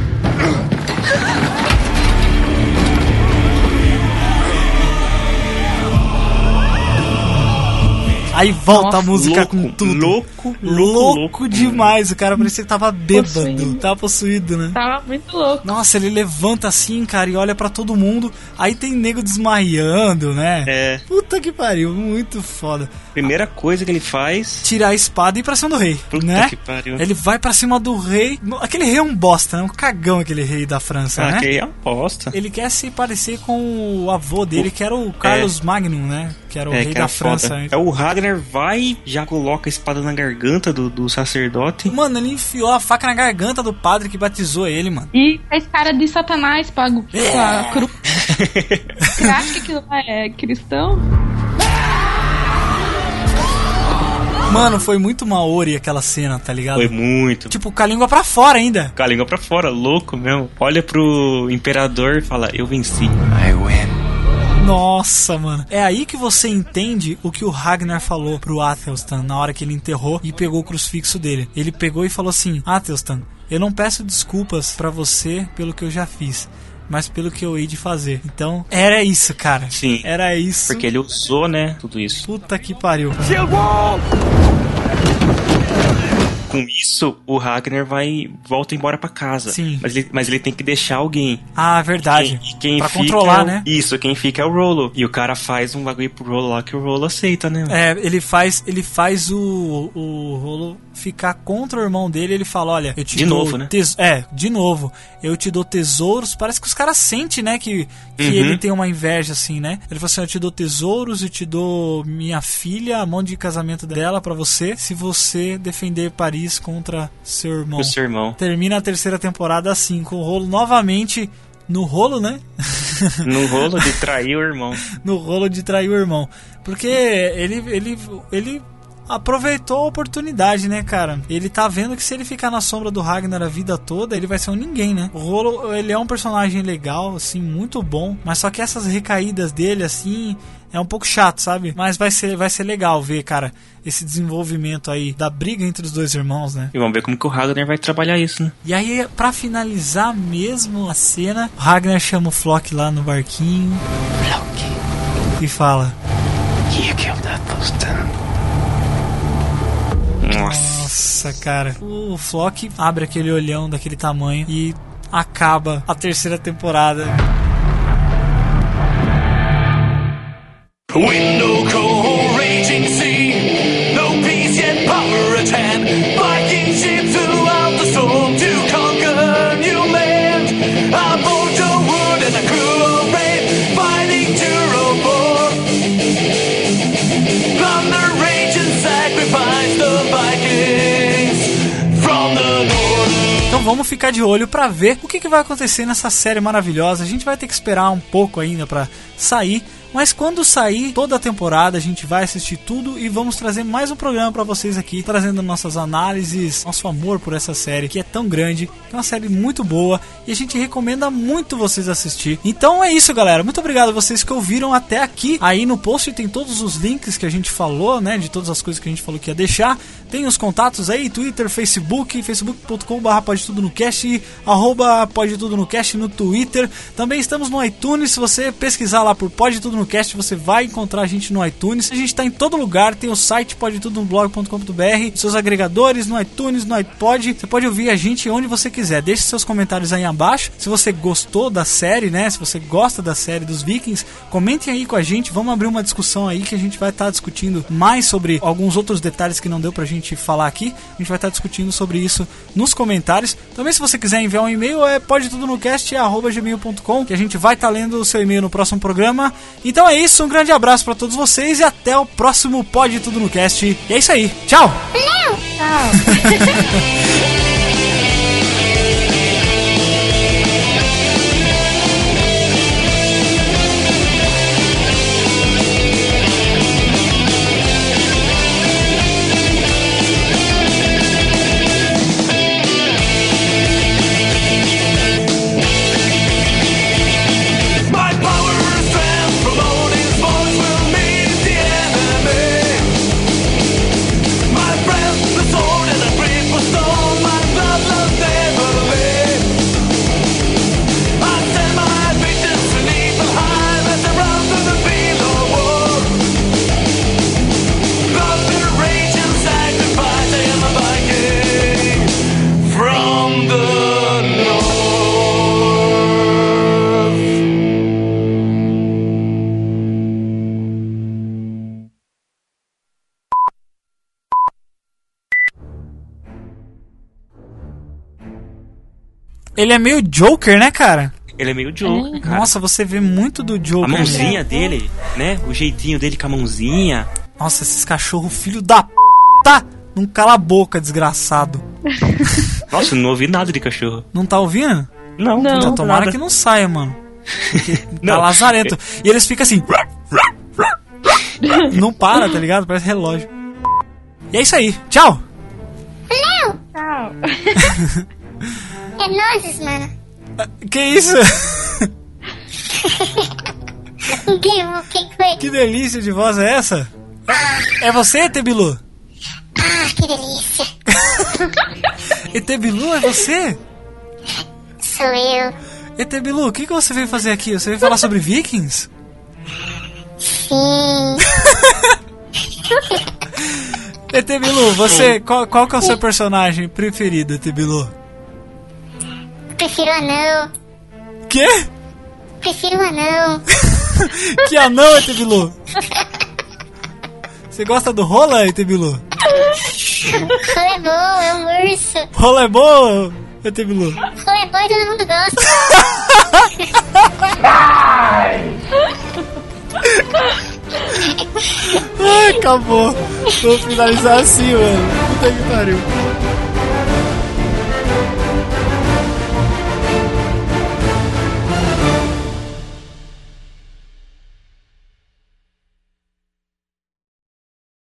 Speaker 1: Aí volta a música com tudo. Louco demais. O cara parecia que tava bêbado. Tava possuído, né?
Speaker 7: Tava muito louco.
Speaker 1: Nossa, ele levanta assim, cara, e olha pra todo mundo. Aí tem nego desmaiando, né?
Speaker 6: É.
Speaker 1: Puta que pariu, muito foda.
Speaker 6: Primeira coisa que ele faz...
Speaker 1: tirar a espada e ir pra cima do rei.
Speaker 6: Puta, né? Que pariu.
Speaker 1: Ele vai pra cima do rei. Aquele rei é um bosta, né? Um cagão aquele rei da França, né?
Speaker 6: Aquele é um bosta.
Speaker 1: Ele quer se parecer com o avô dele, que era o Carlos Magnum, né? Que era o rei da França.
Speaker 6: É o Ragnar vai, já coloca a espada na garganta do sacerdote.
Speaker 1: Mano, ele enfiou a faca na garganta do padre que batizou ele, mano.
Speaker 7: E fez cara de Satanás com a cruz. Você acha que aquilo é cristão?
Speaker 1: Mano, foi muito Maori aquela cena, tá ligado?
Speaker 6: Foi muito.
Speaker 1: Tipo, com a língua pra fora ainda.
Speaker 6: Com a língua pra fora, louco mesmo. Olha pro imperador e fala, eu venci.
Speaker 12: I win.
Speaker 1: Nossa, mano. É aí que você entende o que o Ragnar falou pro Athelstan na hora que ele enterrou e pegou o crucifixo dele. Ele pegou e falou assim: Athelstan, eu não peço desculpas pra você pelo que eu já fiz, mas pelo que eu hei de fazer. Então, era isso, cara.
Speaker 6: Sim.
Speaker 1: Era isso.
Speaker 6: Porque ele usou, né, tudo isso.
Speaker 1: Puta que pariu.
Speaker 6: Com isso, o Ragnar volta embora pra casa.
Speaker 1: Sim.
Speaker 6: Mas ele tem que deixar alguém.
Speaker 1: Ah, verdade.
Speaker 6: Quem
Speaker 1: pra
Speaker 6: fica
Speaker 1: controlar, né?
Speaker 6: Isso, quem fica é o Rollo. E o cara faz um bagulho pro Rollo lá que o Rollo aceita, né?
Speaker 1: É, ele faz o Rollo ficar contra o irmão dele. Ele fala, olha, eu te dou...
Speaker 6: novo, né?
Speaker 1: De novo. Eu te dou tesouros. Parece que os caras sentem, né? Que ele tem uma inveja, assim, né? Ele falou assim, eu te dou tesouros, eu te dou minha filha, a mão de casamento dela pra você, se você defender Paris contra seu irmão.
Speaker 6: O seu irmão.
Speaker 1: Termina a 3ª temporada assim, com o Rollo novamente no rolo, né?
Speaker 6: No rolo de trair o irmão.
Speaker 1: No rolo de trair o irmão. Porque ele aproveitou a oportunidade, né, cara? Ele tá vendo que se ele ficar na sombra do Ragnar a vida toda, ele vai ser um ninguém, né? O Rollo, ele é um personagem legal, assim, muito bom, mas só que essas recaídas dele, assim, é um pouco chato, sabe? Mas vai ser legal ver, cara, esse desenvolvimento aí da briga entre os dois irmãos, né?
Speaker 6: E vamos ver como que o Ragnar vai trabalhar isso, né?
Speaker 1: E aí, pra finalizar mesmo a cena, o Ragnar chama o Flock lá no barquinho. Flock. E fala:
Speaker 12: You killed that bastard.
Speaker 1: Nossa, cara. O Flock abre aquele olhão daquele tamanho e acaba a 3ª temporada.
Speaker 11: Wind no cold, raging sea, no peace yet power at hand. Viking ships throughout the storm to conquer new land. A boat of wood and a crew of brave, fighting to row more. Thunder, rage and sacrifice the Vikings from the north.
Speaker 1: Então vamos ficar de olho pra ver o que vai acontecer nessa série maravilhosa. A gente vai ter que esperar um pouco ainda pra sair, Mas quando sair toda a temporada, a gente vai assistir tudo e vamos trazer mais um programa pra vocês aqui, trazendo nossas análises, nosso amor por essa série que é tão grande, que é uma série muito boa e a gente recomenda muito vocês assistir. Então é isso, galera. Muito obrigado a vocês que ouviram até aqui. Aí no post tem todos os links que a gente falou, né, de todas as coisas que a gente falou que ia deixar. Tem os contatos aí, Twitter, Facebook, facebook.com/podetudonocast, @podetudonocast no Twitter. Também estamos no iTunes. Se você pesquisar lá por Pode Tudo no Cast, você vai encontrar a gente no iTunes. A gente está em todo lugar. Tem o site podetudonoblog.com.br, seus agregadores, no iTunes, no iPod. Você pode ouvir a gente onde você quiser. Deixe seus comentários aí abaixo. Se você gostou da série, né? Se você gosta da série dos Vikings, comentem aí com a gente. Vamos abrir uma discussão aí que a gente vai estar discutindo mais sobre alguns outros detalhes que não deu pra gente falar aqui. A gente vai estar discutindo sobre isso nos comentários. Também, se você quiser enviar um e-mail, é podetudonocast@gmail.com, que a gente vai estar lendo o seu e-mail no próximo programa. Então é isso, um grande abraço pra todos vocês e até o próximo Pode Tudo no Cast. E é isso aí, tchau!
Speaker 7: Tchau!
Speaker 1: Ele é meio Joker, né, cara?
Speaker 6: Ele é meio Joker, cara.
Speaker 1: Nossa, você vê muito do Joker.
Speaker 6: A mãozinha dele, né? O jeitinho dele com a mãozinha.
Speaker 1: Nossa, esses cachorros, filho da p***, não cala a boca, desgraçado.
Speaker 6: Nossa, não ouvi nada de cachorro.
Speaker 1: Não tá ouvindo?
Speaker 6: Não.
Speaker 1: Então tomara
Speaker 6: nada.
Speaker 1: Que não saia, mano.
Speaker 6: Não.
Speaker 1: Tá lazarento. E eles ficam assim... Não para, tá ligado? Parece relógio. E é isso aí. Tchau!
Speaker 14: Não!
Speaker 7: Tchau!
Speaker 14: É nozes, mano.
Speaker 1: Que isso?
Speaker 14: Quem foi?
Speaker 1: Que delícia de voz é essa? É você, Tebilu?
Speaker 14: Ah, que delícia.
Speaker 1: Etebilu, é você?
Speaker 14: Sou eu.
Speaker 1: Etebilu, o que você veio fazer aqui? Você veio falar sobre Vikings?
Speaker 14: Sim.
Speaker 1: Etebilu, você, qual que é o seu personagem preferido, Etebilu?
Speaker 14: Prefiro anão.
Speaker 1: Quê?
Speaker 14: Prefiro anão.
Speaker 1: Que anão, Etebilu? Você gosta do rola, Etebilu?
Speaker 14: Rola é bom, é um urso.
Speaker 1: Rola é bom, Etebilu?
Speaker 14: Rola é bom e todo mundo gosta.
Speaker 1: Ai, acabou. Vou finalizar assim, mano. Puta que pariu.